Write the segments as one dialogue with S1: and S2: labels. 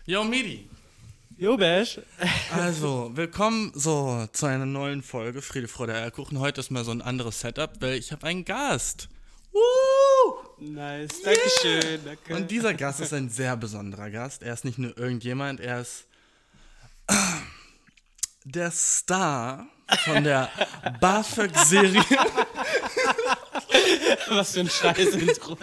S1: Yo, Midi.
S2: Jo, Bash.
S1: Also, willkommen zu einer neuen Folge Friede, Freude, Eierkuchen. Heute ist mal so ein anderes Setup, weil ich habe einen Gast.
S2: Nice, Dankeschön, danke.
S1: Und dieser Gast ist ein sehr besonderer Gast. Er ist nicht nur irgendjemand, er ist der Star von der BAföG-Serie.
S2: Was für ein Scheiß-Intro.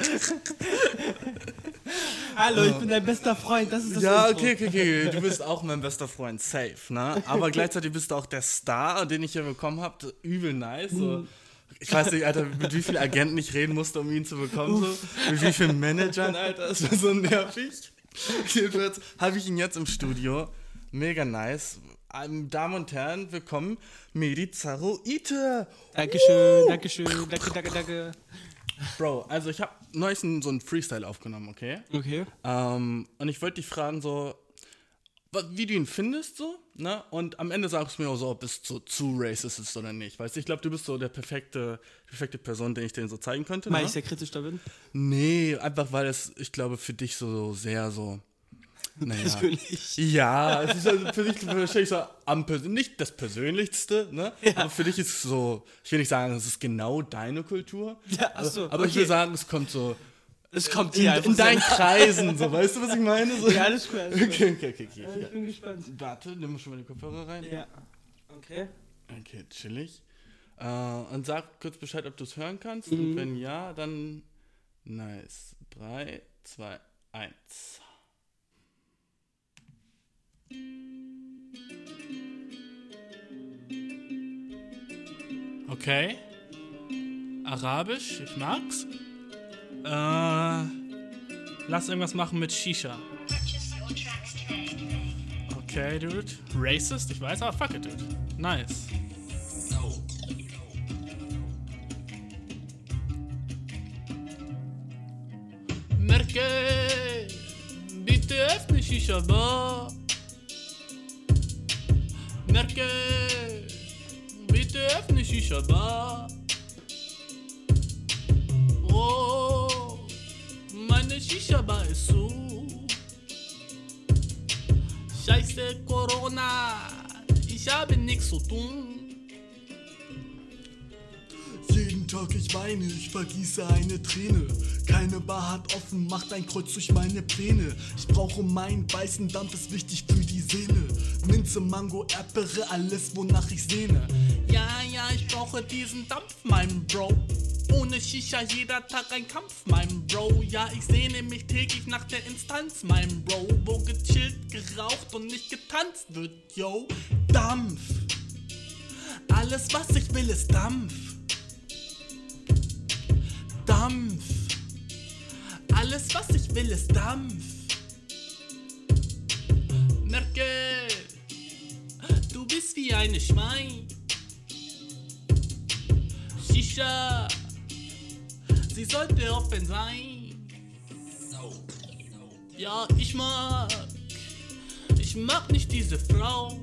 S2: Hallo, ich bin dein bester Freund, das ist das
S1: Ja,
S2: Intro.
S1: okay. Du bist auch mein bester Freund, safe, ne? Aber gleichzeitig bist du auch der Star, den ich hier bekommen habe. Übel nice. So. Ich weiß nicht, Alter, mit wie vielen Agenten ich reden musste, um ihn zu bekommen. So. Mit wie vielen Managern, Alter. Das war so nervig. Jedenfalls habe ich ihn jetzt im Studio. Mega nice. Damen und Herren, willkommen, Mehdi Zaroite.
S2: Dankeschön, danke.
S1: Bro, also ich habe neulich so einen Freestyle aufgenommen, okay?
S2: Okay.
S1: Und ich wollte dich fragen, so, wie du ihn findest, so, ne? Und am Ende sagst du mir auch so, ob es so zu racist ist oder nicht. Weißt du, ich glaube, du bist so die perfekte Person, den ich dir so zeigen könnte.
S2: Weil
S1: ne?
S2: ich sehr kritisch da bin?
S1: Nee, einfach weil es, ich glaube, für dich so sehr so. Naja.
S2: Persönlich.
S1: Ja, es ist also für dich wahrscheinlich so nicht das Persönlichste, ne?
S2: Ja.
S1: Aber für dich ist es so, ich will nicht sagen, es ist genau deine Kultur.
S2: Ja, achso,
S1: aber ich will sagen, es kommt so
S2: Es kommt hier einfach
S1: in deinen
S2: sehr-
S1: Kreisen, so, weißt du, was ich meine? So.
S2: Ja, alles cool.
S1: Okay.
S2: Ja, ich bin gespannt.
S1: Warte, nimm schon mal die Kopfhörer rein.
S2: Ja. Okay.
S1: Okay, chillig. Und sag kurz Bescheid, ob du es hören kannst. Und wenn ja, dann nice. 3, 2, 1.
S3: Okay. Arabisch, ich mag's. Lass irgendwas machen mit Shisha. Okay, dude. Racist, ich weiß, aber fuck it, dude. Nice. Merke, bitte öffne Shisha Bar. Merke, bitte öffne Shisha Bar. Oh, meine Shisha Bar ist zu. Scheiße Corona, ich habe nichts zu tun.
S1: Jeden Tag ich weine, ich vergieße eine Träne. Keine Bar hat offen, macht ein Kreuz durch meine Pläne. Ich brauche meinen weißen Dampf, ist wichtig für die Seele. Minze, Mango, Erdbeere, alles wonach ich sehne.
S3: Ja, ich brauche diesen Dampf, mein Bro. Ohne Shisha jeder Tag ein Kampf, mein Bro. Ja, ich sehne mich täglich nach der Instanz, mein Bro. Wo gechillt, geraucht und nicht getanzt wird, yo. Dampf. Alles, was ich will, ist Dampf. Dampf. Alles, was ich will, ist Dampf. Merkel, du bist wie eine Schwein. Shisha, sie sollte offen sein. Ja, ich mag nicht diese Frau.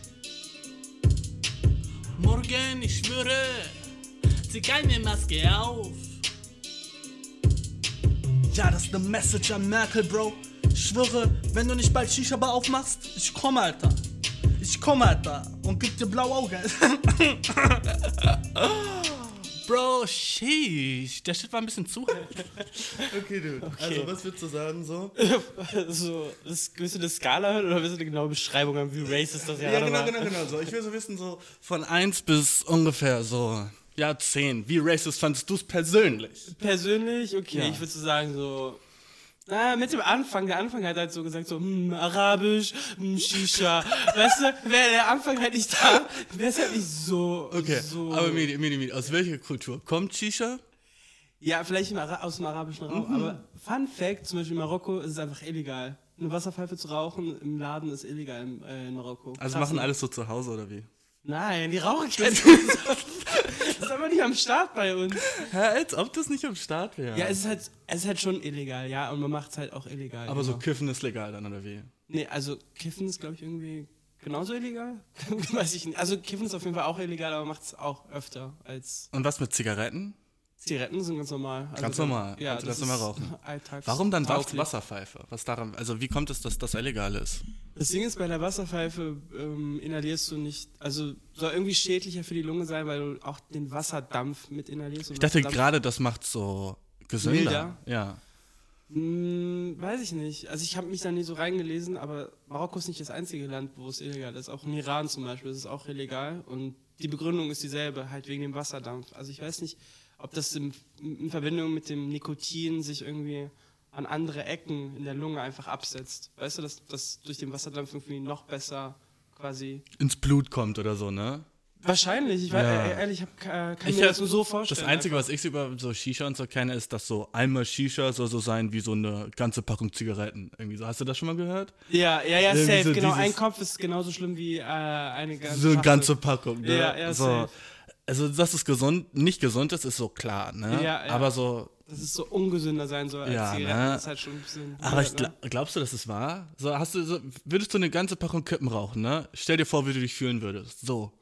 S3: Morgen, ich schwöre, zieh keine Maske auf.
S1: Ja, das ist eine Message an Merkel, Bro. Ich schwöre, wenn du nicht bald Shisha-Bar aufmachst, ich komm, Alter. Und gib dir blaue Augen.
S3: Bro, sheesh, der Shit war ein bisschen zu.
S1: Okay, dude.
S2: Okay.
S1: Also, was würdest du sagen, so?
S2: So, willst du eine Skala hören oder willst du eine genaue Beschreibung haben, wie racist das
S1: Ja,
S2: gerade war?
S1: genau. So. Ich will so wissen, so von 1 bis ungefähr so, ja, 10. Wie racist fandest du es persönlich?
S2: Persönlich, okay,
S1: Ja.
S2: ich würde so sagen, so. Mit dem Anfang, der Anfang hat halt so gesagt, so, Arabisch, Shisha. Weißt du, wäre der Anfang halt nicht da, wäre es halt nicht so.
S1: Okay,
S2: so.
S1: aber Medi, aus welcher Kultur kommt Shisha?
S2: Ja, vielleicht aus dem arabischen Raum, aber Fun Fact, zum Beispiel in Marokko ist es einfach illegal. Eine Wasserpfeife zu rauchen im Laden ist illegal in Marokko.
S1: Also
S2: Krass,
S1: machen
S2: ne?
S1: alles so zu Hause, oder wie?
S2: Nein, die rauchen kein. Das ist aber nicht am Start bei uns.
S1: Hä, als ob das nicht am Start wäre.
S2: Ja, es ist halt schon illegal, ja, und man macht es halt auch illegal.
S1: aber so
S2: genau.
S1: Kiffen ist legal dann, oder wie?
S2: Nee, also Kiffen ist, glaube ich, irgendwie genauso illegal. Weiß ich nicht. Also Kiffen ist auf jeden Fall auch illegal, aber macht es auch öfter als
S1: Und was mit Zigaretten?
S2: Zigaretten sind ganz normal. Also
S1: Ganz normal.
S2: Ja,
S1: Kannst du ganz normal rauchen.
S2: Alltags
S1: Warum dann
S2: tauglich.
S1: Wasserpfeife? Was daran, also wie kommt es, dass das illegal ist?
S2: Das Ding ist, bei der Wasserpfeife inhalierst du nicht, also soll irgendwie schädlicher für die Lunge sein, weil du auch den Wasserdampf mit inhalierst. Und
S1: Ich dachte
S2: Wasserdampf
S1: gerade, das macht so gesünder.
S2: Milder?
S1: Ja.
S2: Weiß ich nicht. Also ich habe mich da nie so reingelesen, aber Marokko ist nicht das einzige Land, wo es illegal ist. Auch in Iran zum Beispiel ist es auch illegal und die Begründung ist dieselbe, halt wegen dem Wasserdampf. Also ich weiß nicht, ob das in Verbindung mit dem Nikotin sich irgendwie an andere Ecken in der Lunge einfach absetzt. Weißt du, dass das durch den Wasserdampf irgendwie noch besser quasi...
S1: Ins Blut kommt oder so, ne?
S2: Wahrscheinlich, ich weiß,
S1: Ja.
S2: ehrlich, kann mir das nur so vorstellen.
S1: Das Einzige, was ich über so Shisha und so kenne, ist, dass so einmal Shisha soll so sein wie so eine ganze Packung Zigaretten. Irgendwie so. Hast du das schon mal gehört?
S2: Ja,
S1: Irgendwie
S2: safe,
S1: so
S2: genau.
S1: dieses-
S2: Ein Kopf ist genauso schlimm wie eine ganze
S1: So eine
S2: Schachtel.
S1: ganze Packung, ne?
S2: Ja,
S1: so.
S2: safe.
S1: Also, dass es nicht gesund ist so klar, ne?
S2: Ja.
S1: Aber so,
S2: Dass es so ungesünder sein soll als
S1: Ja,
S2: Zigaretten,
S1: ne?
S2: ist halt schon ein bisschen...
S1: aber ich
S2: ne?
S1: glaubst du, dass es wahr? So, würdest du eine ganze Packung Kippen rauchen, ne? Stell dir vor, wie du dich fühlen würdest. So.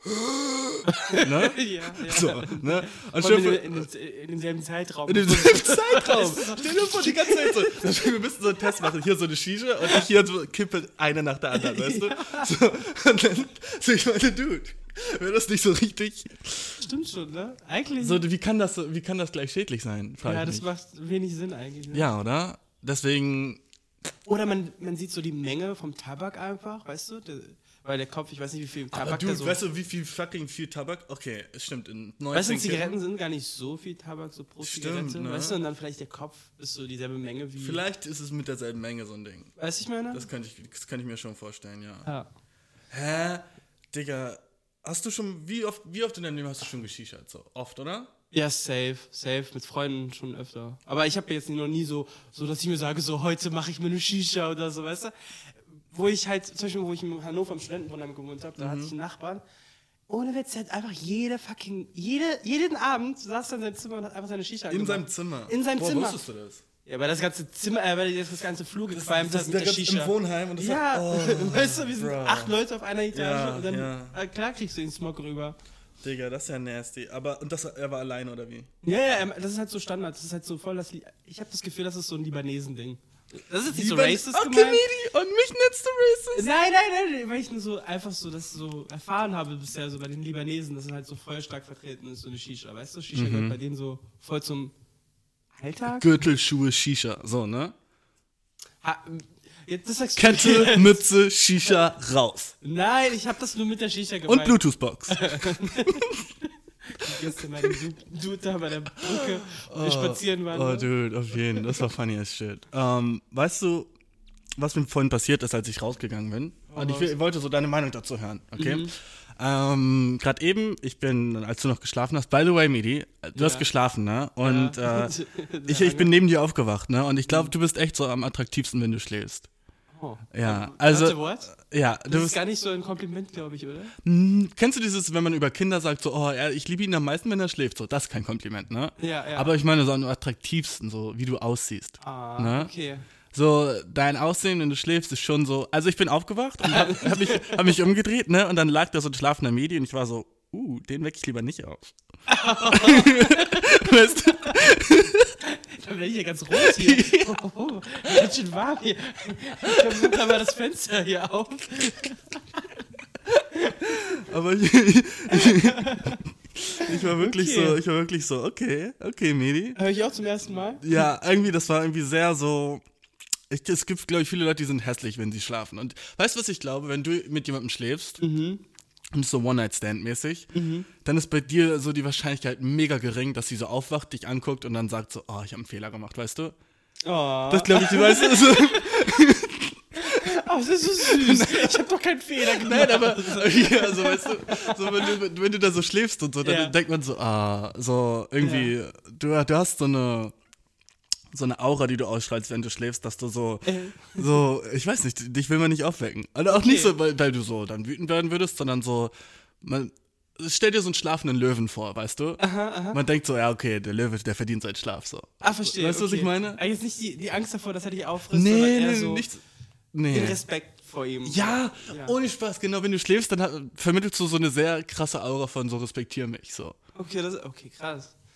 S1: Ne?
S2: Ja.
S1: So, ne? Und
S2: Vor allem
S1: stell dir
S2: in demselben Zeitraum.
S1: in demselben Zeitraum. Stell dir vor, die ganze Zeit so. Wir müssen so einen Test machen. Hier so eine Shisha und ich hier so kippe eine nach der anderen, weißt du? So, und dann, so ich meine, Dude, wäre das nicht so richtig?
S2: Stimmt schon, ne? Eigentlich...
S1: So, wie kann das gleich schädlich sein? Frag
S2: ja,
S1: ich
S2: das
S1: mich.
S2: macht wenig Sinn eigentlich. Ne?
S1: Ja, oder? Deswegen,
S2: Oder man sieht so die Menge vom Tabak einfach, weißt du? Weil der Kopf, ich weiß nicht, wie viel
S1: aber
S2: Tabak da
S1: du,
S2: so...
S1: weißt du, wie viel Tabak? Okay, es stimmt. In 19
S2: Weißt du,
S1: Kippen-
S2: Zigaretten sind gar nicht so viel Tabak, so pro
S1: Stimmt,
S2: Zigarette.
S1: ne?
S2: Weißt du, und dann vielleicht der Kopf ist so dieselbe Menge wie...
S1: Vielleicht ist es mit derselben Menge so ein Ding.
S2: Weißt du, ich meine?
S1: Das könnte ich mir schon vorstellen, ja.
S2: Ja.
S1: Hä? Digga, hast du schon, wie oft in deinem Leben hast du schon geschichert? So oft, oder?
S2: Ja, safe. Mit Freunden schon öfter. Aber ich habe jetzt noch nie so, dass ich mir sage, so heute mache ich mir eine Shisha oder so, weißt du? Wo ich halt, zum Beispiel, wo ich in Hannover am Studentenwohnheim gewohnt habe, da hatte ich einen Nachbarn. Ohne Witz, der hat einfach jeden Abend saß er in seinem Zimmer und hat einfach seine Shisha
S1: In
S2: gemacht.
S1: seinem Zimmer.
S2: In seinem
S1: Woher
S2: Zimmer.
S1: wusstest du das?
S2: Ja, weil das ganze Zimmer, weil das ganze Flur gequalmt hat mit der
S1: ganz
S2: Shisha.
S1: im Wohnheim und das
S2: Ja,
S1: hat,
S2: weißt du, wir sind
S1: Bro.
S2: 8 Leute auf einer Etage
S1: Ja,
S2: und dann,
S1: ja.
S2: Klar kriegst du den Smog rüber.
S1: Digga, das ist ja nasty. Aber, und er war alleine, oder wie?
S2: Ja, das ist halt so Standard, das ist halt so voll ich habe das Gefühl, das ist so ein Libanesen-Ding. Das ist nicht so racist
S1: okay,
S2: gemeint.
S1: Medi, und mich nennst du racist?
S2: Nein, weil ich nur so einfach so das so erfahren habe bisher so bei den Libanesen, dass es halt so voll stark vertreten ist, so eine Shisha, weißt du? Shisha gehört bei denen so voll zum Alltag.
S1: Gürtelschuhe, Shisha, so, ne?
S2: Jetzt, das sagst du.
S1: Kette, Mütze, Shisha, raus.
S2: Nein, ich habe das nur mit der Shisha
S1: Und
S2: gemeint.
S1: Bluetooth-Box.
S2: Gestern bei dem Dude da bei der Brücke, wo wir spazieren waren.
S1: Oh,
S2: ne?
S1: dude, auf jeden Fall. Das war funny as shit. Weißt du, was mir vorhin passiert ist, als ich rausgegangen bin? Und ich wollte so deine Meinung dazu hören, okay? Gerade eben, als du noch geschlafen hast, by the way, Medi, du hast geschlafen, ne? Und ich bin neben dir aufgewacht, ne? Und ich glaube, du bist echt so am attraktivsten, wenn du schläfst.
S2: Oh.
S1: Ja,
S2: Warte,
S1: also,
S2: what?
S1: ja,
S2: Das
S1: du
S2: ist
S1: bist,
S2: gar nicht so ein Kompliment, glaube ich, oder?
S1: kennst du dieses, wenn man über Kinder sagt, so, oh, ich liebe ihn am meisten, wenn er schläft, so, das ist kein Kompliment, ne?
S2: Ja.
S1: Aber ich meine so am attraktivsten, so, wie du aussiehst. Ne?
S2: Okay.
S1: So, dein Aussehen, wenn du schläfst, ist schon so. Also, ich bin aufgewacht und hab mich umgedreht, ne? Und dann lag da so ein schlafender Medi und ich war so, den weck ich lieber nicht auf. Weißt du?
S2: Dann werde ich ja ganz rot hier. Oh, ganz schön warm hier. Ich mach mal das Fenster hier auf.
S1: Aber ich war wirklich so, okay, Medi.
S2: Höre ich auch zum ersten Mal?
S1: Ja, irgendwie, das war irgendwie sehr so. Es gibt, glaube ich, viele Leute, die sind hässlich, wenn sie schlafen. Und weißt du, was ich glaube? Wenn du mit jemandem schläfst, und so One-Night-Stand-mäßig, dann ist bei dir so die Wahrscheinlichkeit mega gering, dass sie so aufwacht, dich anguckt und dann sagt so, ich habe einen Fehler gemacht, weißt du?
S2: Oh,
S1: Das glaube ich, weißt du? So,
S2: das ist so süß. Ich habe doch keinen Fehler gemacht.
S1: nein, aber ja, so, weißt du, so, wenn du da so schläfst und so, dann denkt man so, so irgendwie, du hast so eine Aura, die du ausstrahlst, wenn du schläfst, dass du so, ich weiß nicht, dich will man nicht aufwecken. Also auch nicht so, weil du so dann wütend werden würdest, sondern so, stell dir so einen schlafenden Löwen vor, weißt du? Man denkt so, ja, okay, der Löwe, der verdient seinen Schlaf, so.
S2: Verstehe.
S1: Weißt du, was ich meine?
S2: Aber jetzt nicht die Angst davor, dass er dich auffrisst, sondern eher so den Respekt vor ihm.
S1: Ja, ohne Spaß, genau, wenn du schläfst, dann vermittelst du so eine sehr krasse Aura von so respektier mich, so.
S2: Okay, krass.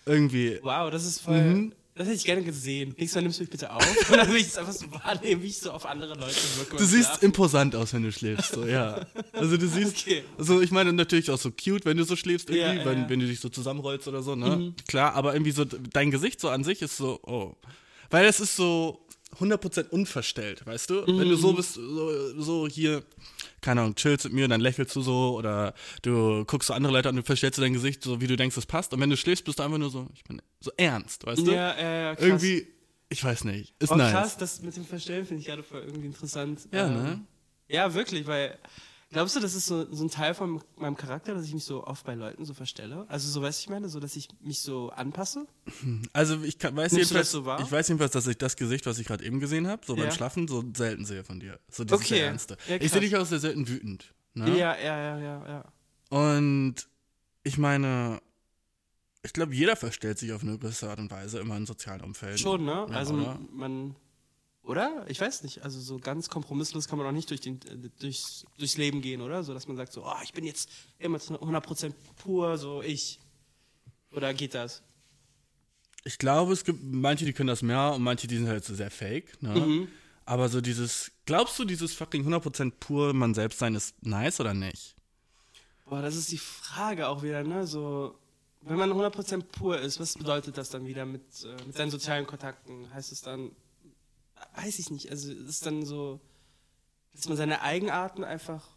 S1: irgendwie.
S2: Wow, das ist voll. Das hätte ich gerne gesehen. Nächstes Mal nimmst du mich bitte auf. Und dann will ich es einfach so wahrnehmen, wie ich so auf andere Leute wirke.
S1: Du siehst imposant aus, wenn du schläfst, so, ja. Also du siehst,
S2: Okay.
S1: also ich meine natürlich auch so cute, wenn du so schläfst irgendwie,
S2: Ja,
S1: wenn du dich so zusammenrollst oder so, ne? Klar, aber irgendwie so, dein Gesicht so an sich ist so, oh. Weil es ist so 100% unverstellt, weißt du? Wenn du so bist, so hier, keine Ahnung, chillst mit mir und dann lächelst du so oder du guckst so andere Leute an und verstellst du dein Gesicht so, wie du denkst, es passt. Und wenn du schläfst, bist du einfach nur so, ich bin so ernst, weißt du?
S2: Ja, krass.
S1: Irgendwie, ich weiß nicht, ist
S2: Oh,
S1: nice.
S2: krass, das mit dem Verstellen finde ich gerade voll irgendwie interessant.
S1: Ja, ne?
S2: Ja, wirklich, weil, glaubst du, das ist so ein Teil von meinem Charakter, dass ich mich so oft bei Leuten so verstelle? Also so, weißt du, ich meine, so, dass ich mich so anpasse?
S1: Also ich weiß
S2: Nimmst du das
S1: jedenfalls,
S2: so wahr?
S1: ich weiß jedenfalls, dass ich das Gesicht, was ich gerade eben gesehen habe, so beim
S2: Ja.
S1: Schlafen, so selten sehe von dir. So dieses
S2: Okay.
S1: Ernste.
S2: Ja,
S1: Ich
S2: krass.
S1: sehe dich auch sehr selten wütend. Ne?
S2: Ja.
S1: Und ich meine, ich glaube, jeder verstellt sich auf eine gewisse Art und Weise immer in sozialen Umfelden.
S2: Schon, ne?
S1: Ja,
S2: Also
S1: oder?
S2: man, oder? Ich weiß nicht, also so ganz kompromisslos kann man auch nicht durchs Leben gehen, oder? So, dass man sagt so, oh, ich bin jetzt immer zu 100% pur, so ich. Oder geht das?
S1: Ich glaube, es gibt manche, die können das mehr und manche, die sind halt so sehr fake. Ne? Aber so glaubst du, dieses fucking 100% pur man selbst sein ist nice oder nicht?
S2: Boah, das ist die Frage auch wieder, ne? So, wenn man 100% pur ist, was bedeutet das dann wieder mit seinen sozialen Kontakten? Heißt es dann, weiß ich nicht, also ist es dann so, dass man seine Eigenarten einfach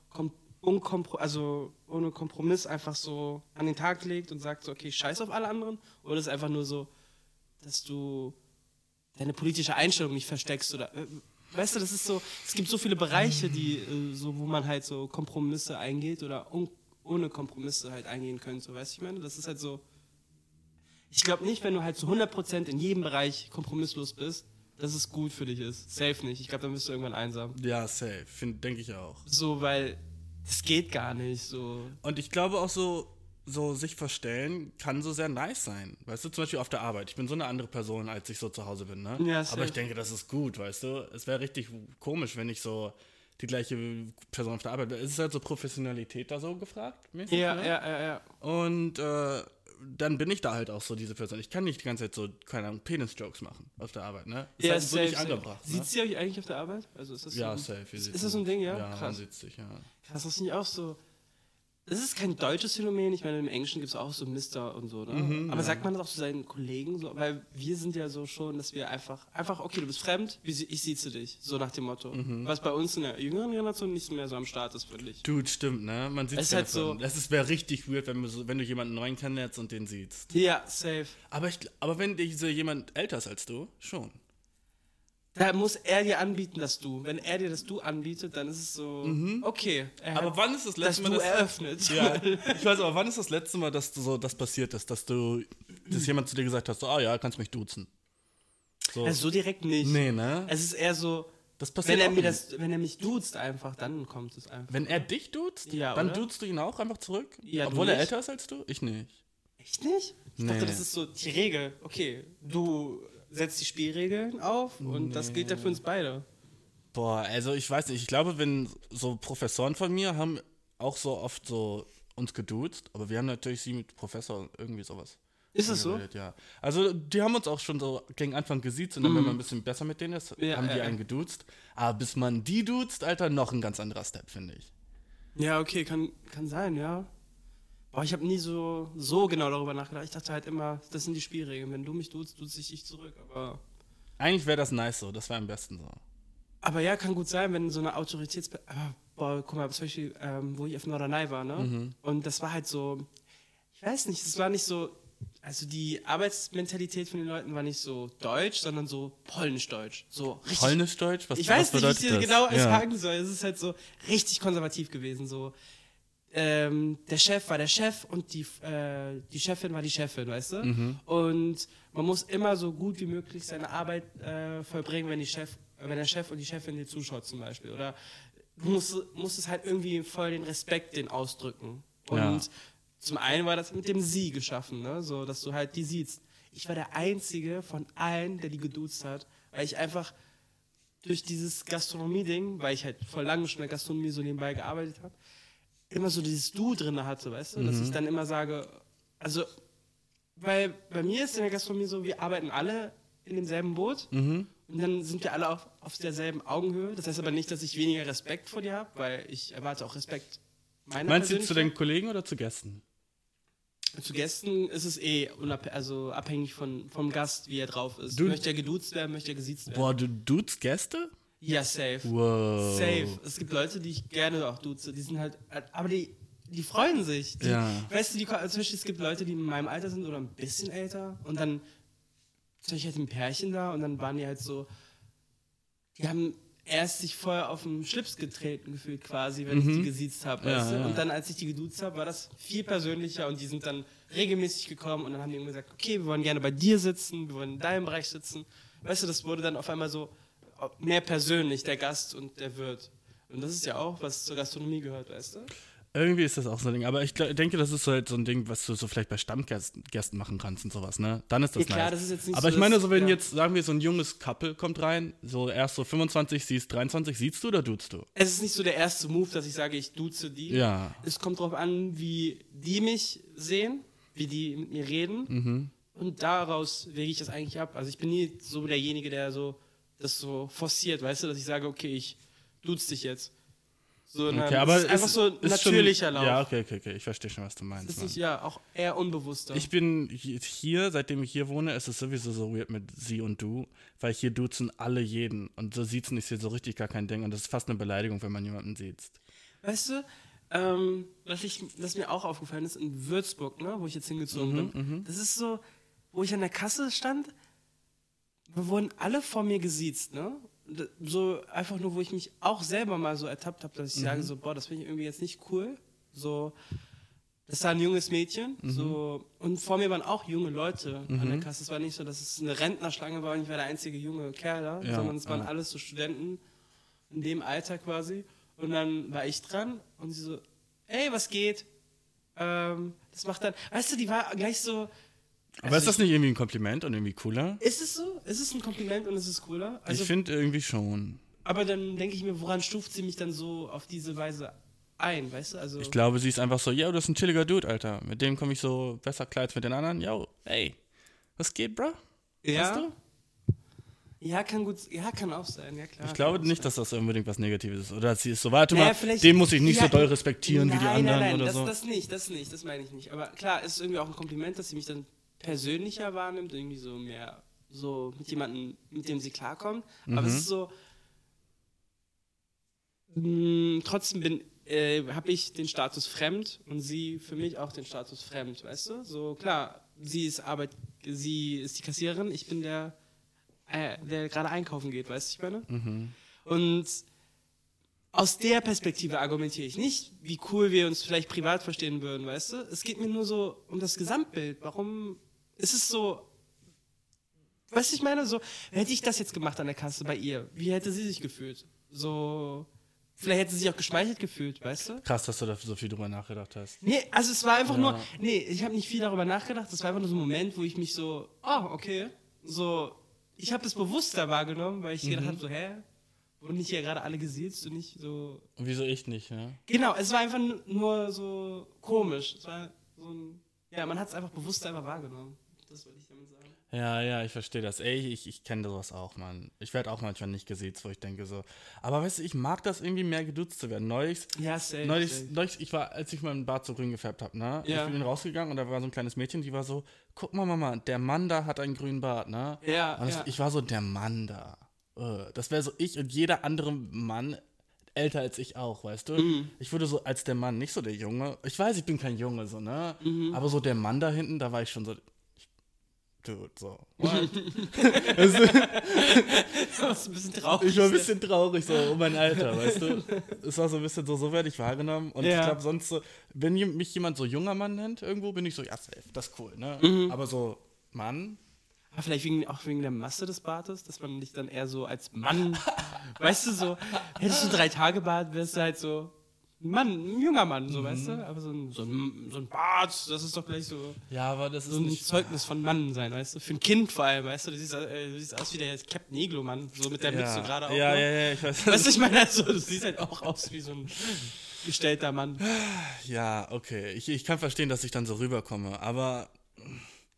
S2: also ohne Kompromiss einfach so an den Tag legt und sagt so, okay, scheiß auf alle anderen? Oder ist es einfach nur so, dass du deine politische Einstellung nicht versteckst oder weißt du, das ist so, es gibt so viele Bereiche, die so, wo man halt so Kompromisse eingeht oder ohne Kompromisse halt eingehen könnte, so, weißt du, ich meine, das ist halt so, ich glaube nicht, wenn du halt zu 100% in jedem Bereich kompromisslos bist, dass es gut für dich ist, safe nicht, ich glaube, dann bist du irgendwann einsam,
S1: Ja, safe, denke ich auch.
S2: so, weil das geht gar nicht, so.
S1: Und ich glaube auch so sich verstellen kann so sehr nice sein. Weißt du, zum Beispiel auf der Arbeit. Ich bin so eine andere Person, als ich so zu Hause bin, ne?
S2: Ja, safe.
S1: Aber ich denke, das ist gut, weißt du? Es wäre richtig komisch, wenn ich so die gleiche Person auf der Arbeit bin. Es ist halt so Professionalität da so gefragt. Mäßig, ne?
S2: Ja.
S1: Und dann bin ich da halt auch so diese Person. Ich kann nicht die ganze Zeit so, keine Ahnung, Penis-Jokes machen auf der Arbeit, ne? Ist halt so nicht angebracht. Ne?
S2: Sieht ihr euch eigentlich auf der Arbeit? Also ist das
S1: Ja,
S2: so
S1: safe.
S2: ist das so ein Ding, ja?
S1: Ja, man
S2: Krass.
S1: sieht sich, ja.
S2: Krass, das finde ich auch so. Das ist kein deutsches Phänomen, ich meine, im Englischen gibt es auch so Mister und so, ne? Aber sagt man das auch zu seinen Kollegen so? Weil wir sind ja so schon, dass wir einfach, okay, du bist fremd, ich sieze dich, so nach dem Motto. Was bei uns in der jüngeren Generation nicht mehr so am Start ist, finde ich.
S1: Dude, stimmt, ne? Man sieht
S2: Es ist halt so-
S1: wäre richtig weird, wenn du jemanden neuen kennenlernst und den siehst.
S2: Ja, safe.
S1: Aber wenn jemand älter ist als du, schon.
S2: Da muss er dir anbieten, wenn er dir das Du anbietet, dann ist es so, okay.
S1: Aber wann ist das letzte
S2: das
S1: Mal,
S2: Du eröffnet.
S1: Ja, ich weiß, aber wann ist das letzte Mal, dass das passiert ist, dass jemand zu dir gesagt hat, so, ah ja, kannst mich duzen. So.
S2: Also so direkt nicht.
S1: Nee, ne?
S2: Es ist eher so,
S1: Das passiert auch nicht.
S2: wenn er mich duzt einfach, dann kommt es einfach.
S1: Wenn er dich duzt,
S2: Ja,
S1: dann
S2: oder?
S1: duzt du ihn auch einfach zurück?
S2: Ja, du
S1: Obwohl er
S2: nicht?
S1: älter ist als du? Ich nicht.
S2: Echt nicht? Ich
S1: Nee.
S2: dachte, das ist so die Regel. Okay, du setzt die Spielregeln auf und das gilt dann für uns beide.
S1: Boah, also ich weiß nicht, ich glaube, wenn so Professoren von mir haben auch so oft so uns geduzt, aber wir haben natürlich sie mit Professor irgendwie sowas.
S2: Ist es so?
S1: geredet, ja. Also die haben uns auch schon so gegen Anfang gesiezt und dann, wenn man ein bisschen besser mit denen ist,
S2: Ja,
S1: haben die
S2: ja.
S1: einen geduzt. Aber bis man die duzt, Alter, noch ein ganz anderer Step, finde ich.
S2: Ja, okay, kann sein, ja. Boah, ich habe nie so genau darüber nachgedacht. Ich dachte halt immer, das sind die Spielregeln. Wenn du mich duzt, duze ich dich zurück.
S1: Eigentlich wäre das nice so, das wäre am besten so.
S2: Aber ja, kann gut sein, wenn so eine boah, guck mal, zum Beispiel, wo ich auf Norderney war, ne? Und das war halt so, ich weiß nicht, es war nicht so, also die Arbeitsmentalität von den Leuten war nicht so deutsch, sondern so polnisch-deutsch. So richtig.
S1: Polnisch-Deutsch?
S2: Ich weiß nicht, wie ich
S1: bedeutet
S2: dir
S1: das?
S2: genau
S1: Ja.
S2: sagen soll. Es ist halt so richtig konservativ gewesen. So, der Chef war der Chef und die Chefin war die Chefin, weißt du? Und man muss immer so gut wie möglich seine Arbeit vollbringen, wenn der Chef und die Chefin dir zuschaut zum Beispiel. Oder du musst es halt irgendwie voll den Respekt den ausdrücken. Und
S1: Ja.
S2: zum einen war das mit dem Sie geschaffen, ne? So, dass du halt die siehst. Ich war der Einzige von allen, der die geduzt hat, weil ich einfach durch dieses Gastronomie-Ding, weil ich halt voll lange schon in der Gastronomie so nebenbei gearbeitet habe, immer so dieses Du drin hatte, weißt du? Dass ich dann immer sage, also weil bei mir ist in der Gastronomie so, wir arbeiten alle in demselben Boot und dann sind wir alle auf derselben Augenhöhe. Das heißt aber nicht, dass ich weniger Respekt vor dir habe, weil ich erwarte auch Respekt meiner
S1: Meinst du
S2: Persönlichkeit.
S1: zu den Kollegen oder zu Gästen?
S2: Zu Gästen ist es also abhängig vom Gast, wie er drauf ist.
S1: Du-
S2: Möchte er geduzt werden, möchte er gesiezt werden?
S1: Boah, du duzt Gäste?
S2: Ja, safe.
S1: Wow.
S2: Safe. Es gibt Leute, die ich gerne auch duze, die sind halt, aber die freuen sich. Die,
S1: Ja.
S2: Weißt du, zum Beispiel, es gibt Leute, die in meinem Alter sind oder ein bisschen älter und dann, zum Beispiel hatte ich ein Pärchen da und dann waren die halt so, die haben erst sich vorher auf den Schlips getreten gefühlt quasi, wenn ich die gesiezt habe, weißt du?
S1: ja.
S2: Und dann, als ich die geduzt habe, war das viel persönlicher und die sind dann regelmäßig gekommen und dann haben die irgendwie gesagt, okay, wir wollen gerne bei dir sitzen, wir wollen in deinem Bereich sitzen. Weißt du, das wurde dann auf einmal so mehr persönlich, der Gast und der Wirt. Und das ist ja auch, was zur Gastronomie gehört, weißt du?
S1: Irgendwie ist das auch so ein Ding. Aber ich denke, das ist so halt so ein Ding, was du so vielleicht bei Stammgästen machen kannst und sowas, ne? Dann ist das
S2: Ja, klar,
S1: nice.
S2: das ist jetzt nicht
S1: aber
S2: so,
S1: ich meine,
S2: dass-
S1: so wenn
S2: ja.
S1: jetzt, sagen wir, so ein junges Couple kommt rein, so erst so 25, sie ist 23, siehst du oder duzt du?
S2: Es ist nicht so der erste Move, dass ich sage, ich duze die.
S1: Ja.
S2: Es kommt drauf an, wie die mich sehen, wie die mit mir reden. Und daraus wege ich das eigentlich ab. Also ich bin nie so derjenige, der so das so forciert, weißt du, dass ich sage, okay, ich duze dich jetzt. So,
S1: Okay, aber
S2: es ist einfach so ein
S1: ist schon-
S2: natürlicher Lauf.
S1: Ja, okay. Ich verstehe schon, was du meinst.
S2: Das ist
S1: Mann.
S2: nicht, ja, auch eher unbewusster.
S1: Ich bin hier, seitdem ich hier wohne, ist es sowieso so weird mit sie und du, weil hier duzen alle jeden und so siezen ist hier so richtig gar kein Ding und das ist fast eine Beleidigung, wenn man jemanden sieht.
S2: Weißt du, was mir auch aufgefallen ist, in Würzburg, ne, wo ich jetzt hingezogen bin, das ist so, wo ich an der Kasse stand, wir wurden alle vor mir gesiezt, ne? So einfach nur, wo ich mich auch selber mal so ertappt habe, dass ich sage so, boah, das finde ich irgendwie jetzt nicht cool. So, das war ein junges Mädchen, so, und vor mir waren auch junge Leute an der Kasse. Es war nicht so, dass es eine Rentnerschlange war und ich war der einzige junge Kerl da,
S1: Ja,
S2: sondern es waren
S1: ja.
S2: alles so Studenten in dem Alter quasi. Und dann war ich dran und sie so, ey, was geht? Das macht dann, weißt du, die war gleich so.
S1: Aber ist das nicht irgendwie ein Kompliment und irgendwie cooler?
S2: Ist es so? Ist es ein Kompliment und ist es cooler? Also,
S1: Ich finde irgendwie schon.
S2: aber dann denke ich mir, woran stuft sie mich dann so auf diese Weise ein, weißt du? Also,
S1: Ich glaube, sie ist einfach so, yo, das ist ein chilliger Dude, Alter. Mit dem komme ich so besser klar als mit den anderen. Yo, ey, was geht, bro?
S2: ja?
S1: Weißt du?
S2: Ja, kann auch sein, ja klar.
S1: Ich glaube
S2: kann auch
S1: nicht, dass das unbedingt was Negatives ist. Oder sie ist so, warte
S2: Naja,
S1: mal,
S2: vielleicht-
S1: den muss ich nicht
S2: ja,
S1: so doll respektieren wie die
S2: nein,
S1: anderen
S2: nein,
S1: oder
S2: das,
S1: so.
S2: das meine ich nicht. Aber klar, es ist irgendwie auch ein Kompliment, dass sie mich dann persönlicher wahrnimmt, irgendwie so mehr, so mit jemandem, mit dem sie klarkommt. Aber es ist so, trotzdem habe ich den Status fremd und sie für mich auch den Status fremd, weißt du? So, klar, sie ist die Kassiererin, ich bin der gerade einkaufen geht, weißt du, ich meine? Und aus der Perspektive argumentiere ich nicht, wie cool wir uns vielleicht privat verstehen würden, weißt du? Es geht mir nur so um das Gesamtbild. Warum ist es so, weißt du, ich meine, so, hätte ich das jetzt gemacht an der Kasse bei ihr, wie hätte sie sich gefühlt? So, vielleicht hätte sie sich auch geschmeichelt gefühlt, weißt du?
S1: Krass, dass du da so viel drüber nachgedacht hast.
S2: Nee, also es war einfach nur, ich habe nicht viel darüber nachgedacht, es war einfach nur so ein Moment, wo ich mich so, okay, so, ich habe das bewusster wahrgenommen, weil ich gedacht habe, so, wurden nicht hier gerade alle gesiezt und nicht so.
S1: Und wieso ich nicht, ja?
S2: Genau, es war einfach nur so komisch. Es war so ein, man hat es einfach bewusst einfach wahrgenommen. Das wollte ich damit sagen.
S1: Ja, ich verstehe das. Ey, ich kenne sowas auch, Mann. Ich werde auch manchmal nicht gesiezt, wo ich denke so. Aber weißt du, ich mag das irgendwie mehr geduzt zu werden. Neulich, ich war, als ich meinen Bart so grün gefärbt habe, ne?
S2: Ja.
S1: Ich bin rausgegangen und da war so ein kleines Mädchen, die war so, guck mal, Mama, der Mann da hat einen grünen Bart, ne?
S2: Ja,
S1: und
S2: ja.
S1: ich war so, der Mann da. Das wäre so ich und jeder andere Mann älter als ich auch, weißt du? Ich würde so als der Mann, nicht so der Junge. Ich weiß, ich bin kein Junge, so, ne? Aber so der Mann da hinten, da war ich schon so, dude, so. What?
S2: Das ist ein bisschen traurig.
S1: Ich war ein bisschen traurig, so um mein Alter, weißt du? Es war so ein bisschen so werde ich wahrgenommen. Und
S2: Ja.
S1: ich glaube, sonst so, wenn mich jemand so junger Mann nennt, irgendwo bin ich so, ja, safe, das ist cool, ne? Aber so, Mann,
S2: Aber vielleicht auch wegen der Masse des Bartes, dass man dich dann eher so als Mann, weißt du, so, hättest du 3 Tage Bart, wärst du halt so ein junger Mann, so, weißt du? Aber so ein Bart, das ist doch gleich so.
S1: ja, aber das ist
S2: So ein
S1: nicht.
S2: Zeugnis von Mann sein, weißt du? Für ein Kind vor allem, weißt du? Du siehst aus wie der Captain Iglo, Mann. So mit der Mütze gerade auch.
S1: Ja,
S2: noch.
S1: ja, ich weiß.
S2: Weißt du, ich meine, also, du siehst halt auch aus wie so ein gestellter Mann.
S1: Ja, okay. Ich kann verstehen, dass ich dann so rüberkomme, aber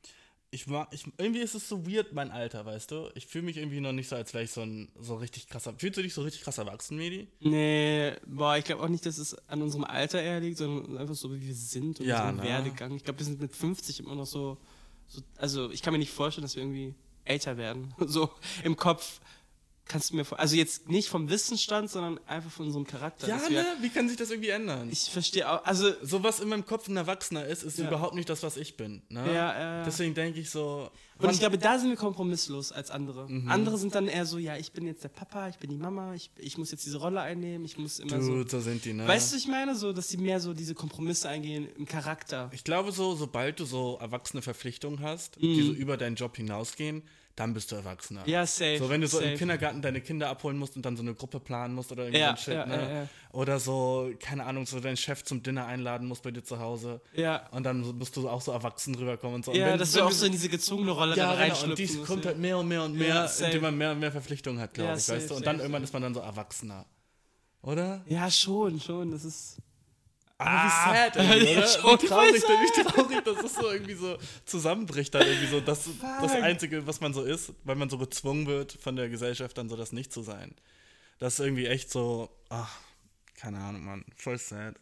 S1: irgendwie ist es so weird, mein Alter, weißt du? Ich fühle mich irgendwie noch nicht so, als wäre ich so richtig krasser. Fühlst du dich so richtig krass erwachsen, Medi?
S2: Nee, ich glaube auch nicht, dass es an unserem Alter eher liegt, sondern einfach so, wie wir sind und unserem Werdegang. Ich glaube, wir sind mit 50 immer noch so, also ich kann mir nicht vorstellen, dass wir irgendwie älter werden. So im Kopf kannst du mir also jetzt nicht vom Wissensstand, sondern einfach von unserem Charakter.
S1: Ja, ne? Wie kann sich das irgendwie ändern?
S2: Ich verstehe auch, also
S1: so was in meinem Kopf ein Erwachsener ist überhaupt nicht das, was ich bin. Ne?
S2: Ja.
S1: Deswegen denke ich so...
S2: Und ich glaube, da sind wir kompromisslos als andere. Andere sind dann eher so, ja, ich bin jetzt der Papa, ich bin die Mama, ich muss jetzt diese Rolle einnehmen, ich muss immer
S1: so sind die, ne?
S2: Weißt du, ich meine, so, dass sie mehr so diese Kompromisse eingehen im Charakter.
S1: Ich glaube so, sobald du so erwachsene Verpflichtungen hast, die so über deinen Job hinausgehen, dann bist du Erwachsener.
S2: Ja, safe.
S1: So, wenn du so im Kindergarten deine Kinder abholen musst und dann so eine Gruppe planen musst oder irgendwie so ein Shit, ne? Oder so, keine Ahnung, so deinen Chef zum Dinner einladen musst bei dir zu Hause.
S2: Ja.
S1: Und dann musst du auch so erwachsen rüberkommen und so.
S2: Ja,
S1: und
S2: dass du auch so in diese gezwungene Rolle da reinschlüpfen
S1: und dies
S2: musst,
S1: kommt halt mehr und mehr und mehr,
S2: safe.
S1: indem man mehr und mehr Verpflichtungen hat, glaube ich,
S2: safe,
S1: weißt du? Und dann irgendwann ist man dann so Erwachsener. Oder?
S2: Ja, schon, das ist...
S1: Aber wie sad irgendwie, oder?
S2: Schon,
S1: wie traurig, dass es so irgendwie so zusammenbricht dann irgendwie so. Das Einzige, was man so ist, weil man so gezwungen wird von der Gesellschaft dann so das nicht zu sein. Das ist irgendwie echt so, keine Ahnung, Mann, voll sad.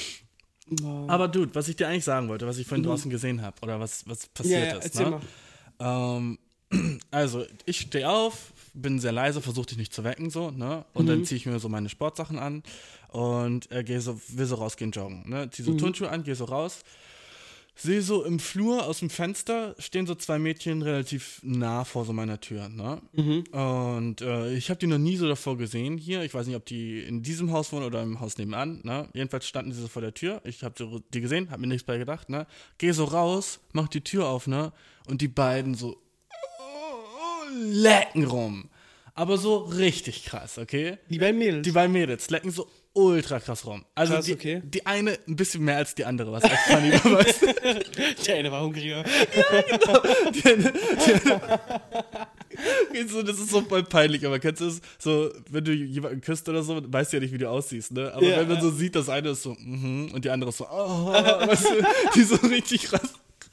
S2: Wow.
S1: Aber Dude, was ich dir eigentlich sagen wollte, was ich vorhin draußen gesehen habe oder was passiert ist.
S2: Erzähl
S1: mal. Also, ich stehe auf, bin sehr leise, versuche dich nicht zu wecken, so, ne? Und dann ziehe ich mir so meine Sportsachen an und will so rausgehen joggen, ne? Zieh so Turnschuhe an, gehe so raus, sehe so im Flur aus dem Fenster stehen so 2 Mädchen relativ nah vor so meiner Tür, ne? Und ich habe die noch nie so davor gesehen hier. Ich weiß nicht, ob die in diesem Haus wohnen oder im Haus nebenan, ne? Jedenfalls standen sie so vor der Tür. Ich habe so die gesehen, habe mir nichts bei gedacht, ne? Gehe so raus, mach die Tür auf, ne? Und die beiden so lecken rum. Aber so richtig krass, okay?
S2: Die beiden Mädels?
S1: Die beiden Mädels lecken so ultra krass rum. Also
S2: krass, okay.
S1: Die eine ein bisschen mehr als die andere, was echt funny war, weißt du?
S2: Die eine war hungriger.
S1: Ja, genau. Das ist so voll peinlich, aber kennst du es? So, wenn du jemanden küsst oder so, weißt du ja nicht, wie du aussiehst, ne? Aber wenn man so sieht, das eine ist so, und die andere ist so, weißt du, die so richtig krass.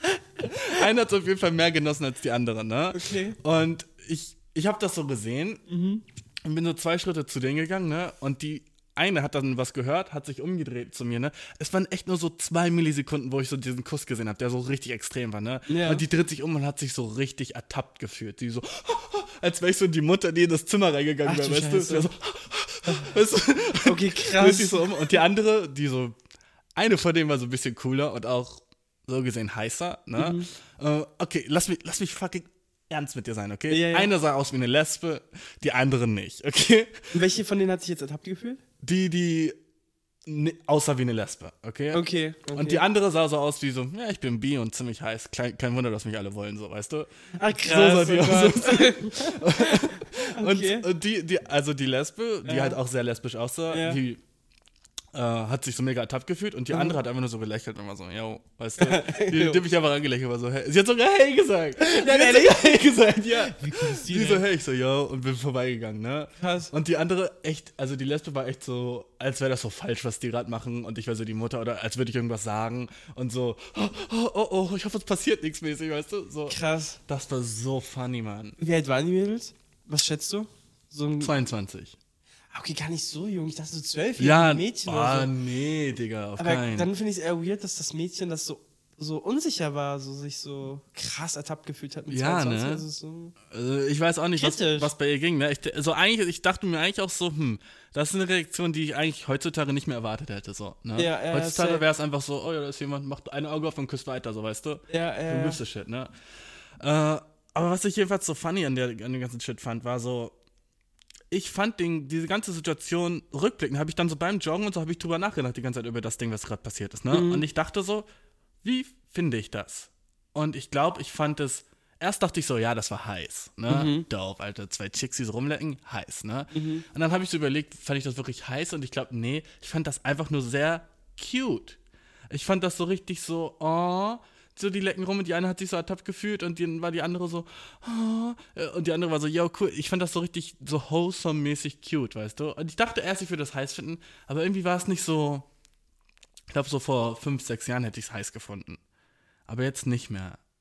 S1: Einer hat auf jeden Fall mehr genossen als die andere, ne?
S2: Okay.
S1: Und ich habe das so gesehen und bin so 2 Schritte zu denen gegangen, ne? Und die eine hat dann was gehört, hat sich umgedreht zu mir, ne? Es waren echt nur so 2 Millisekunden, wo ich so diesen Kuss gesehen habe, der so richtig extrem war, ne?
S2: Ja.
S1: Und die dreht sich um und hat sich so richtig ertappt gefühlt. Die so, als wäre ich so die Mutter, die in das Zimmer reingegangen wäre, weißt du? So, weißt du?
S2: Okay, krass.
S1: Dreht sich so um. Und die andere, eine von denen war so ein bisschen cooler und auch so gesehen heißer, ne? Okay, lass mich fucking ernst mit dir sein, okay?
S2: Ja.
S1: Eine sah aus wie eine Lesbe, die andere nicht, okay?
S2: Und welche von denen hat sich jetzt ertappt gefühlt?
S1: Die aussah wie eine Lesbe, okay?
S2: Okay.
S1: Und die andere sah so aus wie so, ja, ich bin bi und ziemlich heiß. Kein Wunder, dass mich alle wollen, so, weißt du?
S2: Ah, krass.
S1: So sah die aus.
S2: Okay.
S1: Und die Lesbe, die halt auch sehr lesbisch aussah, die hat sich so mega ertappt gefühlt und die andere hat einfach nur so gelächelt und war so, yo, weißt du, die hat mich einfach angelächelt, war so, hey. Sie hat sogar hey gesagt. Ja, hey gesagt, ja.
S2: Wie cool ist
S1: die so, hey, ich so, yo, und bin vorbeigegangen, ne? Krass. Und die andere echt, also die Lesbe war echt so, als wäre das so falsch, was die gerade machen und ich wäre so die Mutter oder als würde ich irgendwas sagen und so, oh, ich hoffe, es passiert nichts mäßig, weißt du? So.
S2: Krass.
S1: Das war so funny, Mann.
S2: Wie alt waren die Mädels? Was schätzt du? So ein
S1: 22.
S2: Okay, gar nicht so jung. Ich dachte so 12
S1: ja,
S2: Mädchen oder so.
S1: Nee, Digga, auf
S2: Aber
S1: keinen.
S2: dann finde ich es eher weird, dass das Mädchen, das so unsicher war, so sich so krass ertappt gefühlt hat mit 22.
S1: Ne?
S2: Also so
S1: ich weiß auch nicht, was bei ihr ging. Ne? Ich dachte mir eigentlich auch so, das ist eine Reaktion, die ich eigentlich heutzutage nicht mehr erwartet hätte. So, ne? Heutzutage wäre es einfach so, oh ja, da ist jemand, macht ein Auge auf und küsst weiter, so, weißt du?
S2: Ja.
S1: So Shit, ne? Aber was ich jedenfalls so funny an dem ganzen Shit fand, war so, ich fand diese ganze Situation rückblickend, habe ich dann so beim Joggen und so, habe ich drüber nachgedacht die ganze Zeit über das Ding, was gerade passiert ist, ne? Und ich dachte so, wie finde ich das? Und ich glaube, ich fand es, erst dachte ich so, ja, das war heiß, ne? Dope, Alter, 2 Chicks, die so rumlecken, heiß, ne? Und dann habe ich so überlegt, fand ich das wirklich heiß? Und ich glaube, nee, ich fand das einfach nur sehr cute. Ich fand das so richtig so, so die lecken rum und die eine hat sich so ertappt gefühlt und dann war die andere so, und die andere war so, yo, cool. Ich fand das so richtig so wholesome-mäßig cute, weißt du? Und ich dachte erst, ich würde das heiß finden, aber irgendwie war es nicht so, ich glaube, so vor 5, 6 Jahren hätte ich es heiß gefunden. Aber jetzt nicht mehr.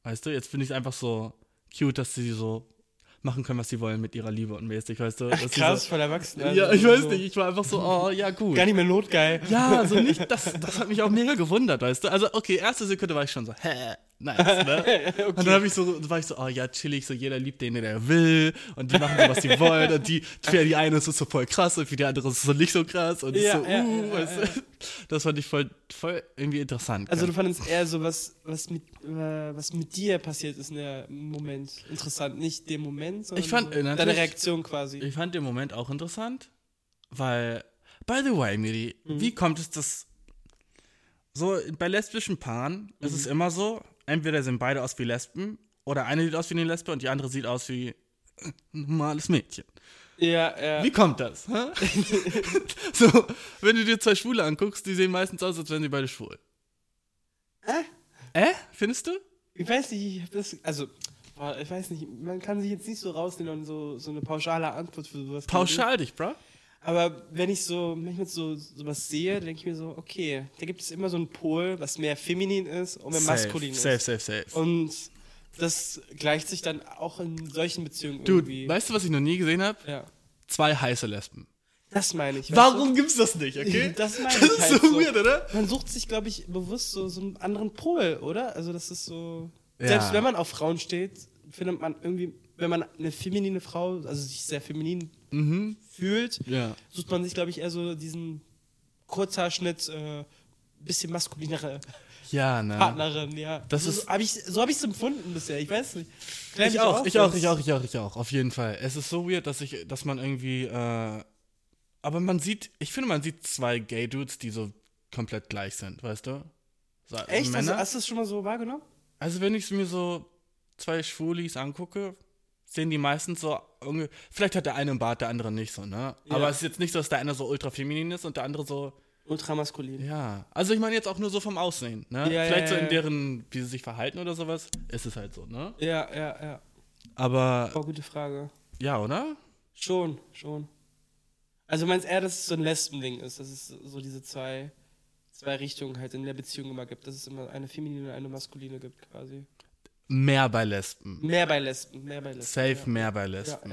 S1: Weißt du, jetzt finde ich es einfach so cute, dass sie so machen können, was sie wollen mit ihrer Liebe und mäßig, weißt du? Dass
S2: Krass,
S1: so,
S2: voll erwachsen. Also
S1: ja, ich weiß
S2: so
S1: nicht, ich war einfach so, oh, ja, gut.
S2: Gar nicht mehr notgeil.
S1: Ja, so nicht, das hat mich auch mega gewundert, weißt du? Also, okay, erste Sekunde war ich schon so, nice, ne?
S2: Okay.
S1: Und dann war ich so, oh ja, chillig, so jeder liebt den, der will und die machen so, was sie wollen und für die eine ist es so voll krass und für die andere ist es so nicht so krass und weißt du? Das fand ich voll irgendwie interessant.
S2: Also du fandest eher so, was mit dir passiert ist in der Moment interessant, nicht dem Moment, sondern
S1: Ich fand,
S2: so deine Reaktion quasi.
S1: Ich fand den Moment auch interessant, weil, by the way, Miri, wie kommt es, dass so bei lesbischen Paaren ist es immer so, entweder sehen beide aus wie Lesben oder eine sieht aus wie eine Lesbe und die andere sieht aus wie ein normales Mädchen.
S2: Ja.
S1: Wie kommt das? So, wenn du dir zwei Schwule anguckst, die sehen meistens aus, als wären sie beide schwul. Findest du?
S2: Ich weiß nicht, ich weiß nicht, man kann sich jetzt nicht so rausnehmen und so eine pauschale Antwort für sowas geben.
S1: Pauschal dich, bro?
S2: Aber wenn ich so manchmal so was sehe, denke ich mir so, okay, da gibt es immer so einen Pol, was mehr feminin ist und mehr maskulin ist.
S1: Safe.
S2: Und das gleicht sich dann auch in solchen Beziehungen
S1: Dude,
S2: irgendwie.
S1: weißt du, was ich noch nie gesehen habe?
S2: Ja.
S1: 2 heiße Lesben.
S2: Das meine ich.
S1: Warum gibt's das nicht, okay?
S2: Das meine ich
S1: Das ist
S2: halt
S1: so weird, oder?
S2: Man sucht sich, glaube ich, bewusst so einen anderen Pol, oder? Also das ist so...
S1: Ja.
S2: Selbst wenn man auf Frauen steht, findet man irgendwie, wenn man eine feminine Frau, also sich sehr feminin fühlt, sucht man sich, glaube ich, eher so diesen Kurzhaarschnitt, bisschen maskulinere Partnerin, ja.
S1: Das
S2: so habe ich es empfunden bisher, ich weiß nicht.
S1: Ich auch, auf jeden Fall. Es ist so weird, dass man irgendwie, aber ich finde, man sieht 2 Gay-Dudes, die so komplett gleich sind, weißt du? So,
S2: echt?
S1: Männer.
S2: Hast du das schon mal so wahrgenommen?
S1: Also wenn ich mir so 2 Schwulis angucke, sehen die meistens so, vielleicht hat der eine einen Bart, der andere nicht so, ne?
S2: Ja.
S1: Aber es ist jetzt nicht so, dass der eine so ultra feminin ist und der andere so...
S2: Ultramaskulin.
S1: Ja, also ich meine jetzt auch nur so vom Aussehen, ne?
S2: Ja,
S1: vielleicht so
S2: ja.
S1: in deren, wie sie sich verhalten oder sowas, ist es halt so, ne?
S2: Ja.
S1: Aber...
S2: Oh, gute Frage.
S1: Ja, oder?
S2: Schon. Also meinst du eher, dass es so ein Lesbending ist, dass es so diese zwei Richtungen halt in der Beziehung immer gibt, dass es immer eine feminine und eine maskuline gibt quasi.
S1: Mehr bei Lesben.
S2: Mehr bei Lesben.
S1: Safe
S2: ja.
S1: mehr bei Lesben.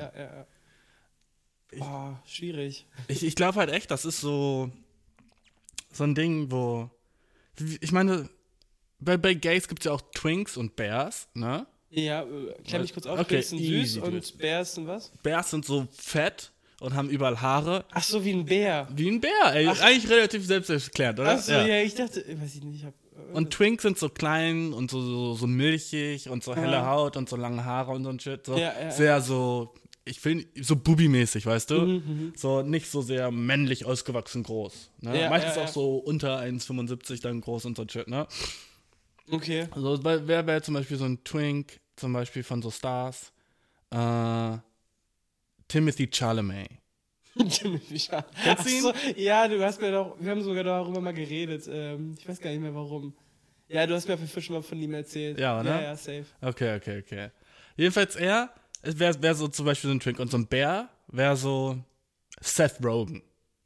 S2: Ja. Schwierig.
S1: Ich glaube halt echt, das ist so ein Ding, wo, ich meine, bei Gays gibt es ja auch Twinks und Bears, ne?
S2: Ja, klär mich kurz auf.
S1: Okay,
S2: Twinks sind süß und Bears sind was?
S1: Bears sind so fett und haben überall Haare.
S2: Ach so, wie ein Bär.
S1: Wie ein Bär, ey. Eigentlich relativ selbsterklärend, oder?
S2: Ach so, ja, ich dachte, weiß ich nicht,
S1: Und Twinks sind so klein und so milchig und so helle Haut und so lange Haare und so ein Shit. So sehr so, ich finde, so Bubi-mäßig, weißt du? So nicht so sehr männlich ausgewachsen groß. Ne? Meistens auch so unter 1,75 dann groß und so ein Shit, ne?
S2: Okay.
S1: Also wer wäre zum Beispiel so ein Twink, zum Beispiel von so Stars? Timothy Chalamet.
S2: Kennst du ihn? So, ja, wir haben sogar darüber mal geredet. Ich weiß gar nicht mehr warum. Ja, du hast mir auf jeden Fall schon mal von ihm erzählt.
S1: Ja, oder?
S2: Ja, safe.
S1: Okay. Jedenfalls wäre so zum Beispiel so ein Twink und so ein Bär wäre so Seth Rogen.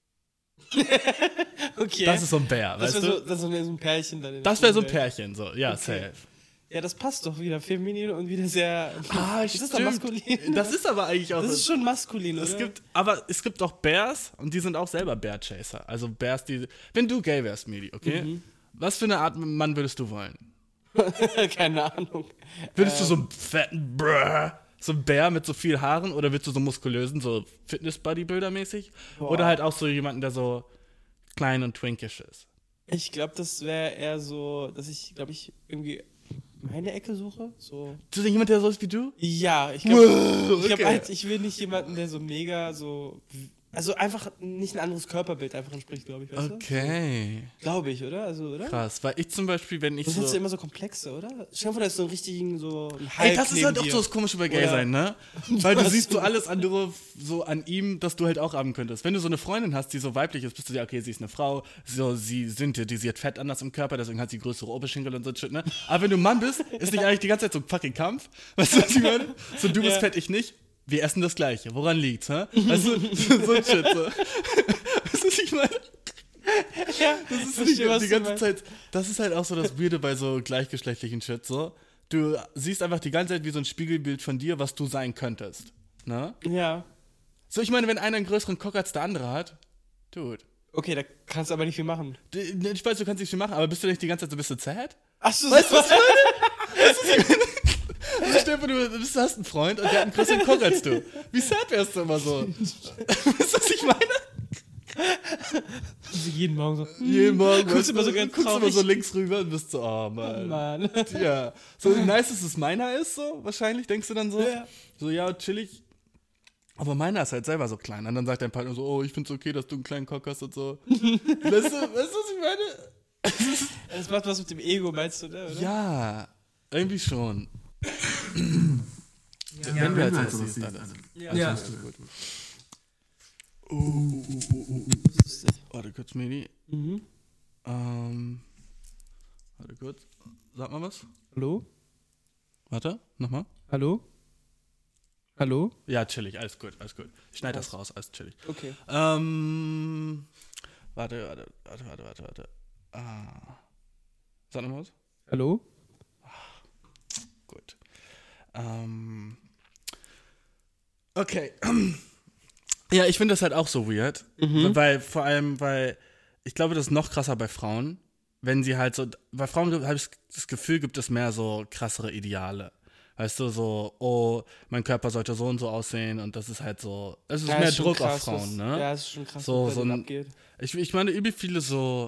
S2: Okay.
S1: Das ist so ein Bär, weißt du?
S2: Das wäre so ein Pärchen dann.
S1: Das wäre so ein Pärchen, so, ja,
S2: okay.
S1: Safe.
S2: Ja, das passt doch wieder. Feminin und wieder sehr...
S1: Das ist doch maskulin. Das ist aber eigentlich auch...
S2: Das ist schon maskulin, oder?
S1: Es gibt auch Bears und die sind auch selber Bear-Chaser. Also Bears, die... Wenn du gay wärst, Medi, okay? Was für eine Art Mann würdest du wollen?
S2: Keine Ahnung.
S1: Würdest du so einen fetten so ein Bär mit so viel Haaren oder willst du so muskulösen, so Fitness-Bodybuilder-mäßig? Oder halt auch so jemanden, der so klein und twinkish ist?
S2: Ich glaube, das wäre eher so, dass ich, glaube ich, irgendwie meine Ecke suche. So.
S1: Du bist jemand, der so ist wie du?
S2: Ja, ich glaube,
S1: okay.
S2: Ich will nicht jemanden, der so mega so... Also einfach nicht ein anderes Körperbild einfach entspricht, glaube ich. Weißt
S1: Okay.
S2: Glaube ich, oder? Oder?
S1: Krass, weil ich zum Beispiel, wenn ich
S2: das
S1: so...
S2: Das sind immer so komplexe, oder? Stell dir vor, da ist so ein richtigen, so ein
S1: Ey, das ist halt auch so das Komische bei Gay sein, ne? Weil du siehst so alles andere so an ihm, dass du halt auch haben könntest. Wenn du so eine Freundin hast, die so weiblich ist, bist du dir, okay, sie ist eine Frau, so, sie synthetisiert Fett anders im Körper, deswegen hat sie größere Oberschenkel und so Shit, ne? Aber wenn du ein Mann bist, ist nicht eigentlich die ganze Zeit so ein fucking Kampf. Weißt du, was ich meine? So, du bist fett, ich nicht. Wir essen das Gleiche. Woran liegt's, hä? Weißt du, so ein Shit, so. Weißt du, was ich meine?
S2: Ja,
S1: das ist nicht die ganze Zeit. Das ist halt auch so das Weirde bei so gleichgeschlechtlichen Shit, so. du siehst einfach die ganze Zeit wie so ein Spiegelbild von dir, was du sein könntest. Ne?
S2: Ja.
S1: So, ich meine, wenn einer einen größeren Cock als der andere hat, dude.
S2: Okay, da kannst du aber nicht viel machen.
S1: Ich weiß, du kannst nicht viel machen, aber bist du nicht die ganze Zeit so ein bisschen sad?
S2: Achso,
S1: Weißt du, was ich meine? Weißt du, was ich meine? Also stell dir vor, du hast einen Freund und der hat einen größeren Cock als du. Wie sad wärst du immer so? Weißt du, was ich meine?
S2: Jeden Morgen so.
S1: Jeden Morgen
S2: Guckst du immer so ganz
S1: guckst immer
S2: traurig.
S1: so links rüber und bist so, oh Mann.
S2: Mann.
S1: Ja. So nice, dass es meiner ist, so wahrscheinlich, denkst du dann so?
S2: Ja.
S1: So, ja, chillig. Aber meiner ist halt selber so klein. Und dann sagt dein Partner so, oh, ich find's okay, dass du einen kleinen Cock hast und so. Weißt du, was ich meine?
S2: Das macht was mit dem Ego, meinst du, ne? Oder?
S1: Ja, irgendwie schon.
S4: Ja,
S1: wenn du
S4: halt
S1: halt
S4: so
S1: so
S4: was
S1: siehst,
S4: siehst,
S1: dann.
S2: Ja.
S1: Also, gut. Warte kurz, Medi.
S2: Mhm.
S1: Warte kurz. Sag mal was.
S2: Hallo?
S1: Warte, nochmal.
S2: Hallo? Hallo?
S1: Ja, chillig, alles gut, alles gut. Ich schneide das raus, alles chillig.
S2: Okay.
S1: Warte. Sag nochmal was.
S2: Hallo?
S1: Gut. Okay. Ja, ich finde das halt auch so weird. Weil ich glaube, das ist noch krasser bei Frauen, wenn sie halt so, bei Frauen habe ich das Gefühl, gibt es mehr so krassere Ideale. Weißt du, so, oh, mein Körper sollte so und so aussehen und das ist halt so, es ist mehr
S2: ist schon
S1: Druck
S2: krass,
S1: auf Frauen, ne?
S2: Ja, es ist schon krass,
S1: So-
S2: was
S1: so
S2: da
S1: ein-
S2: abgeht.
S1: Ich meine, übel viele so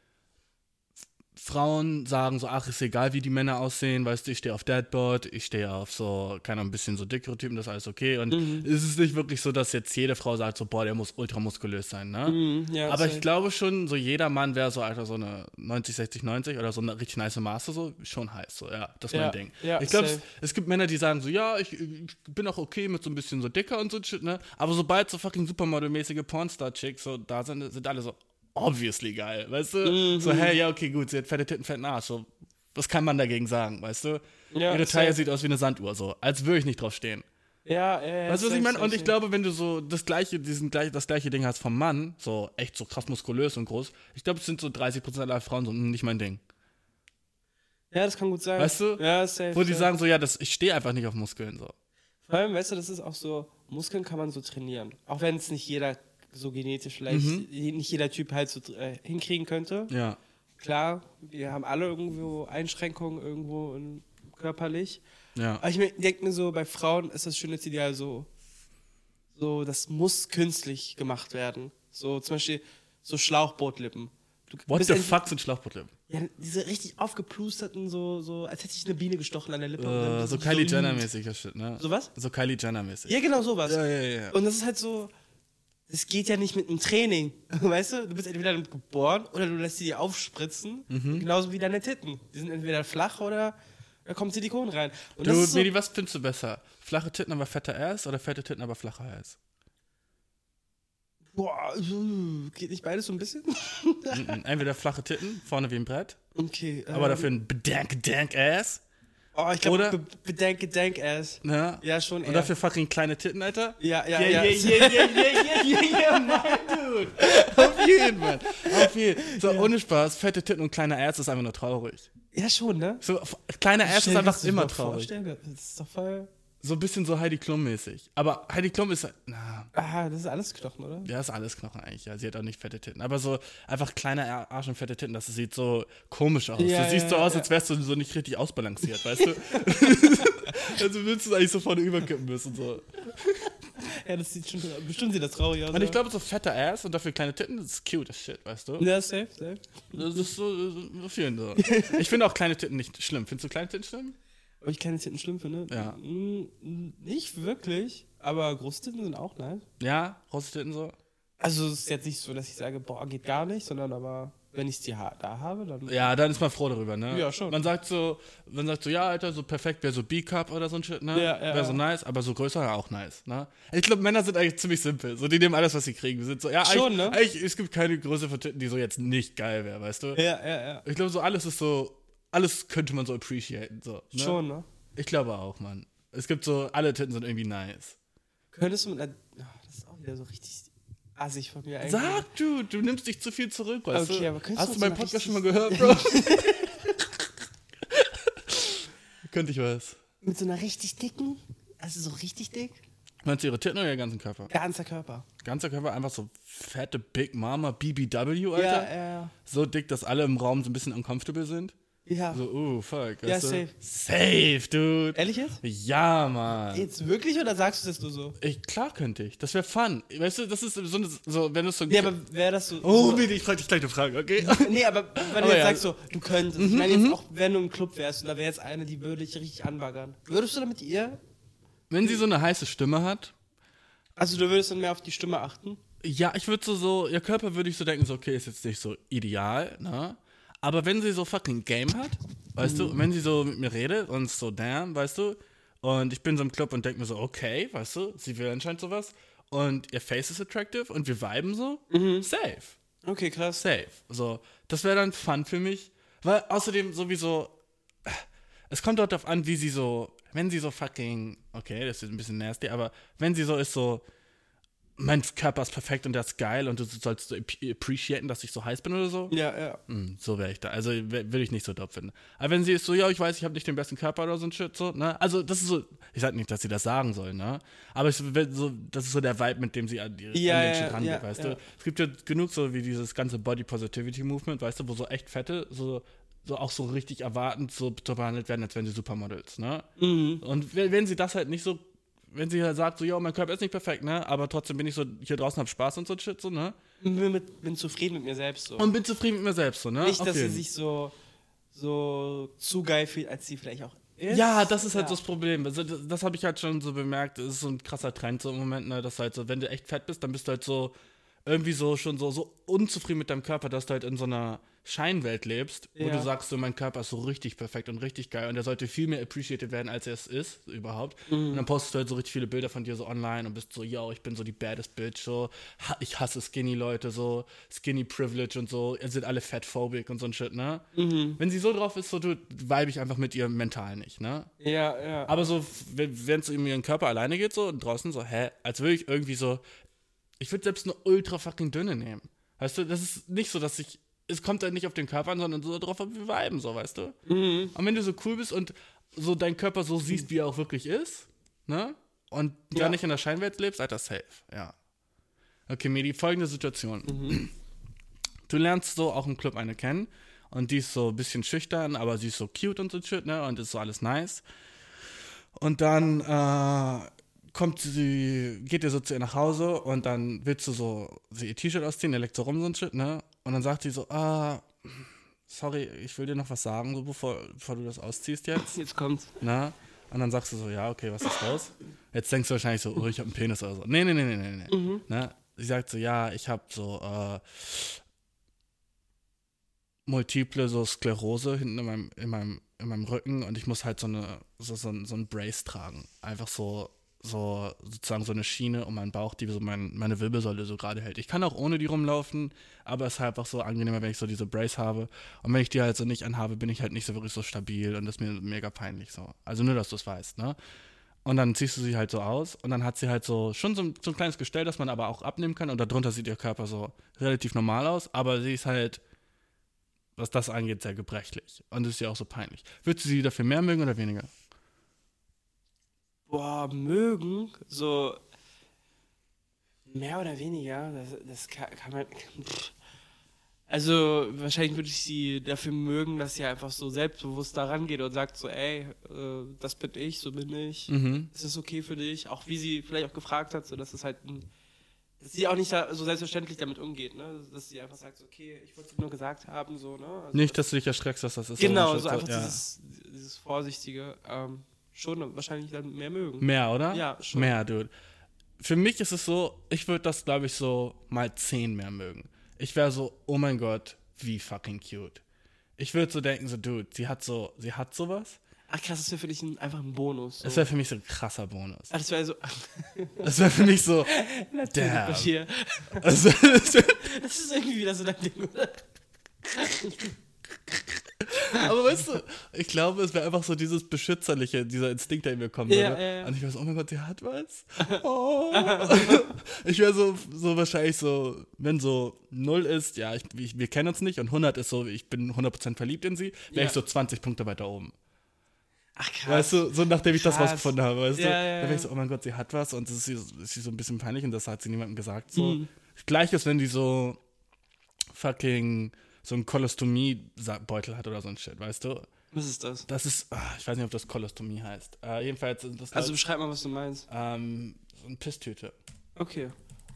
S1: Frauen sagen so, ach, ist egal, wie die Männer aussehen, weißt du, ich stehe auf Deadbot, ich stehe auf so, keine Ahnung, ein bisschen so dickere Typen, das ist alles okay. Und es ist nicht wirklich so, dass jetzt jede Frau sagt so, boah, der muss ultramuskulös sein, ne?
S2: Ja,
S1: Aber ich
S2: safe.
S1: glaube schon, so jeder Mann wäre so, Alter, so eine 90, 60, 90 oder so eine richtig nice Maße, so, schon heiß, so, ja, das ist mein
S2: Ja,
S1: Ding.
S2: ja,
S1: Ich glaube,
S2: safe.
S1: es gibt Männer, die sagen so, ja, ich bin auch okay mit so ein bisschen so dicker und so shit, ne? Aber sobald so fucking Supermodel-mäßige Pornstar-Chicks so da sind alle so, obviously geil, weißt du? So, hey, ja, okay, gut, sie hat fette Titten, fetten Arsch, so, was kann man dagegen sagen, weißt du?
S2: Ja,
S1: Ihre Taille
S2: safe.
S1: sieht aus wie eine Sanduhr, so, als würde ich nicht drauf stehen.
S2: Ja,
S1: Weißt du, was ich meine? Und ich
S2: glaube,
S1: glaube, wenn du so das gleiche Ding hast vom Mann, so echt so krass muskulös und groß, ich glaube, es sind so 30% aller Frauen so, nicht mein Ding.
S2: ja, das kann gut sein.
S1: Weißt du?
S2: Ja, safe.
S1: Wo die
S2: safe.
S1: sagen so, ja, ich stehe einfach nicht auf Muskeln, so.
S2: Vor allem, weißt du, das ist auch so, Muskeln kann man so trainieren. Auch wenn es nicht jeder so genetisch vielleicht, nicht jeder Typ halt so hinkriegen könnte.
S1: Ja.
S2: Klar, wir haben alle irgendwo Einschränkungen irgendwo körperlich.
S1: Ja.
S2: Aber ich denke mir so, bei Frauen ist das Schönheitsideal so, das muss künstlich gemacht werden. So zum Beispiel so Schlauchbootlippen. Du
S1: What
S2: bist
S1: the fuck sind Schlauchbootlippen?
S2: Ja, diese richtig aufgeplusterten, so als hätte ich eine Biene gestochen an der Lippe. Und dann
S1: So Kylie Jenner-mäßiger Shit, ne?
S2: So was?
S1: So Kylie Jenner-mäßig.
S2: Ja, genau sowas.
S1: Ja.
S2: Und das ist halt so, das geht ja nicht mit einem Training, weißt du? Du bist entweder damit geboren oder du lässt sie dir aufspritzen, genauso wie deine Titten. Die sind entweder flach oder da kommt Silikon rein. Und
S1: Du,
S2: das ist so,
S1: Medi, was findest du besser? Flache Titten, aber fetter Ass oder fette Titten, aber flacher Hals?
S2: boah, geht nicht beides so ein bisschen?
S1: Entweder flache Titten, vorne wie ein Brett,
S2: Okay.
S1: aber dafür ein bedank Ass.
S2: Oh, ich
S1: oder-
S2: glaube, bedenk-ass.
S1: Ne?
S2: Ja, schon eher.
S1: Und dafür fucking kleine Titten, Alter.
S2: Ja,
S1: Yeah, Mann, dude. Auf jeden, Mann. Auf jeden. So, ohne Spaß, fette Titten und kleiner Ass ist einfach nur traurig.
S2: Ja, schon, ne?
S1: So, kleiner Ass
S2: Stell
S1: ist
S2: dir
S1: einfach
S2: das mal
S1: immer traurig.
S2: vorstellen, das ist doch voll...
S1: So ein bisschen so Heidi Klum-mäßig. Aber Heidi Klum ist, na,
S2: Ah, das ist alles Knochen, oder?
S1: ja, ist alles Knochen eigentlich. Ja, sie hat auch nicht fette Titten. Aber so einfach kleiner Arsch und fette Titten, das sieht so komisch aus.
S2: Ja,
S1: du siehst so
S2: ja,
S1: aus,
S2: ja.
S1: als wärst du so nicht richtig ausbalanciert, weißt du? Also würdest du eigentlich so vorne überkippen müssen. So.
S2: Ja, das sieht schon... Bestimmt sieht das traurig aus.
S1: Und ich glaube, so fetter Ass und dafür kleine Titten, das ist cute as shit, weißt du?
S2: Ja, safe.
S1: Das ist so vielen so. Ich finde auch kleine Titten nicht schlimm. Findest du kleine Titten schlimm?
S2: Ob ich keine Titten schlimm finde?
S1: Ja.
S2: Nicht wirklich, aber Großtitten sind auch nice.
S1: Ja, große Titten so.
S2: Also es ist jetzt nicht so, dass ich sage, boah, geht gar nicht, sondern aber wenn ich die da habe, dann...
S1: Ja, dann ist man froh darüber, ne?
S2: Ja, schon.
S1: Man sagt so, ja, Alter, so perfekt wäre so B-Cup oder so ein Shit, ne?
S2: Ja,
S1: wäre so nice, aber so größer ja auch nice, ne? Ich glaube, Männer sind eigentlich ziemlich simpel. So, die nehmen alles, was sie kriegen. Wir sind so, ja,
S2: Schon, ne?
S1: eigentlich, es gibt keine Größe von Titten, die so jetzt nicht geil wäre, weißt du?
S2: Ja.
S1: Ich glaube, so alles ist so, alles könnte man so appreciaten, so. Ne?
S2: Schon, ne?
S1: Ich glaube auch, Mann. Es gibt so, alle Titten sind irgendwie nice.
S2: Könntest du mit einer... das ist auch wieder so richtig assig von mir eigentlich.
S1: Sag du nimmst dich zu viel zurück, weißt
S2: Okay,
S1: du?
S2: aber könntest
S1: Hast
S2: du
S1: du meinen
S2: so
S1: Podcast
S2: richtig-
S1: schon mal gehört, Bro? Könnte ich was.
S2: Mit so einer richtig dicken, also so richtig dick,
S1: Meinst du ihre Titten oder ihr ganzen Körper?
S2: ganzer Körper.
S1: Ganzer Körper, einfach so fette Big Mama BBW, Alter.
S2: Ja.
S1: So dick, dass alle im Raum so ein bisschen uncomfortable sind.
S2: Ja.
S1: So, fuck.
S2: Ja,
S1: weißt du?
S2: safe.
S1: Safe, dude.
S2: Ehrlich jetzt?
S1: Ja, Mann.
S2: Jetzt wirklich oder sagst du das nur so?
S1: Klar könnte ich. Das wäre fun. Weißt du, das ist so wenn du so...
S2: Nee, aber wäre das so...
S1: Oh, bitte, ich frage dich gleich eine Frage, okay?
S2: Nee, aber wenn du
S1: Aber
S2: jetzt
S1: ja.
S2: sagst so, du könntest. Ich meine jetzt auch, wenn du im Club wärst und da wäre jetzt eine, die würde dich richtig anbaggern. Würdest du dann mit ihr?
S1: Wenn sie so eine heiße Stimme hat,
S2: Also du würdest dann mehr auf die Stimme achten?
S1: ja, ich würde so, ihr Körper würde ich so denken, so, okay, ist jetzt nicht so ideal, ne? Aber wenn sie so fucking Game hat, weißt du, wenn sie so mit mir redet und so, damn, weißt du, und ich bin so im Club und denke mir so, okay, weißt du, sie will anscheinend sowas und ihr Face ist attractive und wir viben so, safe,
S2: Okay, krass.
S1: safe. So, das wäre dann fun für mich, weil außerdem sowieso, es kommt dort darauf an, wie sie so, wenn sie so fucking, okay, das ist ein bisschen nasty, aber wenn sie so ist, so, mein Körper ist perfekt und der ist geil und du sollst so appreciaten, dass ich so heiß bin oder so.
S2: Ja.
S1: So wäre ich da. Also will ich nicht so dope finden. Aber wenn sie ist so, ja, ich weiß, ich habe nicht den besten Körper oder so ein Shit, so, ne? Also das ist so, ich sag nicht, dass sie das sagen soll, ne? Aber das ist so der Vibe, mit dem sie an den Shit rangeht, weißt du? Es gibt ja genug so wie dieses ganze Body Positivity Movement, weißt du, wo so echt Fette so auch so richtig erwartend so behandelt werden, als wären sie Supermodels, ne? Und wenn sie das halt nicht so, wenn sie halt sagt, so, ja, mein Körper ist nicht perfekt, ne, aber trotzdem bin ich so hier draußen, hab Spaß und so Shit, so, ne?
S2: Bin zufrieden mit mir selbst so.
S1: Und bin zufrieden mit mir selbst, so, ne?
S2: Nicht, dass
S1: Okay.
S2: sie sich so zu geil fühlt, als sie vielleicht auch ist.
S1: Ja, das ist halt so das Problem. Also, das habe ich halt schon so bemerkt. Das ist so ein krasser Trend so im Moment, ne, dass halt so, wenn du echt fett bist, dann bist du halt so irgendwie so schon so unzufrieden mit deinem Körper, dass du halt in so einer Scheinwelt lebst, wo
S2: Ja.
S1: du sagst, so, mein Körper ist so richtig perfekt und richtig geil und der sollte viel mehr appreciated werden, als er es ist, überhaupt. Und dann postest du halt so richtig viele Bilder von dir so online und bist so, yo, ich bin so die baddest bitch, so, ich hasse Skinny-Leute, so, Skinny Privilege und so, ihr seid alle fatphobic und so ein Shit, ne? Wenn sie so drauf ist, so, du vibe ich einfach mit ihr mental nicht, ne?
S2: Ja.
S1: Aber so, wenn es um ihren Körper alleine geht, so, und draußen so, als würde ich irgendwie so, ich würde selbst eine ultra fucking dünne nehmen. Weißt du, das ist nicht so, dass es kommt halt nicht auf den Körper an, sondern so drauf, wie wir viben, so, weißt du? Und wenn du so cool bist und so deinen Körper so siehst, wie er auch wirklich ist, ne? Und gar nicht in der Scheinwelt lebst, Alter, safe, ja. Okay, Medi, folgende Situation. Du lernst so auch im Club eine kennen und die ist so ein bisschen schüchtern, aber sie ist so cute und so shit, ne? Und ist so alles nice. Und dann, geht ihr so zu ihr nach Hause und dann willst du so ihr T-Shirt ausziehen, der leckt so rum so ein Shit, ne? Und dann sagt sie so, sorry, ich will dir noch was sagen, so bevor du das ausziehst jetzt,
S2: Jetzt kommt's.
S1: ne? Und dann sagst du so, ja, okay, was ist los? Jetzt denkst du wahrscheinlich so, oh, ich hab einen Penis oder so. Nee. Ne? Sie sagt so, ja, ich hab so, multiple so Sklerose hinten in meinem Rücken und ich muss halt so ein Brace tragen. Einfach so sozusagen so eine Schiene um meinen Bauch, die so meine Wirbelsäule so gerade hält. Ich kann auch ohne die rumlaufen, aber es ist halt einfach so angenehmer, wenn ich so diese Brace habe. Und wenn ich die halt so nicht anhabe, bin ich halt nicht so wirklich so stabil und das ist mir mega peinlich so. Also nur, dass du es weißt, ne? Und dann ziehst du sie halt so aus und dann hat sie halt so schon so ein kleines Gestell, das man aber auch abnehmen kann und darunter sieht ihr Körper so relativ normal aus, aber sie ist halt, was das angeht, sehr gebrechlich. Und das ist ja auch so peinlich. Würdest du sie dafür mehr mögen oder weniger?
S2: Boah, mögen, so mehr oder weniger, das kann man. Also wahrscheinlich würde ich sie dafür mögen, dass sie einfach so selbstbewusst da rangeht und sagt so, ey, das bin ich, so bin ich, ist das okay für dich? Auch wie sie vielleicht auch gefragt hat, so dass es halt dass sie auch nicht so selbstverständlich damit umgeht, ne? Dass sie einfach sagt, so, okay, ich wollte es nur gesagt haben, so, ne? Also
S1: Nicht, dass du dich erschreckst, dass das ist.
S2: genau, so einfach
S1: ja.
S2: dieses Vorsichtige, schon wahrscheinlich dann mehr mögen.
S1: Mehr, oder?
S2: Ja, schon.
S1: Mehr, dude. Für mich ist es so, ich würde das, glaube ich, so mal 10 mehr mögen. Ich wäre so, oh mein Gott, wie fucking cute. Ich würde so denken, so, dude, sie hat sowas.
S2: Ach krass, das wäre für dich einfach ein Bonus. So.
S1: Das wäre für mich so ein krasser Bonus.
S2: Das wäre so.
S1: Das wäre für mich so,
S2: Damn.
S1: damn.
S2: Das ist irgendwie wieder so dein Ding, oder?
S1: Aber weißt du, ich glaube, es wäre einfach so dieses Beschützerliche, dieser Instinkt, der in mir kommen würde.
S2: Ja.
S1: Und ich wäre so, oh mein Gott, sie hat was. Oh. Ich wäre so wahrscheinlich so, wenn so 0 ist, ja, wir kennen uns nicht und 100 ist so, ich bin 100% verliebt in sie, wäre ich so 20 Punkte weiter oben.
S2: Ach krass.
S1: Weißt du, so nachdem ich das
S2: Krass.
S1: rausgefunden habe, weißt du?
S2: Ja.
S1: Da bin ich so, oh mein Gott, sie hat was und das ist sie so ein bisschen peinlich und das hat sie niemandem gesagt. So. Gleiches, wenn die so fucking so einen Kolostomie-Beutel hat oder so ein Shit, weißt du?
S2: Was ist das?
S1: Das ist, ich weiß nicht, ob das Kolostomie heißt. Jedenfalls sind das
S2: Also beschreib mal, was du meinst.
S1: so eine Pisstüte.
S2: Okay.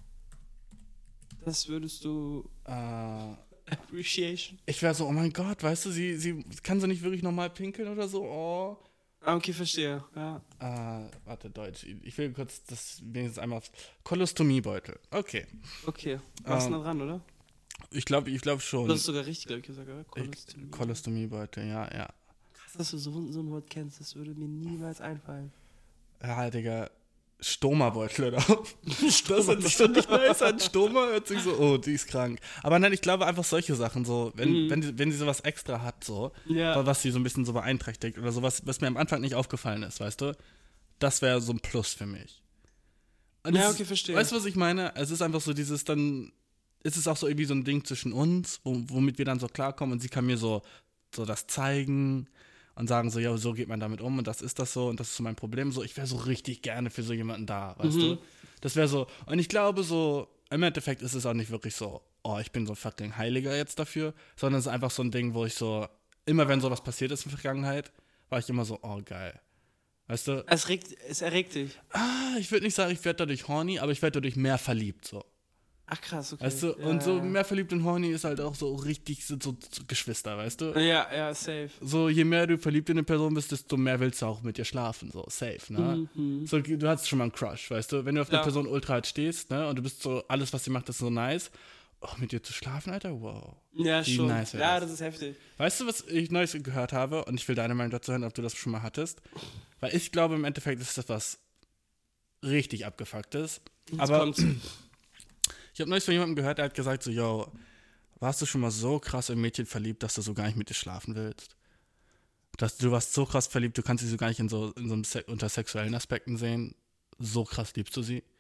S2: Das würdest du Appreciation.
S1: Ich wäre so, oh mein Gott, weißt du, sie kann so nicht wirklich normal pinkeln oder so, oh.
S2: Ah, okay, verstehe. Ja.
S1: Warte, Deutsch. Ich will kurz das wenigstens einmal Kolostomiebeutel. Okay.
S2: Okay. Warst du nah dran, oder?
S1: Ich glaube schon.
S2: Das ist sogar richtig, glaube ich, gesagt, oder? Kolostomie.
S1: Kolostomiebeutel, ja.
S2: Krass, dass du so ein Wort kennst. Das würde mir niemals einfallen.
S1: Ja, Digga. Stoma-Beutel, oder? Das hört sich schon nicht nice an. Stoma hört sich so, oh, die ist krank. Aber nein, ich glaube einfach solche Sachen, so, wenn sie sowas extra hat, so,
S2: Ja.
S1: was sie so ein bisschen so beeinträchtigt oder sowas, was mir am Anfang nicht aufgefallen ist, weißt du? Das wäre so ein Plus für mich. Und
S2: Ja,
S1: es
S2: okay, verstehe.
S1: Weißt du, was ich meine? Es ist einfach so dieses dann, es ist auch so irgendwie so ein Ding zwischen uns, womit wir dann so klarkommen und sie kann mir so das zeigen und sagen so, ja, so geht man damit um und das ist das so und das ist so mein Problem. So, ich wäre so richtig gerne für so jemanden da, weißt du? Das wäre so, und ich glaube so, im Endeffekt ist es auch nicht wirklich so, oh, ich bin so fucking Heiliger jetzt dafür, sondern es ist einfach so ein Ding, wo ich so, immer wenn sowas passiert ist in der Vergangenheit, war ich immer so, oh, geil. Weißt du?
S2: Es erregt dich.
S1: Ich würde nicht sagen, ich werde dadurch horny, aber ich werde dadurch mehr verliebt, so.
S2: Ach krass, okay.
S1: Weißt du?
S2: Ja,
S1: Und so
S2: ja.
S1: mehr verliebt und horny ist halt auch so richtig, sind so Geschwister, weißt du?
S2: Ja, safe.
S1: So, je mehr du verliebt in eine Person bist, desto mehr willst du auch mit ihr schlafen, so, safe, ne? So, du hast schon mal einen Crush, weißt du? Wenn du auf eine
S2: Ja.
S1: Person ultra halt stehst, ne? Und du bist so, alles, was sie macht, ist so nice. Oh, mit dir zu schlafen, Alter, wow.
S2: Ja,
S1: Wie
S2: schon.
S1: nice wär
S2: Ja,
S1: das?
S2: das ist heftig.
S1: Weißt du, was ich neulich gehört habe? Und ich will deine Meinung dazu hören, ob du das schon mal hattest. Weil ich glaube, im Endeffekt ist das was richtig abgefucktes. Aber
S2: kommt's.
S1: ich habe neulich von jemandem gehört, der hat gesagt so, yo, warst du schon mal so krass in Mädchen verliebt, dass du so gar nicht mit dir schlafen willst? Dass du warst so krass verliebt, du kannst sie so gar nicht in so einem unter sexuellen Aspekten sehen. So krass liebst du sie.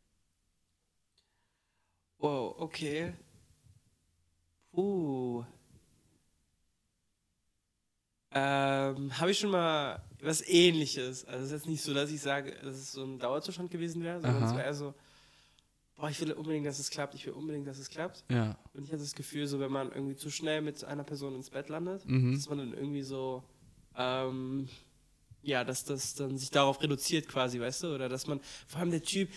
S2: Wow, okay. Habe ich schon mal was Ähnliches. Also es ist jetzt nicht so, dass ich sage, dass es so ein Dauerzustand gewesen wäre, sondern
S1: Aha.
S2: es war eher so, boah, ich will unbedingt, dass es klappt,
S1: Ja.
S2: Und ich hatte das Gefühl, so wenn man irgendwie zu schnell mit einer Person ins Bett landet, dass man dann irgendwie so, dass das dann sich darauf reduziert quasi, weißt du? Oder dass man, vor allem der Typ,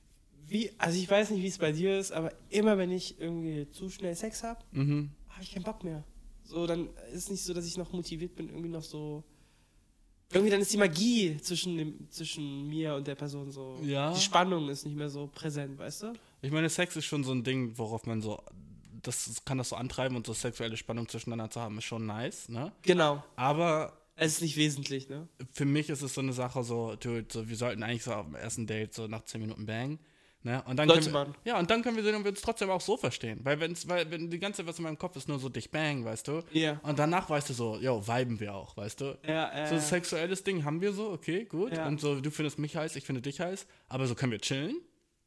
S2: also ich weiß nicht, wie es bei dir ist, aber immer wenn ich irgendwie zu schnell Sex habe, habe ich keinen Bock mehr. So, dann ist es nicht so, dass ich noch motiviert bin, irgendwie noch so. Irgendwie dann ist die Magie zwischen mir und der Person so.
S1: Ja.
S2: Die Spannung ist nicht mehr so präsent, weißt du?
S1: Ich meine, Sex ist schon so ein Ding, worauf man so, das kann das so antreiben und so sexuelle Spannung zwischeneinander zu haben, ist schon nice, ne?
S2: Genau.
S1: Aber
S2: Es ist nicht wesentlich, ne?
S1: für mich ist es so eine Sache so, dude, so wir sollten eigentlich so auf dem ersten Date so nach 10 Minuten bang, ne? Und dann
S2: Sollte
S1: können wir,
S2: man.
S1: ja, und dann können wir sehen, ob wir uns trotzdem auch so verstehen. Weil wenn die ganze Zeit was in meinem Kopf ist, nur so dich bang, weißt du?
S2: Ja.
S1: Und danach weißt du so, yo, viben wir auch, weißt du?
S2: Ja,
S1: So ein sexuelles Ding haben wir so, okay, gut.
S2: Ja.
S1: Und so, du findest mich heiß, ich finde dich heiß, aber so können wir chillen.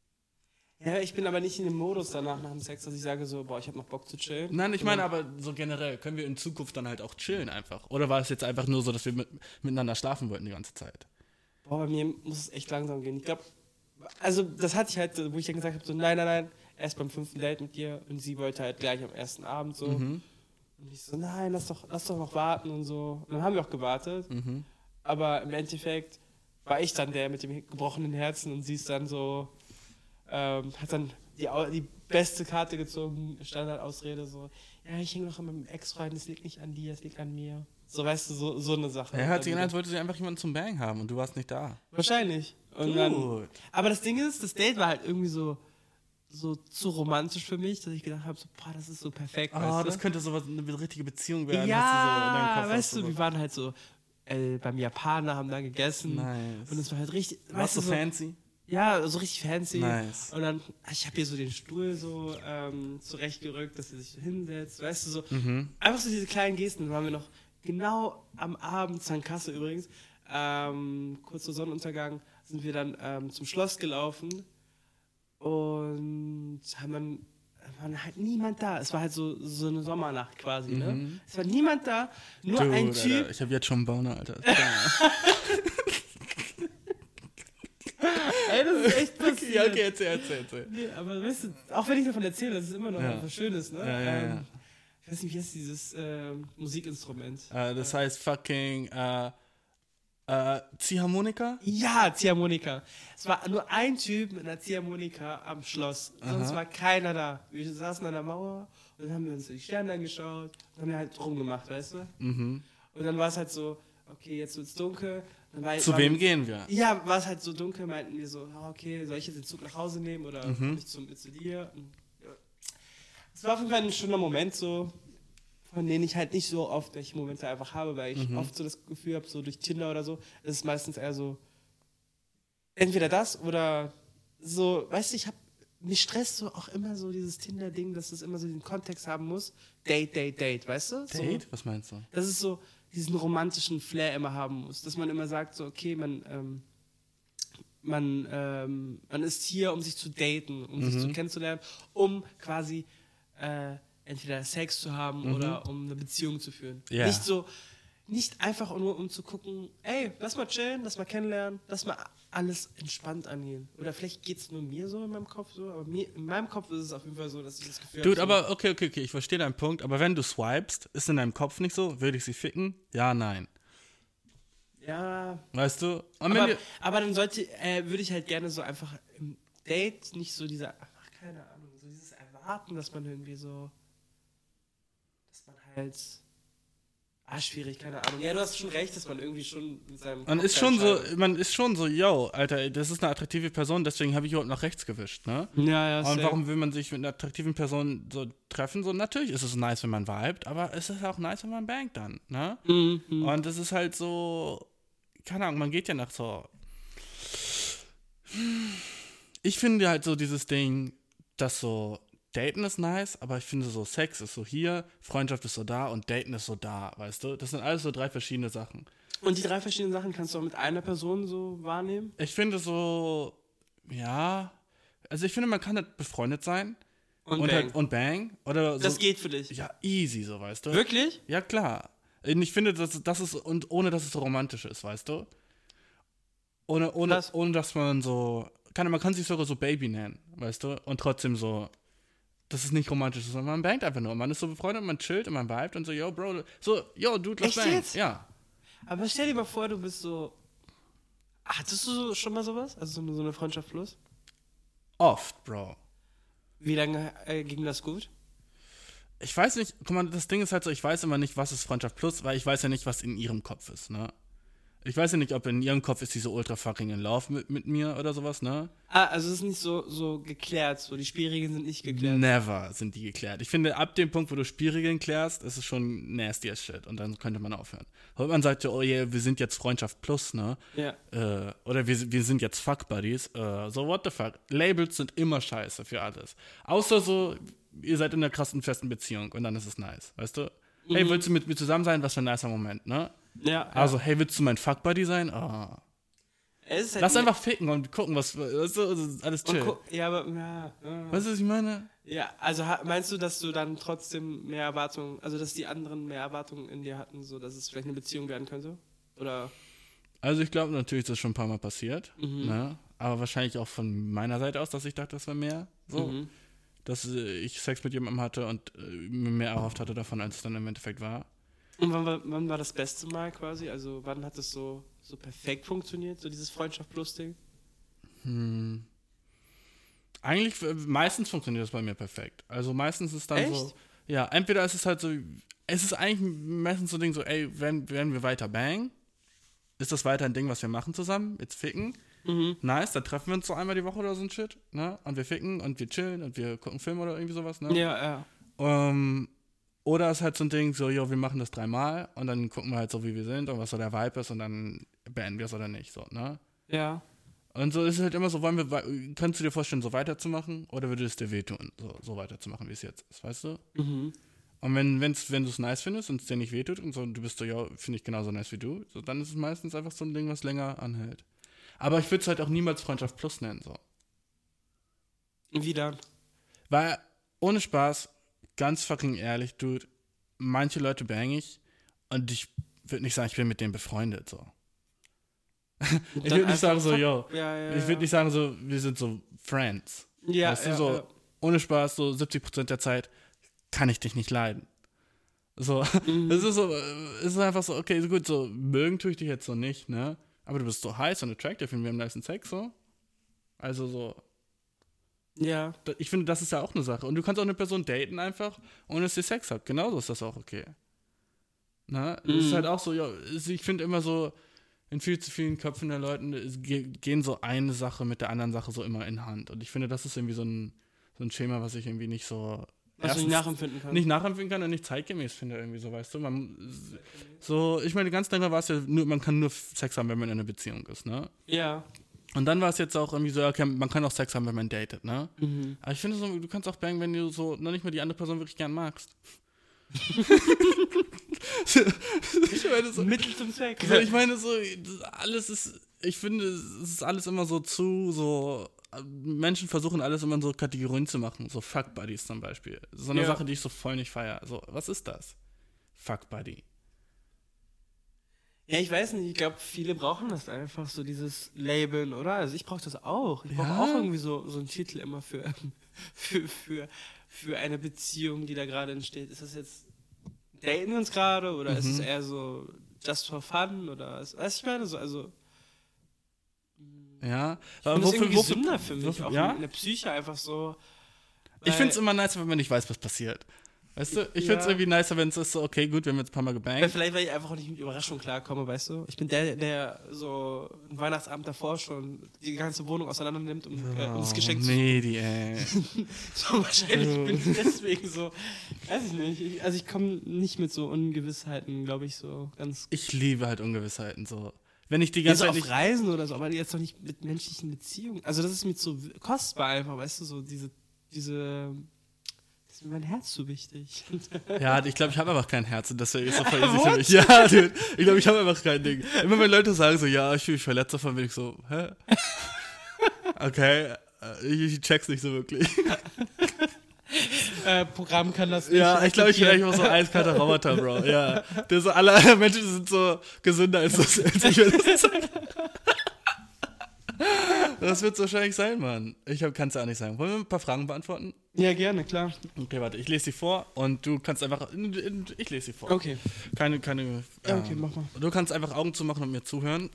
S2: Ja, ich bin aber nicht in dem Modus danach nach dem Sex, dass ich sage so, boah, ich habe noch Bock zu chillen.
S1: Nein, ich meine aber so generell, können wir in Zukunft dann halt auch chillen einfach? Oder war es jetzt einfach nur so, dass wir miteinander schlafen wollten die ganze Zeit?
S2: Boah, bei mir muss es echt langsam gehen. Ich glaube, also das hatte ich halt, wo ich dann gesagt habe, so nein, erst beim 5. Date mit dir und sie wollte halt gleich am ersten Abend so. Und ich so, nein, lass doch noch warten und so. Und dann haben wir auch gewartet. Aber im Endeffekt war ich dann der mit dem gebrochenen Herzen und sie ist dann so, hat dann die beste Karte gezogen, Standardausrede so, ja, ich hänge noch an meinem Ex-Freund, es liegt nicht an dir, es liegt an mir. So, weißt du, so eine Sache.
S1: Er hört sich an, als wollte sie einfach jemanden zum Bang haben und du warst nicht da.
S2: Wahrscheinlich. Und
S1: Gut.
S2: dann, aber das Ding ist, das Date war halt irgendwie so zu romantisch für mich, dass ich gedacht habe, so, boah, das ist so perfekt,
S1: Oh,
S2: weißt
S1: das
S2: du?
S1: könnte sowas, eine richtige Beziehung werden.
S2: Ja,
S1: hast du so in deinem Kopf,
S2: weißt
S1: hast
S2: du, wir waren halt so beim Japaner, haben da gegessen.
S1: Nice.
S2: Und es war halt richtig,
S1: Warst du
S2: so,
S1: fancy?
S2: ja, so richtig fancy.
S1: Nice.
S2: Und dann, ich habe hier so den Stuhl so zurechtgerückt, dass er sich so hinsetzt, weißt du, so. Einfach so diese kleinen Gesten. Dann waren wir noch genau am Abend, Sankasse übrigens, kurz vor Sonnenuntergang, sind wir dann zum Schloss gelaufen und haben dann war halt niemand da. Es war halt so eine Sommernacht quasi, ne? Es war niemand da, nur ein Typ.
S1: Alter, ich habe jetzt schon Baune, Alter.
S2: Ey, das ist echt passiert.
S1: Ja, okay, erzähl.
S2: Nee, aber weißt du, auch wenn ich davon erzähle, das ist immer noch was Schönes, ne?
S1: Ja.
S2: Ich weiß nicht, wie heißt dieses Musikinstrument?
S1: Das heißt fucking Ziehharmonika?
S2: Ja, Ziehharmonika. Es war nur ein Typ mit einer Ziehharmonika am Schloss. Sonst war keiner da. Wir saßen an der Mauer und dann haben wir uns die Sterne angeschaut und haben halt rumgemacht, weißt du? Und dann war es halt so, okay, jetzt wird's dunkel.
S1: Zu wem gehen wir?
S2: Ja, war es halt so dunkel, meinten wir so, okay, soll ich jetzt den Zug nach Hause nehmen oder komm ich zu dir? Und, ja. Es war auf jeden Fall ein schöner Moment so, von denen ich halt nicht so oft welche Momente einfach habe, weil ich oft so das Gefühl habe, so durch Tinder oder so, das ist meistens eher so, entweder das oder so, weißt du, mich stresst so auch immer so dieses Tinder-Ding, dass es immer so den Kontext haben muss, Date, weißt du? So,
S1: Date? Was meinst du?
S2: dass es so diesen romantischen Flair immer haben muss, dass man immer sagt so, okay, man ist hier, um sich zu daten, um sich zu kennenzulernen, um quasi entweder Sex zu haben oder um eine Beziehung zu führen.
S1: Yeah.
S2: Nicht einfach nur um zu gucken, ey, lass mal chillen, lass mal kennenlernen, lass mal alles entspannt angehen. Oder vielleicht geht es nur mir so in meinem Kopf so, aber in meinem Kopf ist es auf jeden Fall so, dass ich das Gefühl habe.
S1: Dude, aber okay, ich verstehe deinen Punkt, aber wenn du swipest, ist in deinem Kopf nicht so, würde ich sie ficken? Ja, nein.
S2: Ja.
S1: Weißt du?
S2: Aber dann würde ich halt gerne so einfach im Date nicht so keine Ahnung, so dieses Erwarten, dass man irgendwie so, dass man halt, schwierig, keine Ahnung. Ja, du hast schon recht, dass man irgendwie schon mit seinem
S1: man ist schon so, yo, Alter, das ist eine attraktive Person, deswegen habe ich überhaupt nach rechts gewischt, ne?
S2: Ja,
S1: Und warum will man sich mit einer attraktiven Person so treffen? So, natürlich ist es nice, wenn man vibet, aber es ist auch nice, wenn man bangt dann, ne? Und es ist halt so, keine Ahnung, man geht ja nach so. Ich finde halt so dieses Ding, dass so Daten ist nice, aber ich finde so Sex ist so hier, Freundschaft ist so da und Daten ist so da, weißt du? Das sind alles so 3 verschiedene Sachen.
S2: Und die 3 verschiedenen Sachen kannst du auch mit einer Person so wahrnehmen?
S1: Ich finde so, ja, also ich finde, man kann halt befreundet sein. Und bang. Oder so,
S2: das geht für dich?
S1: Ja, easy so, weißt du?
S2: Wirklich?
S1: Ja, klar. Und ich finde, das ist, und ohne, dass es so romantisch ist, weißt du? Ohne dass man so, man kann sich sogar so Baby nennen, weißt du? Und trotzdem so, dass es nicht romantisch ist, sondern man bangt einfach nur. Man ist so befreundet und man chillt und man vibet und so, yo, Bro, so, yo, Dude, lass bang.
S2: Jetzt?
S1: Ja.
S2: Aber stell dir mal vor, du bist so, hattest du schon mal sowas? Also so eine Freundschaft plus?
S1: Oft, Bro.
S2: Wie lange ging das gut?
S1: Ich weiß nicht, guck mal, das Ding ist halt so, ich weiß immer nicht, was ist Freundschaft plus, weil ich weiß ja nicht, was in ihrem Kopf ist, ne? Ich weiß ja nicht, ob in ihrem Kopf ist die so ultra fucking in love mit mir oder sowas, ne?
S2: Also es ist nicht so geklärt, so die Spielregeln sind nicht geklärt.
S1: Never sind die geklärt. Ich finde, ab dem Punkt, wo du Spielregeln klärst, ist es schon nasty as shit und dann könnte man aufhören. Und man sagt ja, oh yeah, wir sind jetzt Freundschaft plus, ne?
S2: Ja.
S1: Oder wir sind jetzt Fuck Buddies. So what the fuck? Labels sind immer scheiße für alles. Außer so, ihr seid in einer krassen, festen Beziehung und dann ist es nice, weißt du? Hey, willst du mit mir zusammen sein? Was für ein nicer Moment, ne?
S2: Ja.
S1: Also, hey, willst du mein Fuck-Buddy sein? Oh.
S2: Halt
S1: Lass einfach ficken und gucken, was alles chill.
S2: Ja, aber, ja.
S1: Weißt du, was ich meine?
S2: Ja, also meinst du, dass du dann trotzdem mehr Erwartungen, also dass die anderen mehr Erwartungen in dir hatten, so dass es vielleicht eine Beziehung werden könnte? Oder?
S1: Also, ich glaube natürlich, das ist schon ein paar Mal passiert, ne? Aber wahrscheinlich auch von meiner Seite aus, dass ich dachte, das wäre mehr. So. Dass ich Sex mit jemandem hatte und mir mehr erhofft hatte davon, als es dann im Endeffekt war.
S2: Und wann war das beste Mal quasi? Also wann hat es so perfekt funktioniert, so dieses Freundschaft-Plus-Ding?
S1: Eigentlich, meistens funktioniert das bei mir perfekt. Also meistens ist dann so, ja, entweder ist es halt so, es ist eigentlich meistens so ein Ding so, ey, werden wir weiter bang? Ist das weiter ein Ding, was wir machen zusammen? Jetzt ficken? Nice, dann treffen wir uns so einmal die Woche oder so ein Shit, ne? Und wir ficken und wir chillen und wir gucken Film oder irgendwie sowas, ne?
S2: Ja.
S1: Oder ist halt so ein Ding, so, jo, wir machen das 3-mal und dann gucken wir halt so, wie wir sind und was so der Vibe ist und dann beenden wir es oder nicht, so, ne?
S2: Ja.
S1: Und so ist es halt immer so, kannst du dir vorstellen, so weiterzumachen oder würde es dir wehtun, so weiterzumachen, wie es jetzt ist, weißt du? Und wenn du es nice findest und es dir nicht wehtut und so, und du bist so, ja, finde ich genauso nice wie du, so, dann ist es meistens einfach so ein Ding, was länger anhält. Aber ich würde es halt auch niemals Freundschaft plus nennen, so.
S2: Wie dann?
S1: Weil ohne Spaß, ganz fucking ehrlich, Dude, manche Leute bang ich und ich würde nicht sagen, ich bin mit denen befreundet, so. Ich würde nicht sagen so, yo, ich würde nicht sagen so, wir sind so Friends.
S2: Ja,
S1: weißt du, so, ohne Spaß, so 70% der Zeit kann ich dich nicht leiden. So, es ist so, es ist einfach so, okay, so gut, so, mögen tue ich dich jetzt so nicht, ne? Aber du bist so heiß und attractive und wir haben nice Sex, so. Also so.
S2: Ja.
S1: Ich finde, das ist ja auch eine Sache. Und du kannst auch eine Person daten einfach, ohne dass sie Sex hat. Genauso ist das auch okay. Na? Das ist halt auch so, ja, ich finde immer so, in viel zu vielen Köpfen der Leuten gehen so eine Sache mit der anderen Sache so immer in Hand. Und ich finde, das ist irgendwie so ein Schema, was ich irgendwie nicht so
S2: was du nicht nachempfinden kannst.
S1: Nicht nachempfinden kann und nicht zeitgemäß finde, irgendwie so, weißt du. So, ich meine, ganz lange war es ja nur, man kann nur Sex haben, wenn man in einer Beziehung ist, ne?
S2: Ja.
S1: Und dann war es jetzt auch irgendwie so, okay, man kann auch Sex haben, wenn man datet, ne? Aber ich finde so, du kannst auch bangen, wenn du so noch nicht mal die andere Person wirklich gern magst. Ich meine so,
S2: Mittel zum Zweck.
S1: Ich meine so, alles ist, ich finde, es ist alles immer so Menschen versuchen alles immer in so Kategorien zu machen, so Fuck Buddies zum Beispiel. So eine Sache, die ich so voll nicht feiere. So, was ist das? Fuck Buddy.
S2: Ja, ich weiß nicht, ich glaube, viele brauchen das einfach, so dieses Labeln, oder? Also ich brauche das auch. Ich brauche auch irgendwie so einen Titel immer für eine Beziehung, die da gerade entsteht. Ist das jetzt, daten wir uns gerade oder ist es eher so just for fun oder was ich meine? So, also
S1: ja,
S2: aber das ist irgendwie gesünder für mich, auch
S1: ja?
S2: in der Psyche einfach so.
S1: Ich finde es immer nicer, wenn man nicht weiß, was passiert. Weißt du, ich finde es irgendwie nicer, wenn es ist so, okay, gut, wir haben jetzt ein paar Mal gebangt.
S2: Vielleicht, weil ich einfach auch nicht mit Überraschung klarkomme, weißt du? Ich bin der so einen Weihnachtsabend davor schon die ganze Wohnung auseinander nimmt, um das Geschenk zu
S1: ey.
S2: So, wahrscheinlich bin ich deswegen so, weiß ich nicht. Also ich komme nicht mit so Ungewissheiten, glaube ich, so ganz.
S1: Ich liebe halt Ungewissheiten, so. Wenn ich die ganze Zeit
S2: auf Reisen oder so, aber jetzt doch nicht mit menschlichen Beziehungen. Also das ist mir so kostbar einfach, weißt du, so diese das ist mir mein Herz so wichtig.
S1: Ja, ich glaube, ich habe einfach kein Herz und deswegen ist es so voll easy für mich. Ja, dude, ich glaube, ich habe einfach kein Ding. Immer wenn Leute sagen so, ja, ich fühle mich verletzt davon, bin ich so, hä? Okay, ich check's nicht so wirklich.
S2: Programm kann das nicht.
S1: Ja, ich glaube, ich bin einfach so eiskalter Roboter, Bro. Ja, so, alle Menschen sind so gesünder als ich. Das wird es wahrscheinlich sein, Mann. Kann es ja auch nicht sagen. Wollen wir ein paar Fragen beantworten?
S2: Ja, gerne, klar.
S1: Okay, warte, ich lese sie vor und du kannst einfach. Ich lese sie vor.
S2: Okay.
S1: Keine.
S2: Okay, mach mal.
S1: Du kannst einfach Augen zumachen und mir zuhören.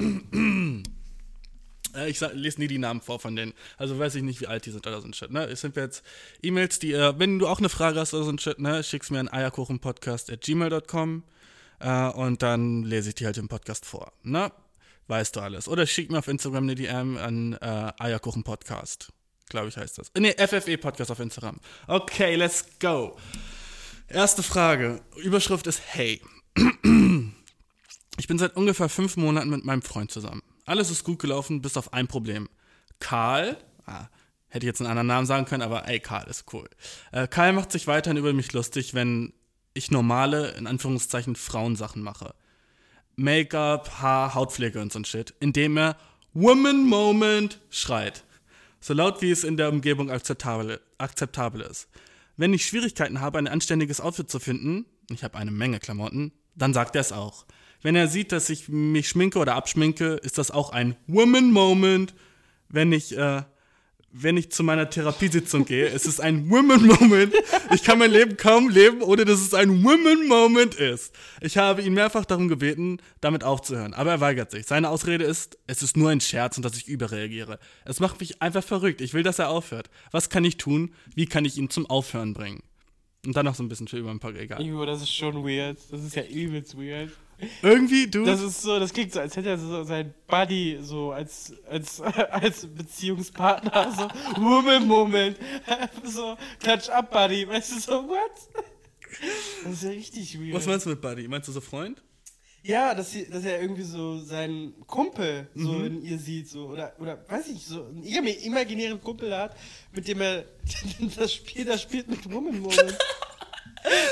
S1: Ich lese nie die Namen vor von denen. Also weiß ich nicht, wie alt die sind oder so ein Shit, ne? Es sind jetzt E-Mails, die, wenn du auch eine Frage hast oder so ein Shit, ne, schick's mir an eierkuchenpodcast@gmail.com und dann lese ich die halt im Podcast vor, ne? Weißt du alles. Oder schick mir auf Instagram eine DM an eierkuchenpodcast. Glaube ich heißt das. Ne, FFE-Podcast auf Instagram. Okay, let's go. Erste Frage. Überschrift ist Hey. Ich bin seit ungefähr 5 Monaten mit meinem Freund zusammen. Alles ist gut gelaufen, bis auf ein Problem. Karl, hätte ich jetzt einen anderen Namen sagen können, aber ey, Karl ist cool. Karl macht sich weiterhin über mich lustig, wenn ich normale, in Anführungszeichen, Frauensachen mache. Make-up, Haar, Hautpflege und so ein Shit, indem er Woman Moment schreit. So laut wie es in der Umgebung akzeptabel ist. Wenn ich Schwierigkeiten habe, ein anständiges Outfit zu finden, ich habe eine Menge Klamotten, dann sagt er es auch. Wenn er sieht, dass ich mich schminke oder abschminke, ist das auch ein Woman Moment. Wenn ich zu meiner Therapiesitzung gehe, ist es ein Woman Moment. Ich kann mein Leben kaum leben, ohne dass es ein Woman Moment ist. Ich habe ihn mehrfach darum gebeten, damit aufzuhören, aber er weigert sich. Seine Ausrede ist, es ist nur ein Scherz und dass ich überreagiere. Es macht mich einfach verrückt. Ich will, dass er aufhört. Was kann ich tun? Wie kann ich ihn zum Aufhören bringen? Und dann noch so ein bisschen für über ein paar, egal.
S2: Jo, das ist schon weird. Das ist ja übelst weird.
S1: Irgendwie, du?
S2: Das ist so, das klingt so, als hätte er so seinen Buddy so als Beziehungspartner, so, Moment, so, Touch up, Buddy, weißt du, so, what? Das ist ja richtig weird.
S1: Was meinst du mit Buddy? Meinst du so Freund?
S2: Ja, dass er irgendwie so seinen Kumpel so in ihr sieht, so, oder weiß ich, so einen imaginären Kumpel hat, mit dem er das Spiel spielt mit Woman Moment.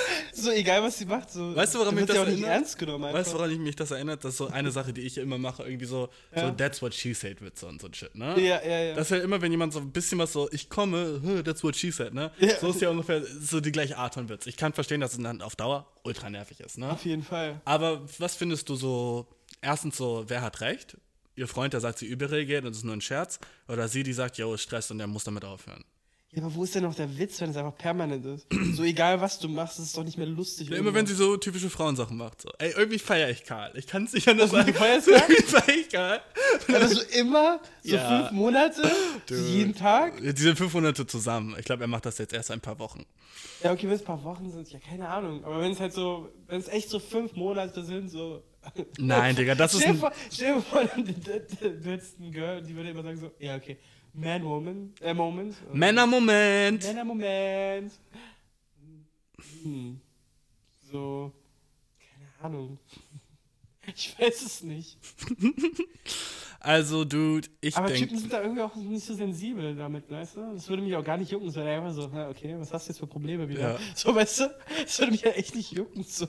S2: so egal, was sie macht. So,
S1: weißt du, woran mich das
S2: ja auch
S1: erinnert?
S2: nicht ernst genommen einfach.
S1: Weißt du, woran mich das erinnert? Das ist so eine Sache, die ich immer mache, irgendwie so That's what she said Witze und so ein Shit, ne?
S2: Ja.
S1: Das ist ja immer, wenn jemand so ein bisschen was so, ich komme, that's what she said, ne?
S2: Ja.
S1: So ist ja ungefähr so die gleiche Art von Witz. Ich kann verstehen, dass es dann auf Dauer ultra nervig ist, ne?
S2: Auf jeden Fall.
S1: Aber was findest du so, erstens so, wer hat recht? Ihr Freund, der sagt, sie überreagiert und es ist nur ein Scherz? Oder sie, die sagt, yo, ist Stress und der muss damit aufhören?
S2: Ja, aber wo ist denn noch der Witz, wenn es einfach permanent ist? So egal, was du machst, ist es doch nicht mehr lustig.
S1: Ja, immer wenn sie so typische Frauensachen macht. So. Ey, irgendwie feiere ich Karl. Ich kann es nicht anders sagen.
S2: Du feierst
S1: Irgendwie feiere ich Karl.
S2: Aber so immer, so
S1: Ja.
S2: 5 Monate, so jeden Tag?
S1: Die sind 500 zusammen. Ich glaube, er macht das jetzt erst ein paar Wochen.
S2: Ja, okay, wenn es ein paar Wochen sind, ja, keine Ahnung. Aber wenn es halt so, wenn es echt so 5 Monate sind, so...
S1: Nein, Digga, das ist
S2: Stell
S1: ein...
S2: dir vor, du hättest ein Girl, die würde immer sagen so, ja, okay, Moment.
S1: Männermoment.
S2: Männermoment. So, keine Ahnung. Ich weiß es nicht.
S1: Also, Dude, ich
S2: Aber
S1: denke...
S2: Typen sind da irgendwie auch nicht so sensibel damit, weißt du? Das würde mich auch gar nicht jucken. Das wäre einfach so, na, okay, was hast du jetzt für Probleme wieder?
S1: Ja.
S2: So, weißt du? Das würde mich ja echt nicht jucken, so.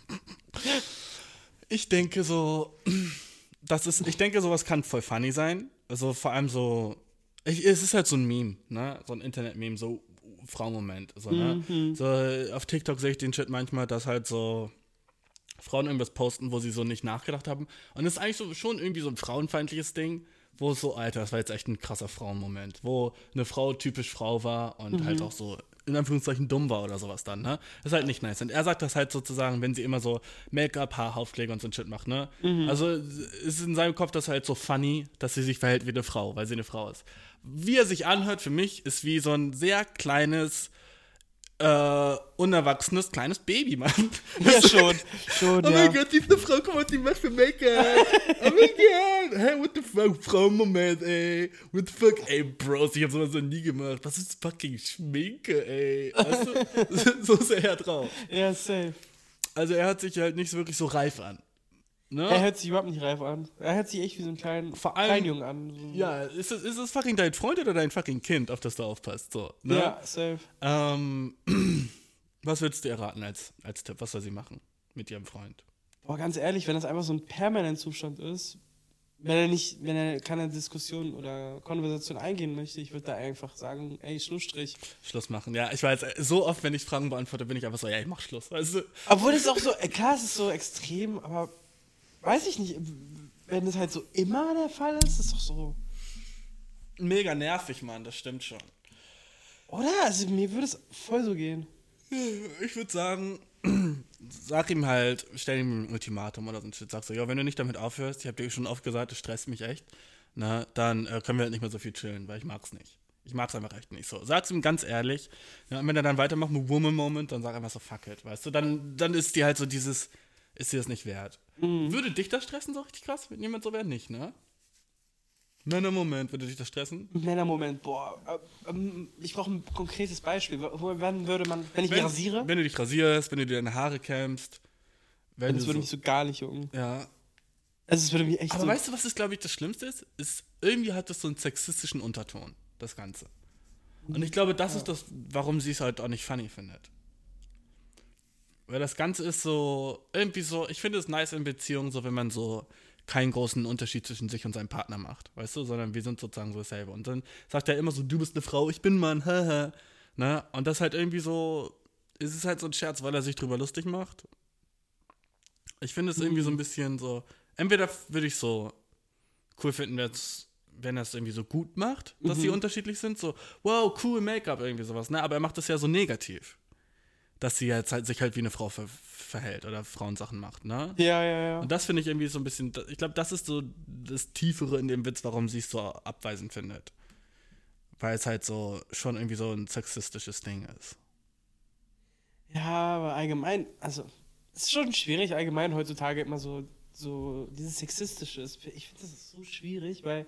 S1: Ich denke so... Ich denke, sowas kann voll funny sein. Also, vor allem so... Es ist halt so ein Meme, ne? So ein Internet-Meme, so Frauenmoment. So, ne? So, auf TikTok sehe ich den Shit manchmal, dass halt so Frauen irgendwas posten, wo sie so nicht nachgedacht haben. Und das ist eigentlich so schon irgendwie so ein frauenfeindliches Ding, wo es so, Alter, das war jetzt echt ein krasser Frauenmoment, wo eine Frau typisch Frau war und halt auch so in Anführungszeichen dumm war oder sowas dann, ne? Das ist halt nicht nice. Und er sagt das halt sozusagen, wenn sie immer so Make-up, Haaraufkleber und so ein Shit macht, ne? Also ist in seinem Kopf das halt so funny, dass sie sich verhält wie eine Frau, weil sie eine Frau ist. Wie er sich anhört für mich, ist wie so ein sehr kleines, unerwachsenes kleines Baby, Mann.
S2: Ja, schon,
S1: Oh
S2: ja.
S1: mein Gott, die ist eine Frau, guck mal, die macht für Make-up. Oh mein Gott. Hey, what the fuck, Frauenmoment, ey. What the fuck, ey, Bros, ich hab sowas noch nie gemacht. Was ist fucking Schminke, ey. Weißt du? So ist er ja drauf.
S2: Ja, safe.
S1: Also er hört sich halt nicht so wirklich so reif an. Ne?
S2: Er hört sich überhaupt nicht reif an. Er hört sich echt wie so ein
S1: Vor allem-
S2: Kleinjungen an. So.
S1: Ja, ist es fucking dein Freund oder dein fucking Kind, auf das du aufpasst? So, ne?
S2: Ja, safe.
S1: Was würdest du erraten als Tipp? Was soll sie machen mit ihrem Freund?
S2: Boah, ganz ehrlich, wenn das einfach so ein Permanent-Zustand ist, wenn er keine Diskussion oder Konversation eingehen möchte, ich würde da einfach sagen, ey, Schlussstrich.
S1: Schluss machen. Ja, ich weiß, so oft, wenn ich Fragen beantworte, bin ich einfach so, ja, ich mach Schluss. Weißt du?
S2: Obwohl es auch so, klar, es ist so extrem, aber weiß ich nicht, wenn das halt so immer der Fall ist, ist doch so,
S1: Mega nervig, Mann, das stimmt schon.
S2: oder? Also mir würde es voll so gehen.
S1: Ich würde sagen, sag ihm halt, stell ihm ein Ultimatum oder so ein Shit. Sag so, ja, wenn du nicht damit aufhörst, ich habe dir schon oft gesagt, das stresst mich echt, na, dann können wir halt nicht mehr so viel chillen, weil ich mag's nicht. Ich mag's einfach echt nicht so. Sag's ihm ganz ehrlich. Ja, und wenn er dann weitermacht mit Woman Moment, dann sag einfach so, fuck it, weißt du? Dann ist dir halt so dieses, ist dir das nicht wert. Würde dich das stressen so richtig krass, wenn jemand so wäre? Nicht, ne? Männermoment, würde dich das stressen?
S2: Männermoment, boah, ich brauche ein konkretes Beispiel. Wann würde man, wenn ich mich rasiere?
S1: Wenn du dich rasierst, wenn du dir deine Haare kämmst. Wenn
S2: Das
S1: du
S2: würde mich so gar nicht jucken.
S1: ja.
S2: Also es würde mich echt
S1: Aber
S2: so...
S1: weißt du, was ist, glaube ich, das Schlimmste ist? Irgendwie hat das so einen sexistischen Unterton, das Ganze. Und ich glaube, das ist das, warum sie es halt auch nicht funny findet. Weil das Ganze ist so, irgendwie so, ich finde es nice in Beziehungen, so wenn man so keinen großen Unterschied zwischen sich und seinem Partner macht, weißt du, sondern wir sind sozusagen so dasselbe. Und dann sagt er immer so, du bist eine Frau, ich bin ein Mann, haha. Ne? Und das halt irgendwie so, ist es halt so ein Scherz, weil er sich drüber lustig macht. Ich finde es irgendwie so ein bisschen so, entweder würde ich so cool finden, wenn er es irgendwie so gut macht, dass sie unterschiedlich sind, so, wow, cool Make-up, irgendwie sowas, ne? Aber er macht das ja so negativ, dass sie jetzt halt sich halt wie eine Frau verhält oder Frauensachen macht, ne?
S2: Ja.
S1: Und das finde ich irgendwie so ein bisschen, ich glaube, das ist so das Tiefere in dem Witz, warum sie es so abweisend findet. Weil es halt so schon irgendwie so ein sexistisches Ding ist.
S2: Ja, aber allgemein, also, es ist schon schwierig, allgemein heutzutage immer so dieses Sexistische. Ich finde, das ist so schwierig, weil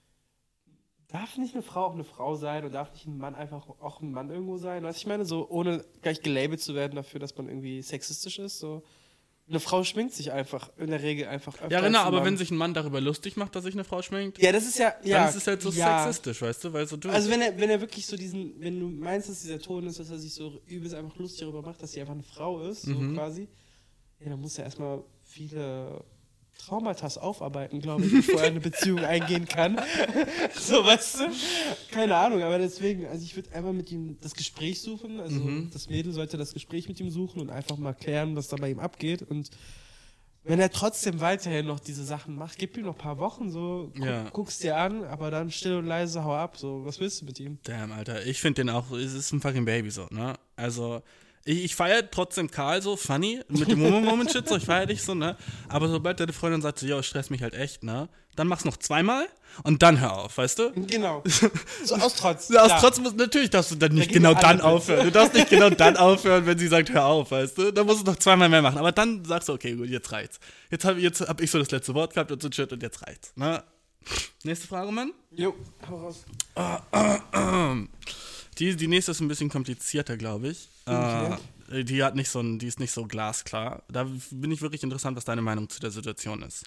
S2: darf nicht eine Frau auch eine Frau sein und darf nicht ein Mann einfach auch ein Mann irgendwo sein? Weißt du, ich meine, so ohne gleich gelabelt zu werden dafür, dass man irgendwie sexistisch ist, so. Eine Frau schminkt sich einfach, in der Regel einfach öfter.
S1: Ja, genau,
S2: als ein
S1: aber
S2: Mann.
S1: wenn sich ein Mann darüber lustig macht, dass sich eine Frau schminkt,
S2: Ja, das ist ja...
S1: dann ist es halt so sexistisch, weißt du? Weil so du.
S2: Also wenn er wirklich so wenn du meinst, dass dieser Ton ist, dass er sich so übelst einfach lustig darüber macht, dass sie einfach eine Frau ist, so quasi, ja, dann muss er erstmal viele Traumata aufarbeiten, glaube ich, bevor er eine Beziehung eingehen kann. So, weißt du? Keine Ahnung, aber deswegen, also ich würde einfach mit ihm das Gespräch suchen, also das Mädel sollte das Gespräch mit ihm suchen und einfach mal klären, was da bei ihm abgeht, und wenn er trotzdem weiterhin noch diese Sachen macht, gib ihm noch ein paar Wochen, so, guck's dir an, aber dann still und leise, hau ab, so, was willst du mit ihm?
S1: Damn, Alter, ich finde den auch, es ist ein fucking Baby so, ne? Also, ich feiere trotzdem Karl so, funny, mit dem Moment-Shit so, ich feiere dich so, ne? Aber sobald deine Freundin sagt so, yo, stress mich halt echt, ne? Dann mach's noch zweimal und dann hör auf, weißt du?
S2: Genau. So aus Trotz.
S1: Ja, aus Trotz natürlich darfst du dann nicht genau dann aufhören. Du darfst nicht genau dann aufhören, wenn sie sagt, hör auf, weißt du? Dann musst du noch zweimal mehr machen. Aber dann sagst du, okay, gut, jetzt reicht's. Jetzt hab ich so das letzte Wort gehabt und so shit und jetzt reicht's, ne? Nächste Frage, Mann?
S2: Jo, hau raus.
S1: Die nächste ist ein bisschen komplizierter, glaube ich.
S2: Okay.
S1: Die ist nicht so glasklar. Da bin ich wirklich interessant, was deine Meinung zu der Situation ist.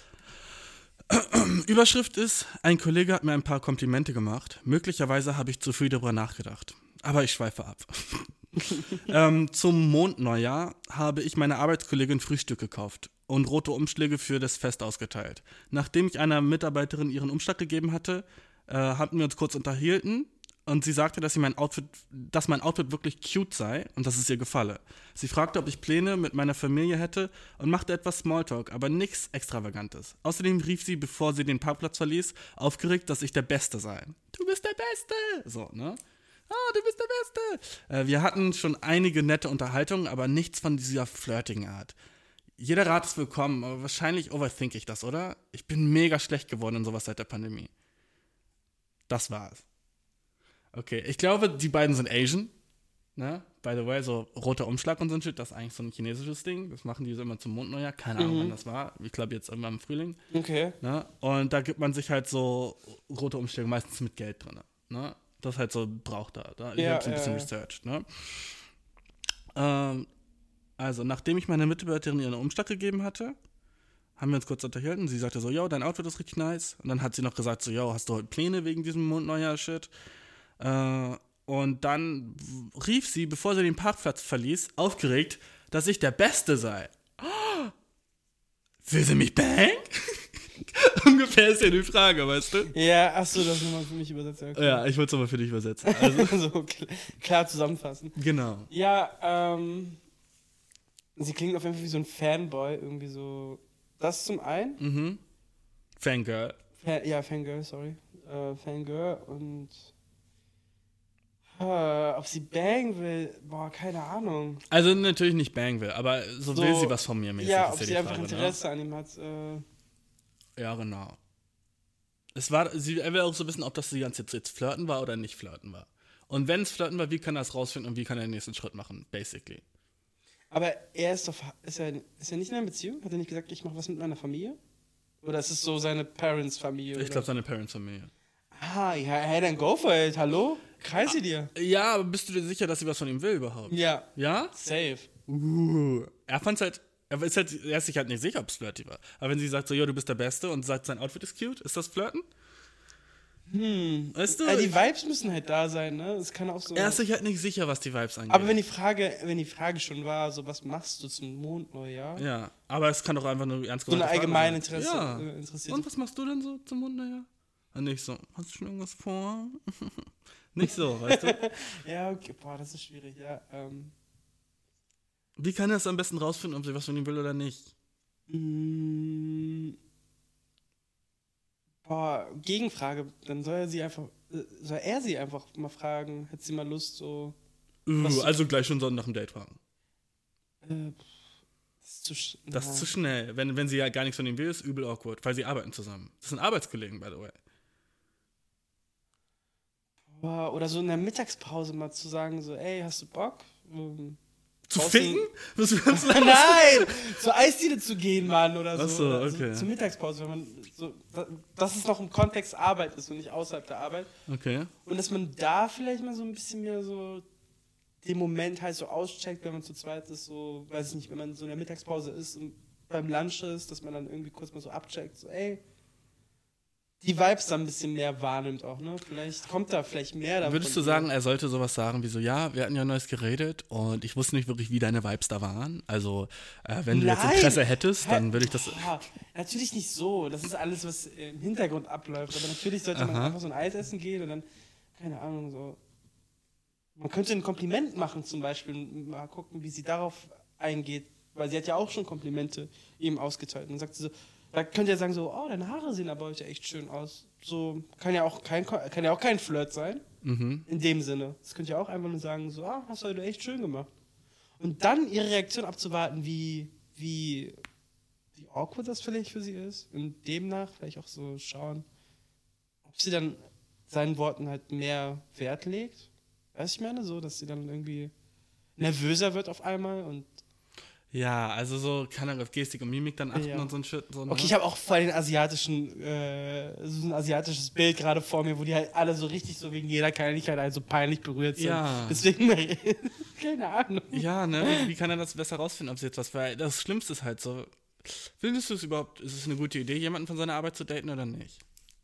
S1: Überschrift ist, ein Kollege hat mir ein paar Komplimente gemacht. Möglicherweise habe ich zu viel darüber nachgedacht. Aber ich schweife ab. Zum Mondneujahr habe ich meiner Arbeitskollegin Frühstück gekauft und rote Umschläge für das Fest ausgeteilt. Nachdem ich einer Mitarbeiterin ihren Umschlag gegeben hatte, hatten wir uns kurz unterhielten. Und sie sagte, dass mein Outfit wirklich cute sei und dass es ihr gefalle. Sie fragte, ob ich Pläne mit meiner Familie hätte und machte etwas Smalltalk, aber nichts Extravagantes. Außerdem rief sie, bevor sie den Parkplatz verließ, aufgeregt, dass ich der Beste sei. Du bist der Beste! So, ne? Du bist der Beste! Wir hatten schon einige nette Unterhaltungen, aber nichts von dieser flirtigen Art. Jeder Rat ist willkommen, aber wahrscheinlich overthink ich das, oder? Ich bin mega schlecht geworden in sowas seit der Pandemie. Das war's. Okay, ich glaube, die beiden sind Asian, ne? By the way, so roter Umschlag und so ein Shit, das ist eigentlich so ein chinesisches Ding. Das machen die so immer zum Mondneujahr. Keine Ahnung, wann das war. Ich glaube, jetzt irgendwann im Frühling.
S2: Okay.
S1: Ne? Und da gibt man sich halt so rote Umschläge, meistens mit Geld drin. Ne? Das halt so braucht da. Ich habe ein bisschen researched. Ne? Also, nachdem ich meiner Mitarbeiterin ihren Umschlag gegeben hatte, haben wir uns kurz unterhalten. Sie sagte so, yo, dein Outfit ist richtig nice. Und dann hat sie noch gesagt so, yo, hast du heute Pläne wegen diesem Mondneujahr-Shit? Und dann rief sie, bevor sie den Parkplatz verließ, aufgeregt, dass ich der Beste sei. Oh, will sie mich bang? Ungefähr ist ja die Frage, weißt du?
S2: Ja, achso, das nochmal für mich übersetzt. Okay.
S1: Ja, ich wollte es aber für dich übersetzen. Also,
S2: so klar zusammenfassen.
S1: Genau.
S2: Ja, sie klingt auf jeden Fall wie so ein Fanboy, irgendwie so. Das zum einen.
S1: Fangirl.
S2: Fangirl, sorry. Fangirl und. Ob sie bang will, boah, keine Ahnung.
S1: Also natürlich nicht bang will, aber so will sie was von mir mäßig.
S2: Ja,
S1: ist
S2: ob
S1: ja
S2: sie
S1: die
S2: einfach
S1: Frage,
S2: Interesse an ihm hat.
S1: Ja, genau. Sie will auch so wissen, ob das die ganze Zeit jetzt flirten war oder nicht flirten war. Und wenn es flirten war, wie kann er es rausfinden und wie kann er den nächsten Schritt machen, basically.
S2: Aber er ist er nicht in einer Beziehung? Hat er nicht gesagt, ich mache was mit meiner Familie? Oder ist es so seine Parents-Familie?
S1: Ich glaube, seine Parents-Familie.
S2: Ah, ja, hey, dann go for it, hallo? Kreise dir.
S1: Ja, aber bist du dir sicher, dass sie was von ihm will überhaupt?
S2: Ja.
S1: Ja?
S2: Safe.
S1: Er ist sich halt nicht sicher, ob es flirty war. Aber wenn sie sagt so, jo, du bist der Beste und sagt, sein Outfit ist cute, ist das Flirten? Weißt du?
S2: Die Vibes müssen halt da sein, ne? Es kann auch so.
S1: Er ist sich halt nicht sicher, was die Vibes angeht.
S2: Aber wenn die Frage schon war, so was machst du zum Mondneujahr?
S1: Ja, aber es kann doch einfach nur ernst
S2: so eine allgemeine
S1: Interesse. Ja. Und was machst du denn so zum Mondneujahr? Und nicht so, hast du schon irgendwas vor? Nicht so, weißt du?
S2: Ja, okay, boah, das ist schwierig, ja.
S1: Wie kann er es am besten rausfinden, ob sie was von ihm will oder nicht?
S2: Boah, Gegenfrage, dann soll er sie einfach mal fragen, hätte sie mal Lust, so.
S1: Also gleich schon so nach dem Date fragen.
S2: Das
S1: ist zu schnell. Wenn sie ja gar nichts von ihm will, ist übel awkward, weil sie arbeiten zusammen. Das sind Arbeitskollegen, by the way.
S2: Oder so in der Mittagspause mal zu sagen, so, ey, hast du Bock?
S1: Zu ficken?
S2: Nein! Zur Eisdiele zu gehen, Mann, oder so.
S1: Achso, okay.
S2: Also zur Mittagspause, wenn man so, dass es noch im Kontext Arbeit ist und nicht außerhalb der Arbeit.
S1: Okay.
S2: Und dass man da vielleicht mal so ein bisschen mehr so den Moment halt so auscheckt, wenn man zu zweit ist, so, weiß ich nicht, wenn man so in der Mittagspause ist und beim Lunch ist, dass man dann irgendwie kurz mal so abcheckt, so ey, die Vibes dann ein bisschen mehr wahrnimmt auch, ne? Vielleicht kommt da vielleicht mehr davon.
S1: Würdest du sagen, er sollte sowas sagen wie so, ja, wir hatten ja Neues geredet und ich wusste nicht wirklich, wie deine Vibes da waren. Also, wenn du jetzt Interesse hättest, dann würde ich das...
S2: Natürlich nicht so. Das ist alles, was im Hintergrund abläuft. Aber natürlich sollte man einfach so ein Eis essen gehen und dann, keine Ahnung, so... Man könnte ein Kompliment machen zum Beispiel und mal gucken, wie sie darauf eingeht. Weil sie hat ja auch schon Komplimente ihm ausgeteilt. Und dann sagt sie so, da könnt ihr sagen so, oh, deine Haare sehen aber heute echt schön aus. So, kann ja auch kein Flirt sein. In dem Sinne. Das könnt ihr auch einfach nur sagen, so, hast du heute echt schön gemacht. Und dann ihre Reaktion abzuwarten, wie awkward das vielleicht für sie ist. Und demnach vielleicht auch so schauen, ob sie dann seinen Worten halt mehr Wert legt. Weißt du, ich meine, so, dass sie dann irgendwie nervöser wird auf einmal und
S1: ja, also so kann er auf Gestik und Mimik dann achten und so ein Shit. So, ne?
S2: Okay, ich habe auch voll den asiatischen, so ein asiatisches Bild gerade vor mir, wo die halt alle so richtig so wegen jeder Kleinigkeit halt so peinlich berührt sind.
S1: Ja.
S2: Deswegen, keine Ahnung.
S1: Ja, ne? Wie kann er das besser rausfinden, ob sie jetzt was... Weil das Schlimmste ist halt so, findest du es überhaupt, ist es eine gute Idee, jemanden von seiner Arbeit zu daten oder nicht?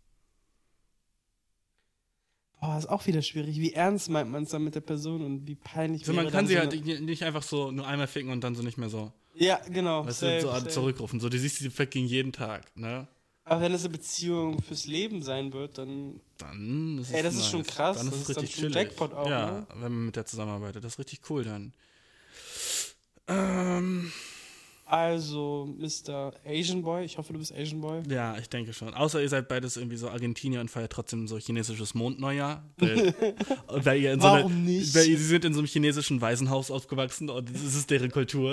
S2: Boah, ist auch wieder schwierig. Wie ernst meint man es dann mit der Person und wie peinlich
S1: so, man kann sie halt nicht einfach so nur einmal ficken und dann so nicht mehr so.
S2: Ja, genau.
S1: Weißt du, so zurückrufen. So, du siehst die fucking jeden Tag, ne?
S2: Aber wenn es eine Beziehung fürs Leben sein wird, dann
S1: ist
S2: das ist schon krass.
S1: Dann ist es richtig
S2: chillig. Jackpot auch,
S1: ja,
S2: ne?
S1: Wenn man mit der zusammenarbeitet. Das ist richtig cool dann.
S2: Also, Mr. Asian Boy, ich hoffe, du bist Asian Boy.
S1: Ja, ich denke schon. Außer ihr seid beides irgendwie so Argentinier und feiert trotzdem so chinesisches Mondneujahr. Weil ihr in
S2: Warum nicht?
S1: Weil sie sind in so einem chinesischen Waisenhaus aufgewachsen und das ist deren Kultur.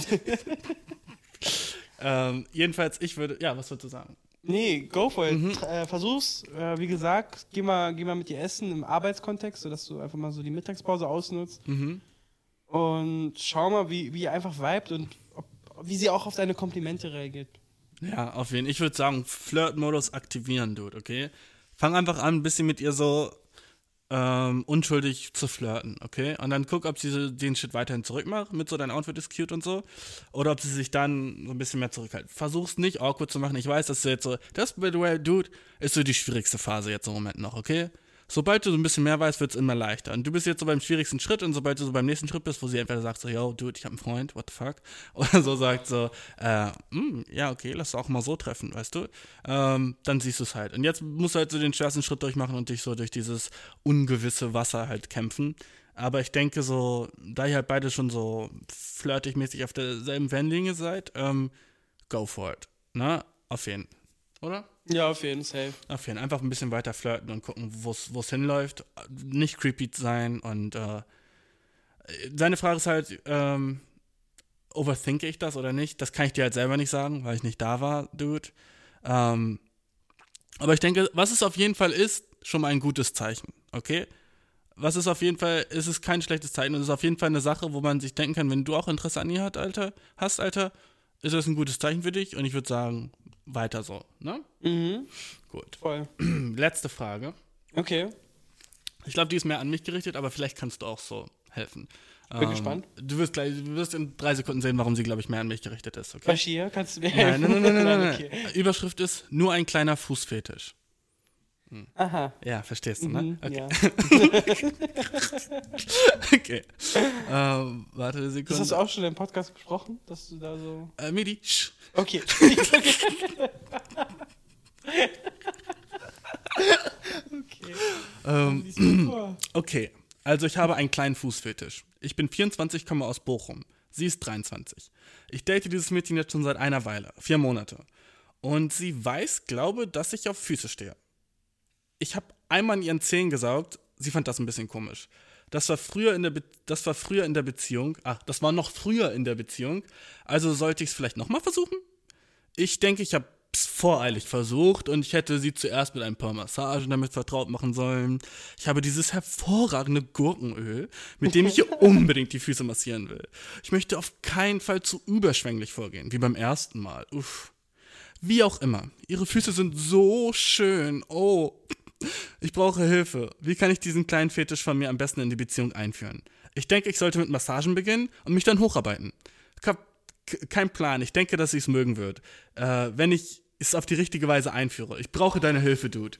S1: Jedenfalls, ich würde, was würdest du sagen?
S2: Nee, go for it. Versuch's. Wie gesagt, geh mal mit dir essen im Arbeitskontext, sodass du einfach mal so die Mittagspause ausnutzt. Und schau mal, wie ihr einfach vibet und wie sie auch auf deine Komplimente reagiert.
S1: Ja, auf jeden Fall. Ich würde sagen, Flirt-Modus aktivieren, Dude, okay? Fang einfach an, ein bisschen mit ihr so unschuldig zu flirten, okay? Und dann guck, ob sie den Shit weiterhin zurückmacht, mit so dein Outfit ist cute und so, oder ob sie sich dann so ein bisschen mehr zurückhält. Versuch's nicht awkward zu machen. Ich weiß, dass du jetzt so, das, by the way, Dude, ist so die schwierigste Phase jetzt im Moment noch, okay? Sobald du so ein bisschen mehr weißt, wird es immer leichter. Und du bist jetzt so beim schwierigsten Schritt und sobald du so beim nächsten Schritt bist, wo sie entweder sagt so, yo, Dude, ich hab einen Freund, what the fuck? Oder so sagt so, ja, okay, lass auch mal so treffen, weißt du? Dann siehst du es halt. Und jetzt musst du halt so den schwersten Schritt durchmachen und dich so durch dieses ungewisse Wasser halt kämpfen. Aber ich denke so, da ihr halt beide schon so flirtig-mäßig auf derselben Wellenlinie seid, go for it. Ne? Auf jeden Fall. Oder?
S2: Ja, auf jeden Fall.
S1: Auf jeden Fall. Einfach ein bisschen weiter flirten und gucken, wo es hinläuft. Nicht creepy sein und seine Frage ist halt, overthinke ich das oder nicht? Das kann ich dir halt selber nicht sagen, weil ich nicht da war, Dude. Aber ich denke, was es auf jeden Fall ist, schon mal ein gutes Zeichen, okay? Was es auf jeden Fall, ist es kein schlechtes Zeichen. Es ist auf jeden Fall eine Sache, wo man sich denken kann, wenn du auch Interesse an ihr hast, Alter, ist das ein gutes Zeichen für dich und ich würde sagen, weiter so, ne? Gut.
S2: Voll.
S1: Letzte Frage.
S2: Okay.
S1: Ich glaube, die ist mehr an mich gerichtet, aber vielleicht kannst du auch so helfen.
S2: Bin gespannt.
S1: Du wirst in 3 Sekunden sehen, warum sie, glaube ich, mehr an mich gerichtet ist, okay?
S2: Bashir, kannst du mir helfen?
S1: Nein.
S2: Okay.
S1: Überschrift ist, nur ein kleiner Fußfetisch.
S2: Aha.
S1: Ja, verstehst du, ne? Okay.
S2: Ja.
S1: Okay. Warte eine Sekunde.
S2: Das hast du auch schon im Podcast besprochen, dass du da so...
S1: Midi.
S2: Okay.
S1: Okay, also ich habe einen kleinen Fußfetisch. Ich bin 24, komme aus Bochum. Sie ist 23. Ich date dieses Mädchen jetzt schon seit einer Weile, 4 Monate. Und sie weiß, glaube, dass ich auf Füße stehe. Ich habe einmal in ihren Zehen gesaugt, sie fand das ein bisschen komisch. Das war noch früher in der Beziehung, also sollte ich es vielleicht nochmal versuchen? Ich denke, ich habe es voreilig versucht und ich hätte sie zuerst mit ein paar Massagen damit vertraut machen sollen. Ich habe dieses hervorragende Gurkenöl, mit dem ich ihr unbedingt die Füße massieren will. Ich möchte auf keinen Fall zu überschwänglich vorgehen, wie beim ersten Mal. Uff. Wie auch immer, ihre Füße sind so schön. Oh, ich brauche Hilfe. Wie kann ich diesen kleinen Fetisch von mir am besten in die Beziehung einführen? Ich denke, ich sollte mit Massagen beginnen und mich dann hocharbeiten. Ich habe keinen Plan. Ich denke, dass ich es mögen wird, wenn ich es auf die richtige Weise einführe. Ich brauche deine Hilfe, Dude.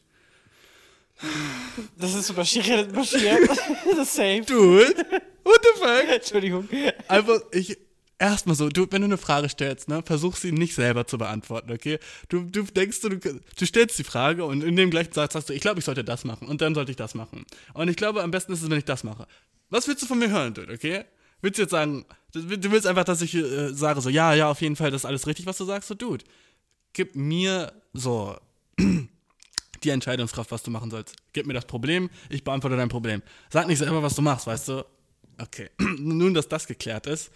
S2: Das ist so Bashir. Das ist safe.
S1: Dude? What the fuck?
S2: Entschuldigung.
S1: Einfach, erstmal so, du, wenn du eine Frage stellst, ne, versuch sie nicht selber zu beantworten, okay? Du denkst, du stellst die Frage und in dem gleichen Satz sagst du, ich glaube, ich sollte das machen und dann sollte ich das machen. Und ich glaube, am besten ist es, wenn ich das mache. Was willst du von mir hören, Dude, okay? Willst du jetzt sagen, du willst einfach, dass ich sage so, ja, auf jeden Fall, das ist alles richtig, was du sagst? So, Dude, gib mir so die Entscheidungskraft, was du machen sollst. Gib mir das Problem, ich beantworte dein Problem. Sag nicht selber, was du machst, weißt du? Okay, nun, dass das geklärt ist.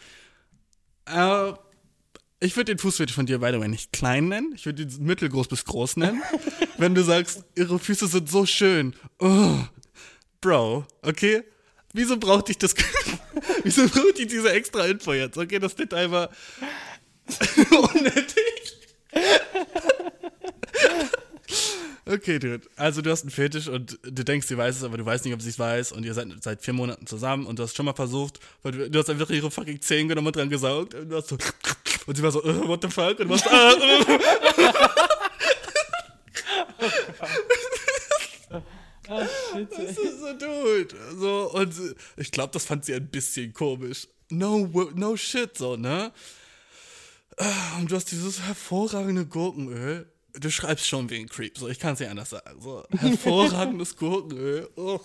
S1: Ich würde den Fußfetisch von dir, by the way, nicht klein nennen. Ich würde ihn mittelgroß bis groß nennen. Wenn du sagst, ihre Füße sind so schön. Oh, Bro, okay? Wieso brauchte ich das? Wieso brauchte ich diese extra Info jetzt? Okay, das Detail war unnötig. Okay, Dude. Also du hast einen Fetisch und du denkst, sie weiß es, aber du weißt nicht, ob sie es weiß und ihr seid seit 4 Monaten zusammen und du hast schon mal versucht, weil du hast einfach ihre fucking Zehen genommen und dran gesaugt und du hast so und sie war so, what the fuck? Und du warst
S2: Shit.
S1: das ist so, Dude. So, und ich glaube, das fand sie ein bisschen komisch. No shit, so, ne? Und du hast dieses hervorragende Gurkenöl. Du schreibst schon wie ein Creep, so, ich kann es nicht anders sagen. So, hervorragendes Gurkenöl. Oh.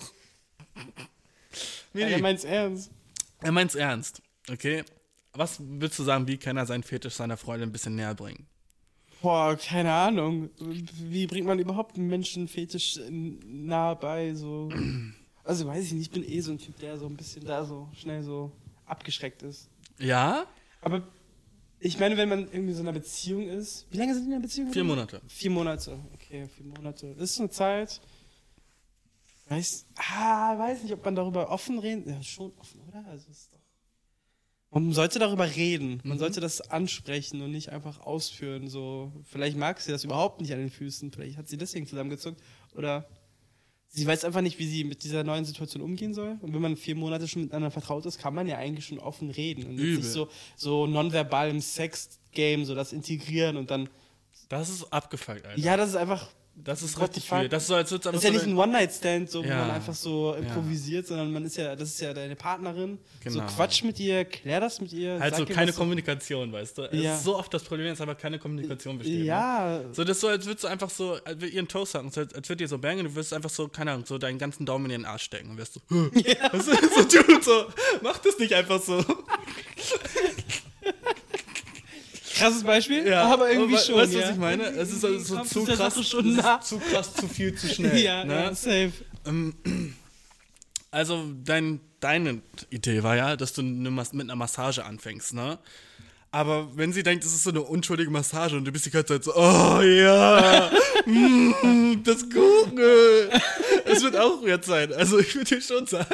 S2: Er meint's ernst.
S1: Er meint's ernst, okay? Was würdest du sagen, wie kann er seinen Fetisch seiner Freundin ein bisschen näher bringen?
S2: Boah, keine Ahnung. Wie bringt man überhaupt einen Menschen Fetisch nahe bei? So? Also weiß ich nicht, ich bin so ein Typ, der so ein bisschen da so schnell so abgeschreckt ist.
S1: Ja?
S2: Aber ich meine, wenn man irgendwie so in einer Beziehung ist. Wie lange sind die in einer Beziehung?
S1: 4 Monate.
S2: 4 Monate, okay, 4 Monate. Das ist eine Zeit. Weiß nicht, ob man darüber offen reden. Ja, schon offen, oder? Also ist doch. Man sollte darüber reden. Man sollte das ansprechen und nicht einfach ausführen. So, vielleicht mag sie das überhaupt nicht an den Füßen. Vielleicht hat sie deswegen zusammengezuckt. Oder sie weiß einfach nicht, wie sie mit dieser neuen Situation umgehen soll. Und wenn man 4 Monate schon miteinander vertraut ist, kann man ja eigentlich schon offen reden. Und jetzt nicht so nonverbal im Sex-Game, so das integrieren und dann.
S1: Das ist abgefuckt, Alter.
S2: Ja, das ist einfach.
S1: Das ist
S2: What
S1: richtig
S2: the fuck?
S1: viel. Das ist so, als
S2: Das ist ja nicht ein One-Night-Stand, so, wo
S1: Ja.
S2: man einfach so improvisiert, sondern das ist ja deine Partnerin.
S1: Genau.
S2: So Quatsch mit ihr, klär das mit ihr.
S1: Halt
S2: sag
S1: so
S2: ihr,
S1: keine
S2: was du-
S1: Kommunikation, weißt du? Es
S2: Ja.
S1: ist so oft das Problem, dass aber keine Kommunikation besteht. Ne?
S2: Ja,
S1: So, das ist so, als würdest du einfach so, als würd ihren Toast sagen, als würdest ihr so bangen und du würdest einfach so, keine Ahnung, so deinen ganzen Daumen in ihren Arsch stecken und wärst so, ja. Weißt du, so, Dude, so, mach das nicht einfach so.
S2: krasses Beispiel, aber irgendwie schon.
S1: Weißt du,
S2: ja.
S1: was ich meine? Es ist so
S2: Kommst
S1: zu
S2: du der
S1: krass,
S2: Sache schon nah.
S1: zu krass, zu viel, zu schnell.
S2: Ja,
S1: ne?
S2: ja, safe.
S1: Also, deine Idee war ja, dass du mit einer Massage anfängst, ne? Aber wenn sie denkt, es ist so eine unschuldige Massage und du bist die ganze Zeit so, oh ja, das Gurkenöl. Es wird auch weird sein. Also ich würde dir schon sagen.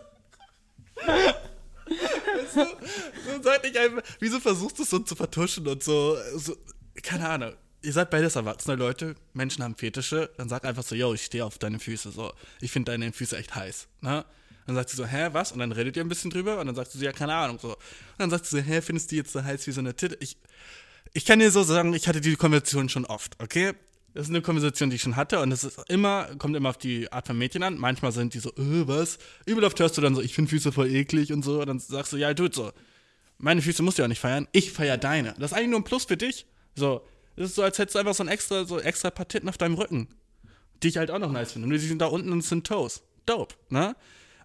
S1: Weißt du, so sag nicht einfach, wieso versuchst du es so zu vertuschen und so, keine Ahnung. Ihr seid beides erwachsene Leute, Menschen haben Fetische, dann sag einfach so, yo, ich stehe auf deine Füße, so, ich finde deine Füße echt heiß, ne? Dann sagt sie so, hä, was? Und dann redet ihr ein bisschen drüber und dann sagst du so, ja, keine Ahnung, so. Und dann sagt sie so, hä, findest du die jetzt so heiß wie so eine Titte? Ich kann dir so sagen, ich hatte die Konversation schon oft, okay? Das ist eine Konversation, die ich schon hatte und es ist kommt immer auf die Art von Mädchen an. Manchmal sind die so, was? Übel oft hörst du dann so, ich finde Füße voll eklig und so. Und dann sagst du, ja, Dude, so, meine Füße musst du ja nicht feiern, ich feier deine. Das ist eigentlich nur ein Plus für dich. So, das ist so, als hättest du einfach so extra paar Titten auf deinem Rücken, die ich halt auch noch nice finde. Nur die sind da unten und es sind Toes. Dope, ne?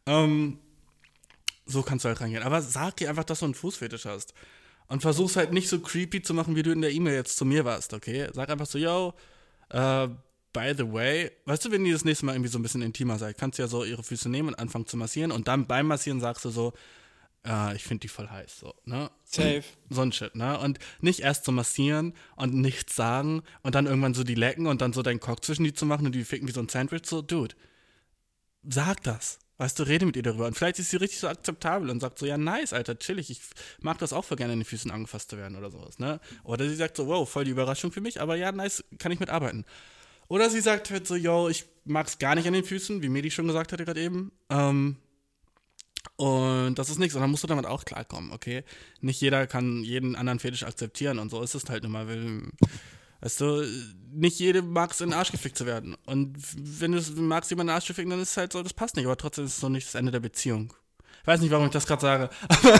S1: So kannst du halt reingehen. Aber sag dir einfach, dass du einen Fußfetisch hast. Und versuch's halt nicht so creepy zu machen, wie du in der E-Mail jetzt zu mir warst, okay? Sag einfach so, yo, by the way, weißt du, wenn ihr das nächste Mal irgendwie so ein bisschen intimer seid, kannst du ja so ihre Füße nehmen und anfangen zu massieren und dann beim Massieren sagst du so, ich finde die voll heiß, so, ne?
S2: Safe.
S1: So ein Shit, ne? Und nicht erst so massieren und nichts sagen und dann irgendwann so die lecken und dann so deinen Cock zwischen die zu machen und die ficken wie so ein Sandwich, so, Dude, sag das. Weißt du, rede mit ihr darüber. Und vielleicht ist sie richtig so akzeptabel und sagt so, ja, nice, Alter, chillig, ich mag das auch voll gerne, in den Füßen angefasst zu werden oder sowas, ne? Oder sie sagt so, wow, voll die Überraschung für mich, aber ja, nice, kann ich mitarbeiten. Oder sie sagt halt so, yo, ich mag's gar nicht an den Füßen, wie Medi schon gesagt hatte gerade eben. Und das ist nichts. Und dann musst du damit auch klarkommen, okay? Nicht jeder kann jeden anderen Fetisch akzeptieren und so ist es halt nun mal. Weißt du, nicht jede mag es in den Arsch gefickt zu werden. Und wenn du magst, jemanden in den Arsch zu ficken, dann ist es halt so, das passt nicht. Aber trotzdem ist es so nicht das Ende der Beziehung. Ich weiß nicht, warum ich das gerade sage.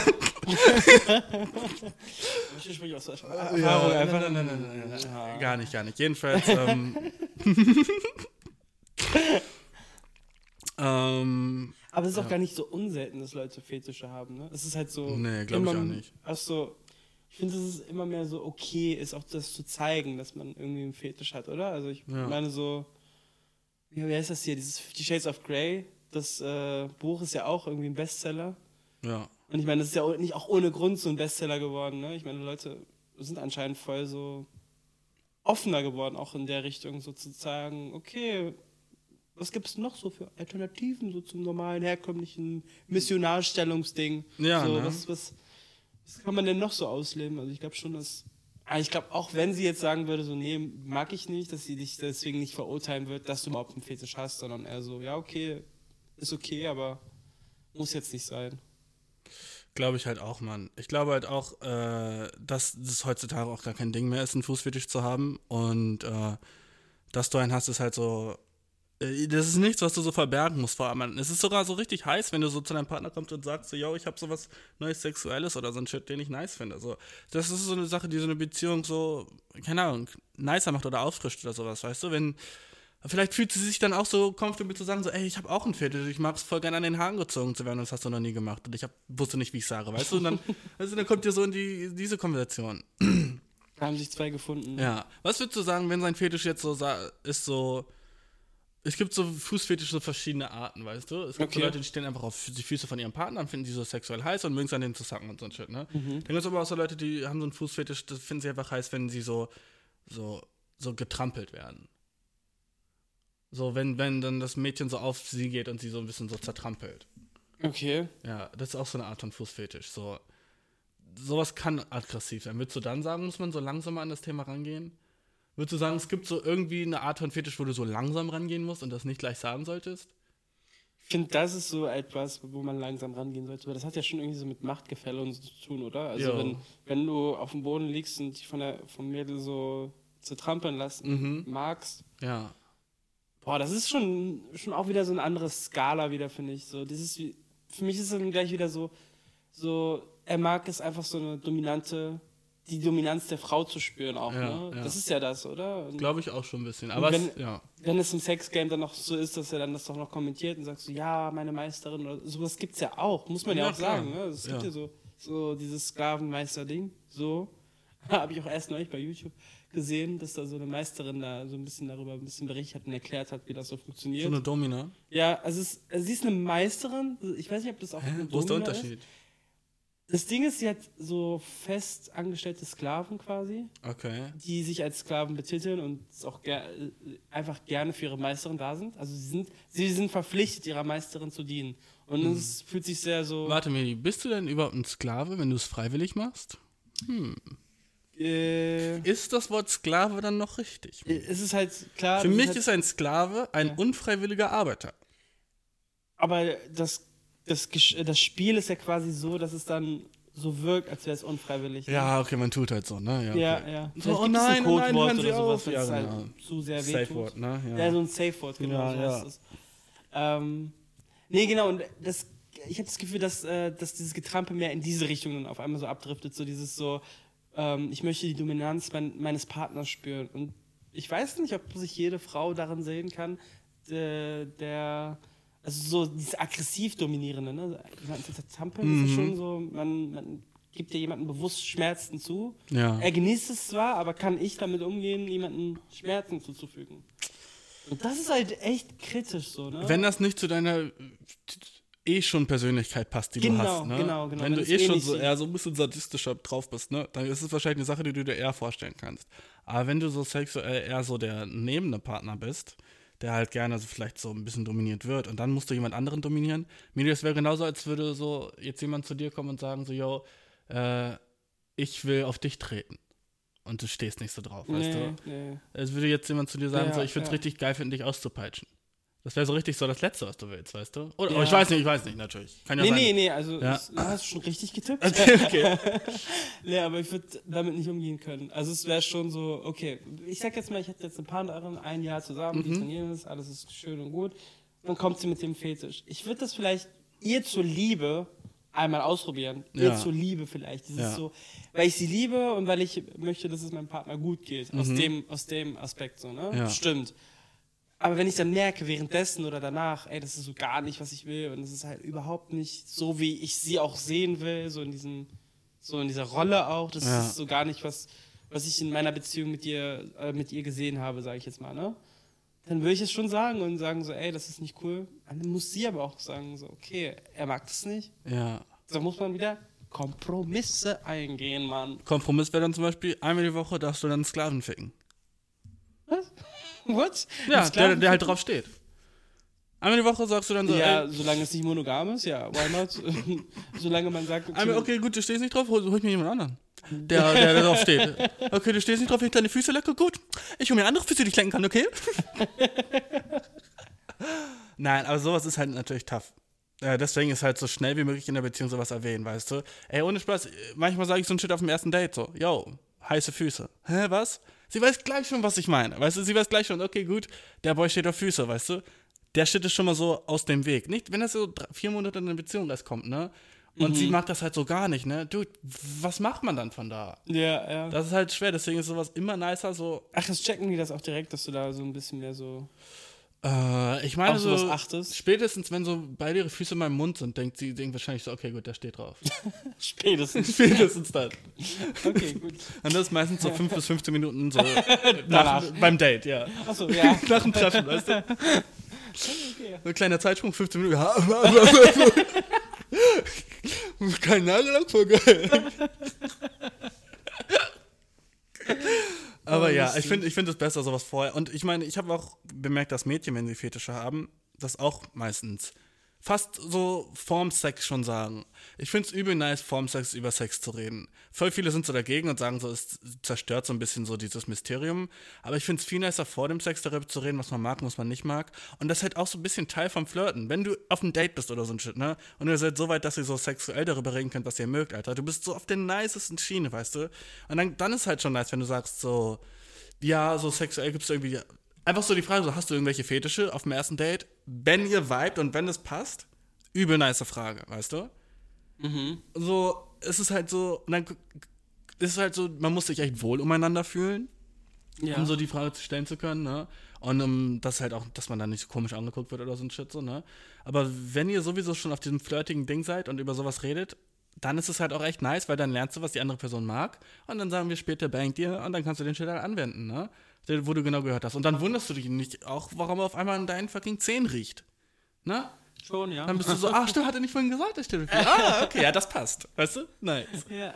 S2: Ich spreche aus Erfahrung einfach.
S1: Nein. Ja. Gar nicht. Jedenfalls,
S2: aber es ist auch gar nicht so unselten, dass Leute Fetische haben, ne? Es ist halt so...
S1: Nee, glaube ich auch nicht.
S2: Also, ich finde, dass es immer mehr so okay ist, auch das zu zeigen, dass man irgendwie einen Fetisch hat, oder? Also ich meine so... Wie heißt das hier? Dieses 50 Shades of Grey, das Buch ist ja auch irgendwie ein Bestseller.
S1: Ja.
S2: Und ich meine, das ist ja nicht auch ohne Grund so ein Bestseller geworden, ne? Ich meine, Leute sind anscheinend voll so offener geworden, auch in der Richtung, so zu sagen, okay, was gibt es noch so für Alternativen so zum normalen, herkömmlichen Missionarstellungsding?
S1: Ja,
S2: so,
S1: ne?
S2: Was kann man denn noch so ausleben? Also ich glaube schon, ich glaube, auch wenn sie jetzt sagen würde, so, nee, mag ich nicht, dass sie dich deswegen nicht verurteilen wird, dass du überhaupt einen Fetisch hast, sondern eher so, ja, okay, ist okay, aber muss jetzt nicht sein.
S1: Glaube ich halt auch, Mann. Ich glaube halt auch, dass es heutzutage auch gar kein Ding mehr ist, einen Fußfetisch zu haben. Und dass du einen hast, ist halt so. Das ist nichts, was du so verbergen musst vor allem. Es ist sogar so richtig heiß, wenn du so zu deinem Partner kommst und sagst so, yo, ich habe sowas Neues Sexuelles oder so ein Shit, den ich nice finde. So, das ist so eine Sache, die so eine Beziehung so, keine Ahnung, nicer macht oder auffrischt oder sowas, weißt du? Vielleicht fühlt sie sich dann auch so comfortable zu sagen, so, ey, ich habe auch einen Fetisch, ich mag es voll gerne an den Haaren gezogen zu werden und das hast du noch nie gemacht und wusste nicht, wie ich sage, weißt du? Und dann kommt ihr so in diese Konversation.
S2: Da haben sich zwei gefunden.
S1: Ja, was würdest du sagen, wenn sein Fetisch jetzt so ist so, es gibt so Fußfetische, so verschiedene Arten, weißt du? Es gibt so Leute, die stehen einfach auf die Füße von ihrem Partner, finden die so sexuell heiß und mögen es an denen zu sacken und so ein Shit, ne? Dann gibt es aber auch so Leute, die haben so einen Fußfetisch, das finden sie einfach heiß, wenn sie so getrampelt werden. So, wenn dann das Mädchen so auf sie geht und sie so ein bisschen so zertrampelt.
S2: Okay.
S1: Ja, das ist auch so eine Art von Fußfetisch. Sowas kann aggressiv sein. Würdest du dann sagen, muss man so langsam an das Thema rangehen? Würdest du sagen, es gibt so irgendwie eine Art von Fetisch, wo du so langsam rangehen musst und das nicht gleich sagen solltest?
S2: Ich finde, das ist so etwas, wo man langsam rangehen sollte, weil das hat ja schon irgendwie so mit Machtgefälle und so zu tun, oder? Also wenn du auf dem Boden liegst und dich vom Mädel so zertrampeln lassen magst,
S1: ja.
S2: Boah, das ist schon auch wieder so eine andere Skala wieder, finde ich. So, für mich ist es dann gleich wieder so, er mag es einfach so die Dominanz der Frau zu spüren auch, ne?
S1: Ja.
S2: Das ist ja das, oder?
S1: Glaube ich auch schon ein bisschen. Aber
S2: wenn es im Sexgame dann noch so ist, dass er dann das doch noch kommentiert und sagt so, ja, meine Meisterin oder sowas gibt's ja auch, muss man ja auch
S1: klar.
S2: sagen, ne? Es gibt ja so dieses Sklavenmeister-Ding, so. Habe ich auch erst neulich bei YouTube gesehen, dass da so eine Meisterin da so ein bisschen berichtet hat und erklärt hat, wie das so funktioniert.
S1: So eine Domina?
S2: Ja, also sie ist eine Meisterin, ich weiß nicht, ob das auch eine Domina
S1: Wo ist der Unterschied?
S2: ist. Das Ding ist, sie hat so fest angestellte Sklaven quasi,
S1: Okay.
S2: die sich als Sklaven betiteln und auch einfach gerne für ihre Meisterin da sind. Also sie sind verpflichtet, ihrer Meisterin zu dienen. Und es fühlt sich sehr so...
S1: Warte, Meli, bist du denn überhaupt ein Sklave, wenn du es freiwillig machst? Ist das Wort Sklave dann noch richtig?
S2: Es ist halt klar...
S1: Für mich ist ein Sklave ein unfreiwilliger Arbeiter.
S2: Aber das Spiel ist ja quasi so, dass es dann so wirkt, als wäre es unfreiwillig. Ne?
S1: Ja, okay, man tut halt so, ne? Ja. Okay.
S2: Ja.
S1: So, oh nein, hören Sie
S2: oder sowas,
S1: auf.
S2: wenn
S1: Ja,
S2: es halt
S1: genau.
S2: zu sehr wehtut.
S1: Safe Word, ne?
S2: Ja, so ein Safe Word, genau.
S1: Ja,
S2: so ist es. Nee, genau, und ich habe das Gefühl, dass dieses Getrampe mehr in diese Richtung dann auf einmal so abdriftet, so dieses so, ich möchte die Dominanz meines Partners spüren. Und ich weiß nicht, ob sich jede Frau darin sehen kann, also so dieses aggressiv Dominierende, ne? Jemanden zertrampeln ist ja schon so, man gibt ja jemandem bewusst Schmerzen zu.
S1: Ja.
S2: Er genießt es zwar, aber kann ich damit umgehen, jemandem Schmerzen zuzufügen? Und das ist halt echt kritisch so, ne?
S1: Wenn das nicht zu deiner schon Persönlichkeit passt, die du hast, ne?
S2: Genau.
S1: Wenn du schon so eher so ein bisschen sadistischer drauf bist, ne? Dann ist es wahrscheinlich eine Sache, die du dir eher vorstellen kannst. Aber wenn du so sexuell eher so der nebende Partner bist, der halt gerne so vielleicht so ein bisschen dominiert wird und dann musst du jemand anderen dominieren. Mir das wäre genauso, als würde so jetzt jemand zu dir kommen und sagen so, yo, ich will auf dich treten. Und du stehst nicht so drauf, weißt du?
S2: Nee.
S1: Als würde jetzt jemand zu dir sagen, so, ich würde es richtig geil finden, dich auszupeitschen. Das wäre so richtig so das Letzte, was du willst, weißt du? Oder, oh, ich weiß nicht, natürlich. Kann ja sein.
S2: Nee, also
S1: Ja.
S2: das hast du schon richtig getippt.
S1: Okay.
S2: Nee, aber ich würde damit nicht umgehen können. Also es wäre schon so, okay, ich sag jetzt mal, ich hätte jetzt eine Partnerin, 1 Jahr zusammen, die trainieren ist, alles ist schön und gut. Dann kommt sie mit dem Fetisch. Ich würde das vielleicht ihr zur Liebe einmal ausprobieren.
S1: Ja.
S2: Ihr zur Liebe vielleicht. Das ist so, weil ich sie liebe und weil ich möchte, dass es meinem Partner gut geht. Aus dem Aspekt so, ne?
S1: Ja.
S2: Stimmt. Aber wenn ich dann merke, währenddessen oder danach, ey, das ist so gar nicht, was ich will und es ist halt überhaupt nicht so, wie ich sie auch sehen will, so in dieser Rolle auch, das ist so gar nicht, was ich in meiner Beziehung mit ihr gesehen habe, sage ich jetzt mal, ne? Dann würde ich es schon sagen und sagen so, ey, das ist nicht cool. Dann muss sie aber auch sagen so, okay, er mag das nicht.
S1: Ja.
S2: Da muss man wieder Kompromisse eingehen, Mann.
S1: Kompromiss wäre dann zum Beispiel, einmal die Woche darfst du dann einen Sklaven ficken.
S2: Was? What?
S1: Ja, der halt drauf steht. Einmal die Woche sagst du dann so,
S2: Ja,
S1: ey,
S2: solange es nicht monogam ist, ja, why not? Solange man sagt,
S1: okay, gut, du stehst nicht drauf, hol ich mir jemand anderen. Der drauf steht. Okay, du stehst nicht drauf, ich deine Füße lecker, gut. Ich hol mir andere Füße, die ich lecken kann, okay? Nein, aber sowas ist halt natürlich tough. Deswegen ist halt so schnell wie möglich in der Beziehung sowas erwähnen, weißt du? Ey, ohne Spaß, manchmal sage ich so ein Shit auf dem ersten Date so, yo, heiße Füße. Hä, was? Sie weiß gleich schon, was ich meine, weißt du? Sie weiß gleich schon, okay, gut, der Boy steht auf Füße, weißt du? Der Shit ist schon mal so aus dem Weg. Nicht, wenn das so 4 Monate in eine Beziehung erst kommt, ne? Und sie mag das halt so gar nicht, ne? Dude, was macht man dann von da?
S2: Ja.
S1: Das ist halt schwer, deswegen ist sowas immer nicer, so.
S2: Ach, das checken die das auch direkt, dass du da so ein bisschen mehr so
S1: Ich meine,
S2: auf
S1: so
S2: sowas achtest?
S1: spätestens, wenn so beide ihre Füße in meinem Mund sind, denkt wahrscheinlich so, okay, gut, der steht drauf.
S2: Spätestens.
S1: Spätestens dann.
S2: Okay, gut.
S1: Und das ist meistens so 5 bis 15 Minuten so
S2: Danach.
S1: beim Date, ja.
S2: Achso, ja.
S1: Nach dem Treffen, weißt du?
S2: Okay.
S1: So ein kleiner Zeitsprung, 15 Minuten. Kein Nagellack, voll geil. Aber ja, ich finde es besser, sowas vorher. Und ich meine, ich habe auch bemerkt, dass Mädchen, wenn sie Fetische haben, das auch meistens fast so vorm Sex schon sagen. Ich finde es übel nice, vorm Sex über Sex zu reden. Voll viele sind so dagegen und sagen so, es zerstört so ein bisschen so dieses Mysterium. Aber ich finde es viel nicer, vor dem Sex darüber zu reden, was man mag und was man nicht mag. Und das ist halt auch so ein bisschen Teil vom Flirten. Wenn du auf einem Date bist oder so ein Shit, ne? Und ihr seid so weit, dass ihr so sexuell darüber reden könnt, was ihr mögt, Alter. Du bist so auf der nicesten Schiene, weißt du? Und dann ist halt schon nice, wenn du sagst so, ja, so sexuell gibt's irgendwie... Einfach so die Frage, so, hast du irgendwelche Fetische auf dem ersten Date? Wenn ihr vibet und wenn es passt, übel nice Frage, weißt du? So, es ist halt so, man muss sich echt wohl umeinander fühlen, um so die Frage stellen zu können, ne? Und das halt auch, dass man dann nicht so komisch angeguckt wird oder so ein Shit, so, ne? Aber wenn ihr sowieso schon auf diesem flirtigen Ding seid und über sowas redet, dann ist es halt auch echt nice, weil dann lernst du, was die andere Person mag und dann sagen wir später, bangt ihr und dann kannst du den Shit halt anwenden, ne? Wo du genau gehört hast. Und dann wunderst du dich nicht auch, warum er auf einmal an deinen fucking Zähnen riecht. Ne?
S2: Schon, ja.
S1: Dann bist du so, stimmt, hat er nicht vorhin gesagt, der steht okay, ja, das passt. Weißt du? Nice.
S2: Ja.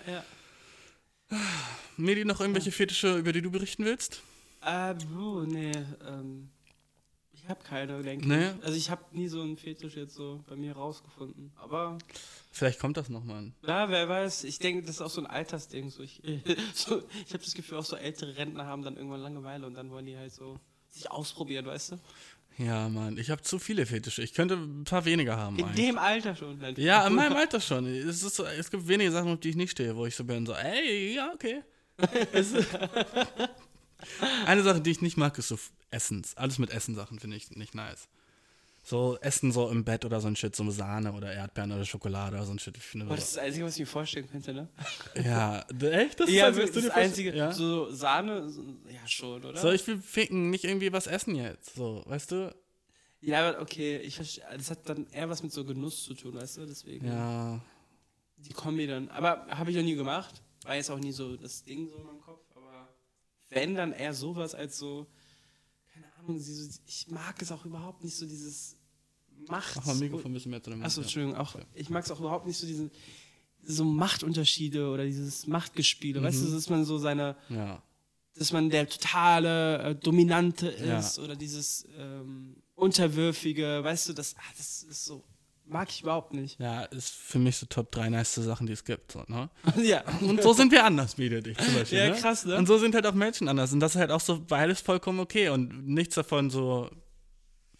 S1: Medi, noch irgendwelche Fetische, über die du berichten willst?
S2: Nee, ich habe keine, denke
S1: Nee?
S2: ich. Also ich habe nie so einen Fetisch jetzt so bei mir rausgefunden. Aber,
S1: Vielleicht kommt das noch mal.
S2: ja, wer weiß. Ich denke, das ist auch so ein Altersding. Ich habe das Gefühl, auch so ältere Rentner haben dann irgendwann Langeweile und dann wollen die halt so sich ausprobieren, weißt du?
S1: Ja, Mann, ich habe zu viele Fetische. Ich könnte ein paar weniger haben.
S2: In
S1: eigentlich.
S2: dem Alter schon. Halt.
S1: Ja, in meinem Alter schon. Es gibt wenige Sachen, auf die ich nicht stehe, wo ich so bin, so, ey, ja, okay. Eine Sache, die ich nicht mag, ist so Essens. Alles mit Essensachen finde ich nicht nice. So Essen so im Bett oder so ein Shit, so Sahne oder Erdbeeren oder Schokolade oder so ein Shit. Ich finde
S2: Das ist das Einzige, was ich mir vorstellen könnte, ne?
S1: Ja, echt? Das
S2: Ja,
S1: ist
S2: das, das Einzige.
S1: Ja?
S2: So Sahne, ja schon, oder?
S1: So, ich will ficken, nicht irgendwie was essen jetzt. So, weißt du?
S2: Ja, aber okay, ich verstehe. Das hat dann eher was mit so Genuss zu tun, weißt du? Deswegen.
S1: Ja.
S2: Die Kombi dann. Aber habe ich noch nie gemacht. War jetzt auch nie so das Ding so in meinem Kopf. Aber wenn, dann eher sowas als so, keine Ahnung, ich mag es auch überhaupt nicht so dieses Macht.
S1: Mach mal Mikrofon ein bisschen mehr zu dem
S2: Achso,
S1: Mund,
S2: Entschuldigung, auch.
S1: Ja.
S2: Ich mag es auch überhaupt nicht so Machtunterschiede oder dieses Machtgespiele. Weißt du, dass man so
S1: Ja.
S2: dass man der totale Dominante ist oder dieses Unterwürfige, weißt du, das ist so, mag ich überhaupt nicht.
S1: Ja, ist für mich so Top 3 nice Sachen, die es gibt. So, ne?
S2: Ja.
S1: Und so sind wir anders, wie dich zum Beispiel.
S2: Ja,
S1: ne?
S2: krass, ne?
S1: Und so sind halt auch Menschen anders. Und das ist halt auch so beides vollkommen okay. Und nichts davon so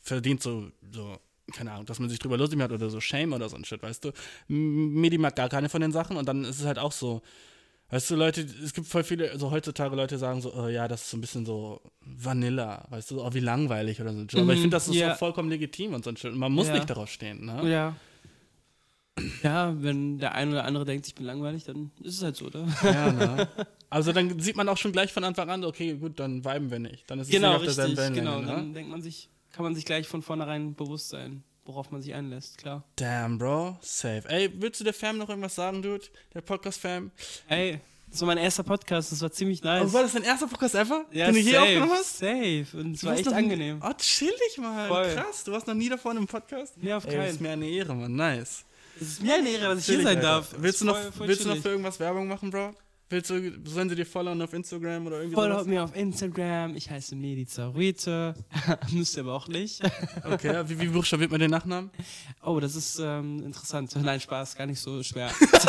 S1: verdient so, keine Ahnung, dass man sich drüber lustig macht oder so Shame oder so ein Shit, weißt du. Medi mag gar keine von den Sachen und dann ist es halt auch so, weißt du, Leute, es gibt voll viele, so heutzutage Leute sagen so, ja, das ist so ein bisschen so Vanilla, weißt du, wie langweilig oder so. Aber ich finde, das ist auch vollkommen legitim und so ein Shit. Und man muss nicht darauf stehen, ne?
S2: Ja. Ja, wenn der eine oder andere denkt, ich bin langweilig, dann ist es halt so, oder?
S1: Ja, ne? Also dann sieht man auch schon gleich von Anfang an, okay, gut, dann viben wir nicht. Dann ist es
S2: genau,
S1: nicht auf derselben Wellenlänge,
S2: genau.
S1: ne?
S2: Dann denkt man sich, kann man sich gleich von vornherein bewusst sein, worauf man sich einlässt, klar.
S1: Damn, Bro, safe. Ey, willst du der Fam noch irgendwas sagen, Dude? Der Podcast-Fam?
S2: Ey, das war mein erster Podcast, das war ziemlich nice.
S1: Oh, war das dein erster Podcast ever?
S2: Ja,
S1: den du hier aufgenommen
S2: safe,
S1: hast?
S2: safe. Und es war echt angenehm.
S1: Oh, chillig, Mann.
S2: Voll.
S1: Krass, du warst noch nie davor in einem Podcast?
S2: Nee, auf
S1: Ey,
S2: keinen.
S1: das ist mir eine Ehre, Mann. Nice.
S2: Es ist mir eine Ehre, dass ich hier
S1: Chillig,
S2: sein
S1: Alter.
S2: darf.
S1: Willst du noch
S2: chillig.
S1: für irgendwas Werbung machen, Bro? Sollen sie dir followen auf Instagram oder irgendwie
S2: Folgt
S1: sowas?
S2: mir auf Instagram, ich heiße Medica Ruite. Müsst ihr aber auch nicht.
S1: Okay, wie buchstabiert man den Nachnamen?
S2: Oh, das ist interessant. Nein, Spaß, gar nicht so schwer.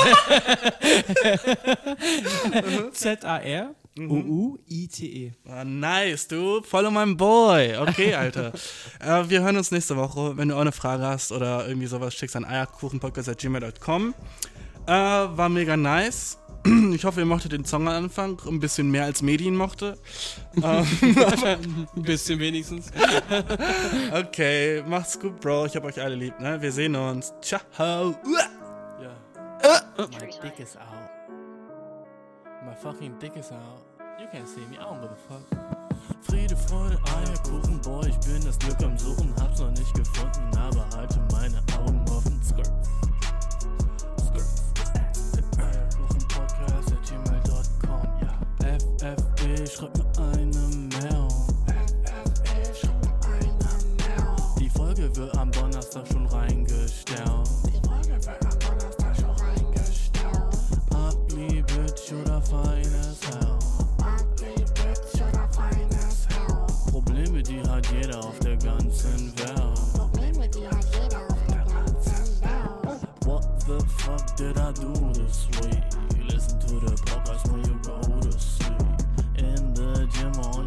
S2: Z-A-R-O-U-I-T-E.
S1: Ah, nice, du. Follow mein Boy. Okay, Alter. Wir hören uns nächste Woche. Wenn du auch eine Frage hast oder irgendwie sowas, schickst an eierkuchenpodcast@gmail.com. War mega nice. Ich hoffe, ihr mochtet den Song am Anfang. Ein bisschen mehr als Medien mochte.
S2: Ein bisschen wenigstens.
S1: Okay, macht's gut, Bro. Ich hab euch alle lieb, ne? Wir sehen uns. Ciao.
S3: Yeah. My dick is out. My fucking dick is out. You can't see me, I don't give a fuck. Friede, Freude, Eierkuchen, boy, ich bin das Glück am Suchen, hab's noch nicht gefunden, aber halte meine Augen offen. Skirt. Eierkuchenpodcast@gmail.com, ja. FFB, schreib mir eine Mail. Die Folge wird am Donnerstag schon reingestellt. Ugly Bitch oder feines Hell. Probleme, die hat jeder auf der ganzen Welt. What the fuck did I do this week? Listen to the podcast when you go to sleep. In the gym on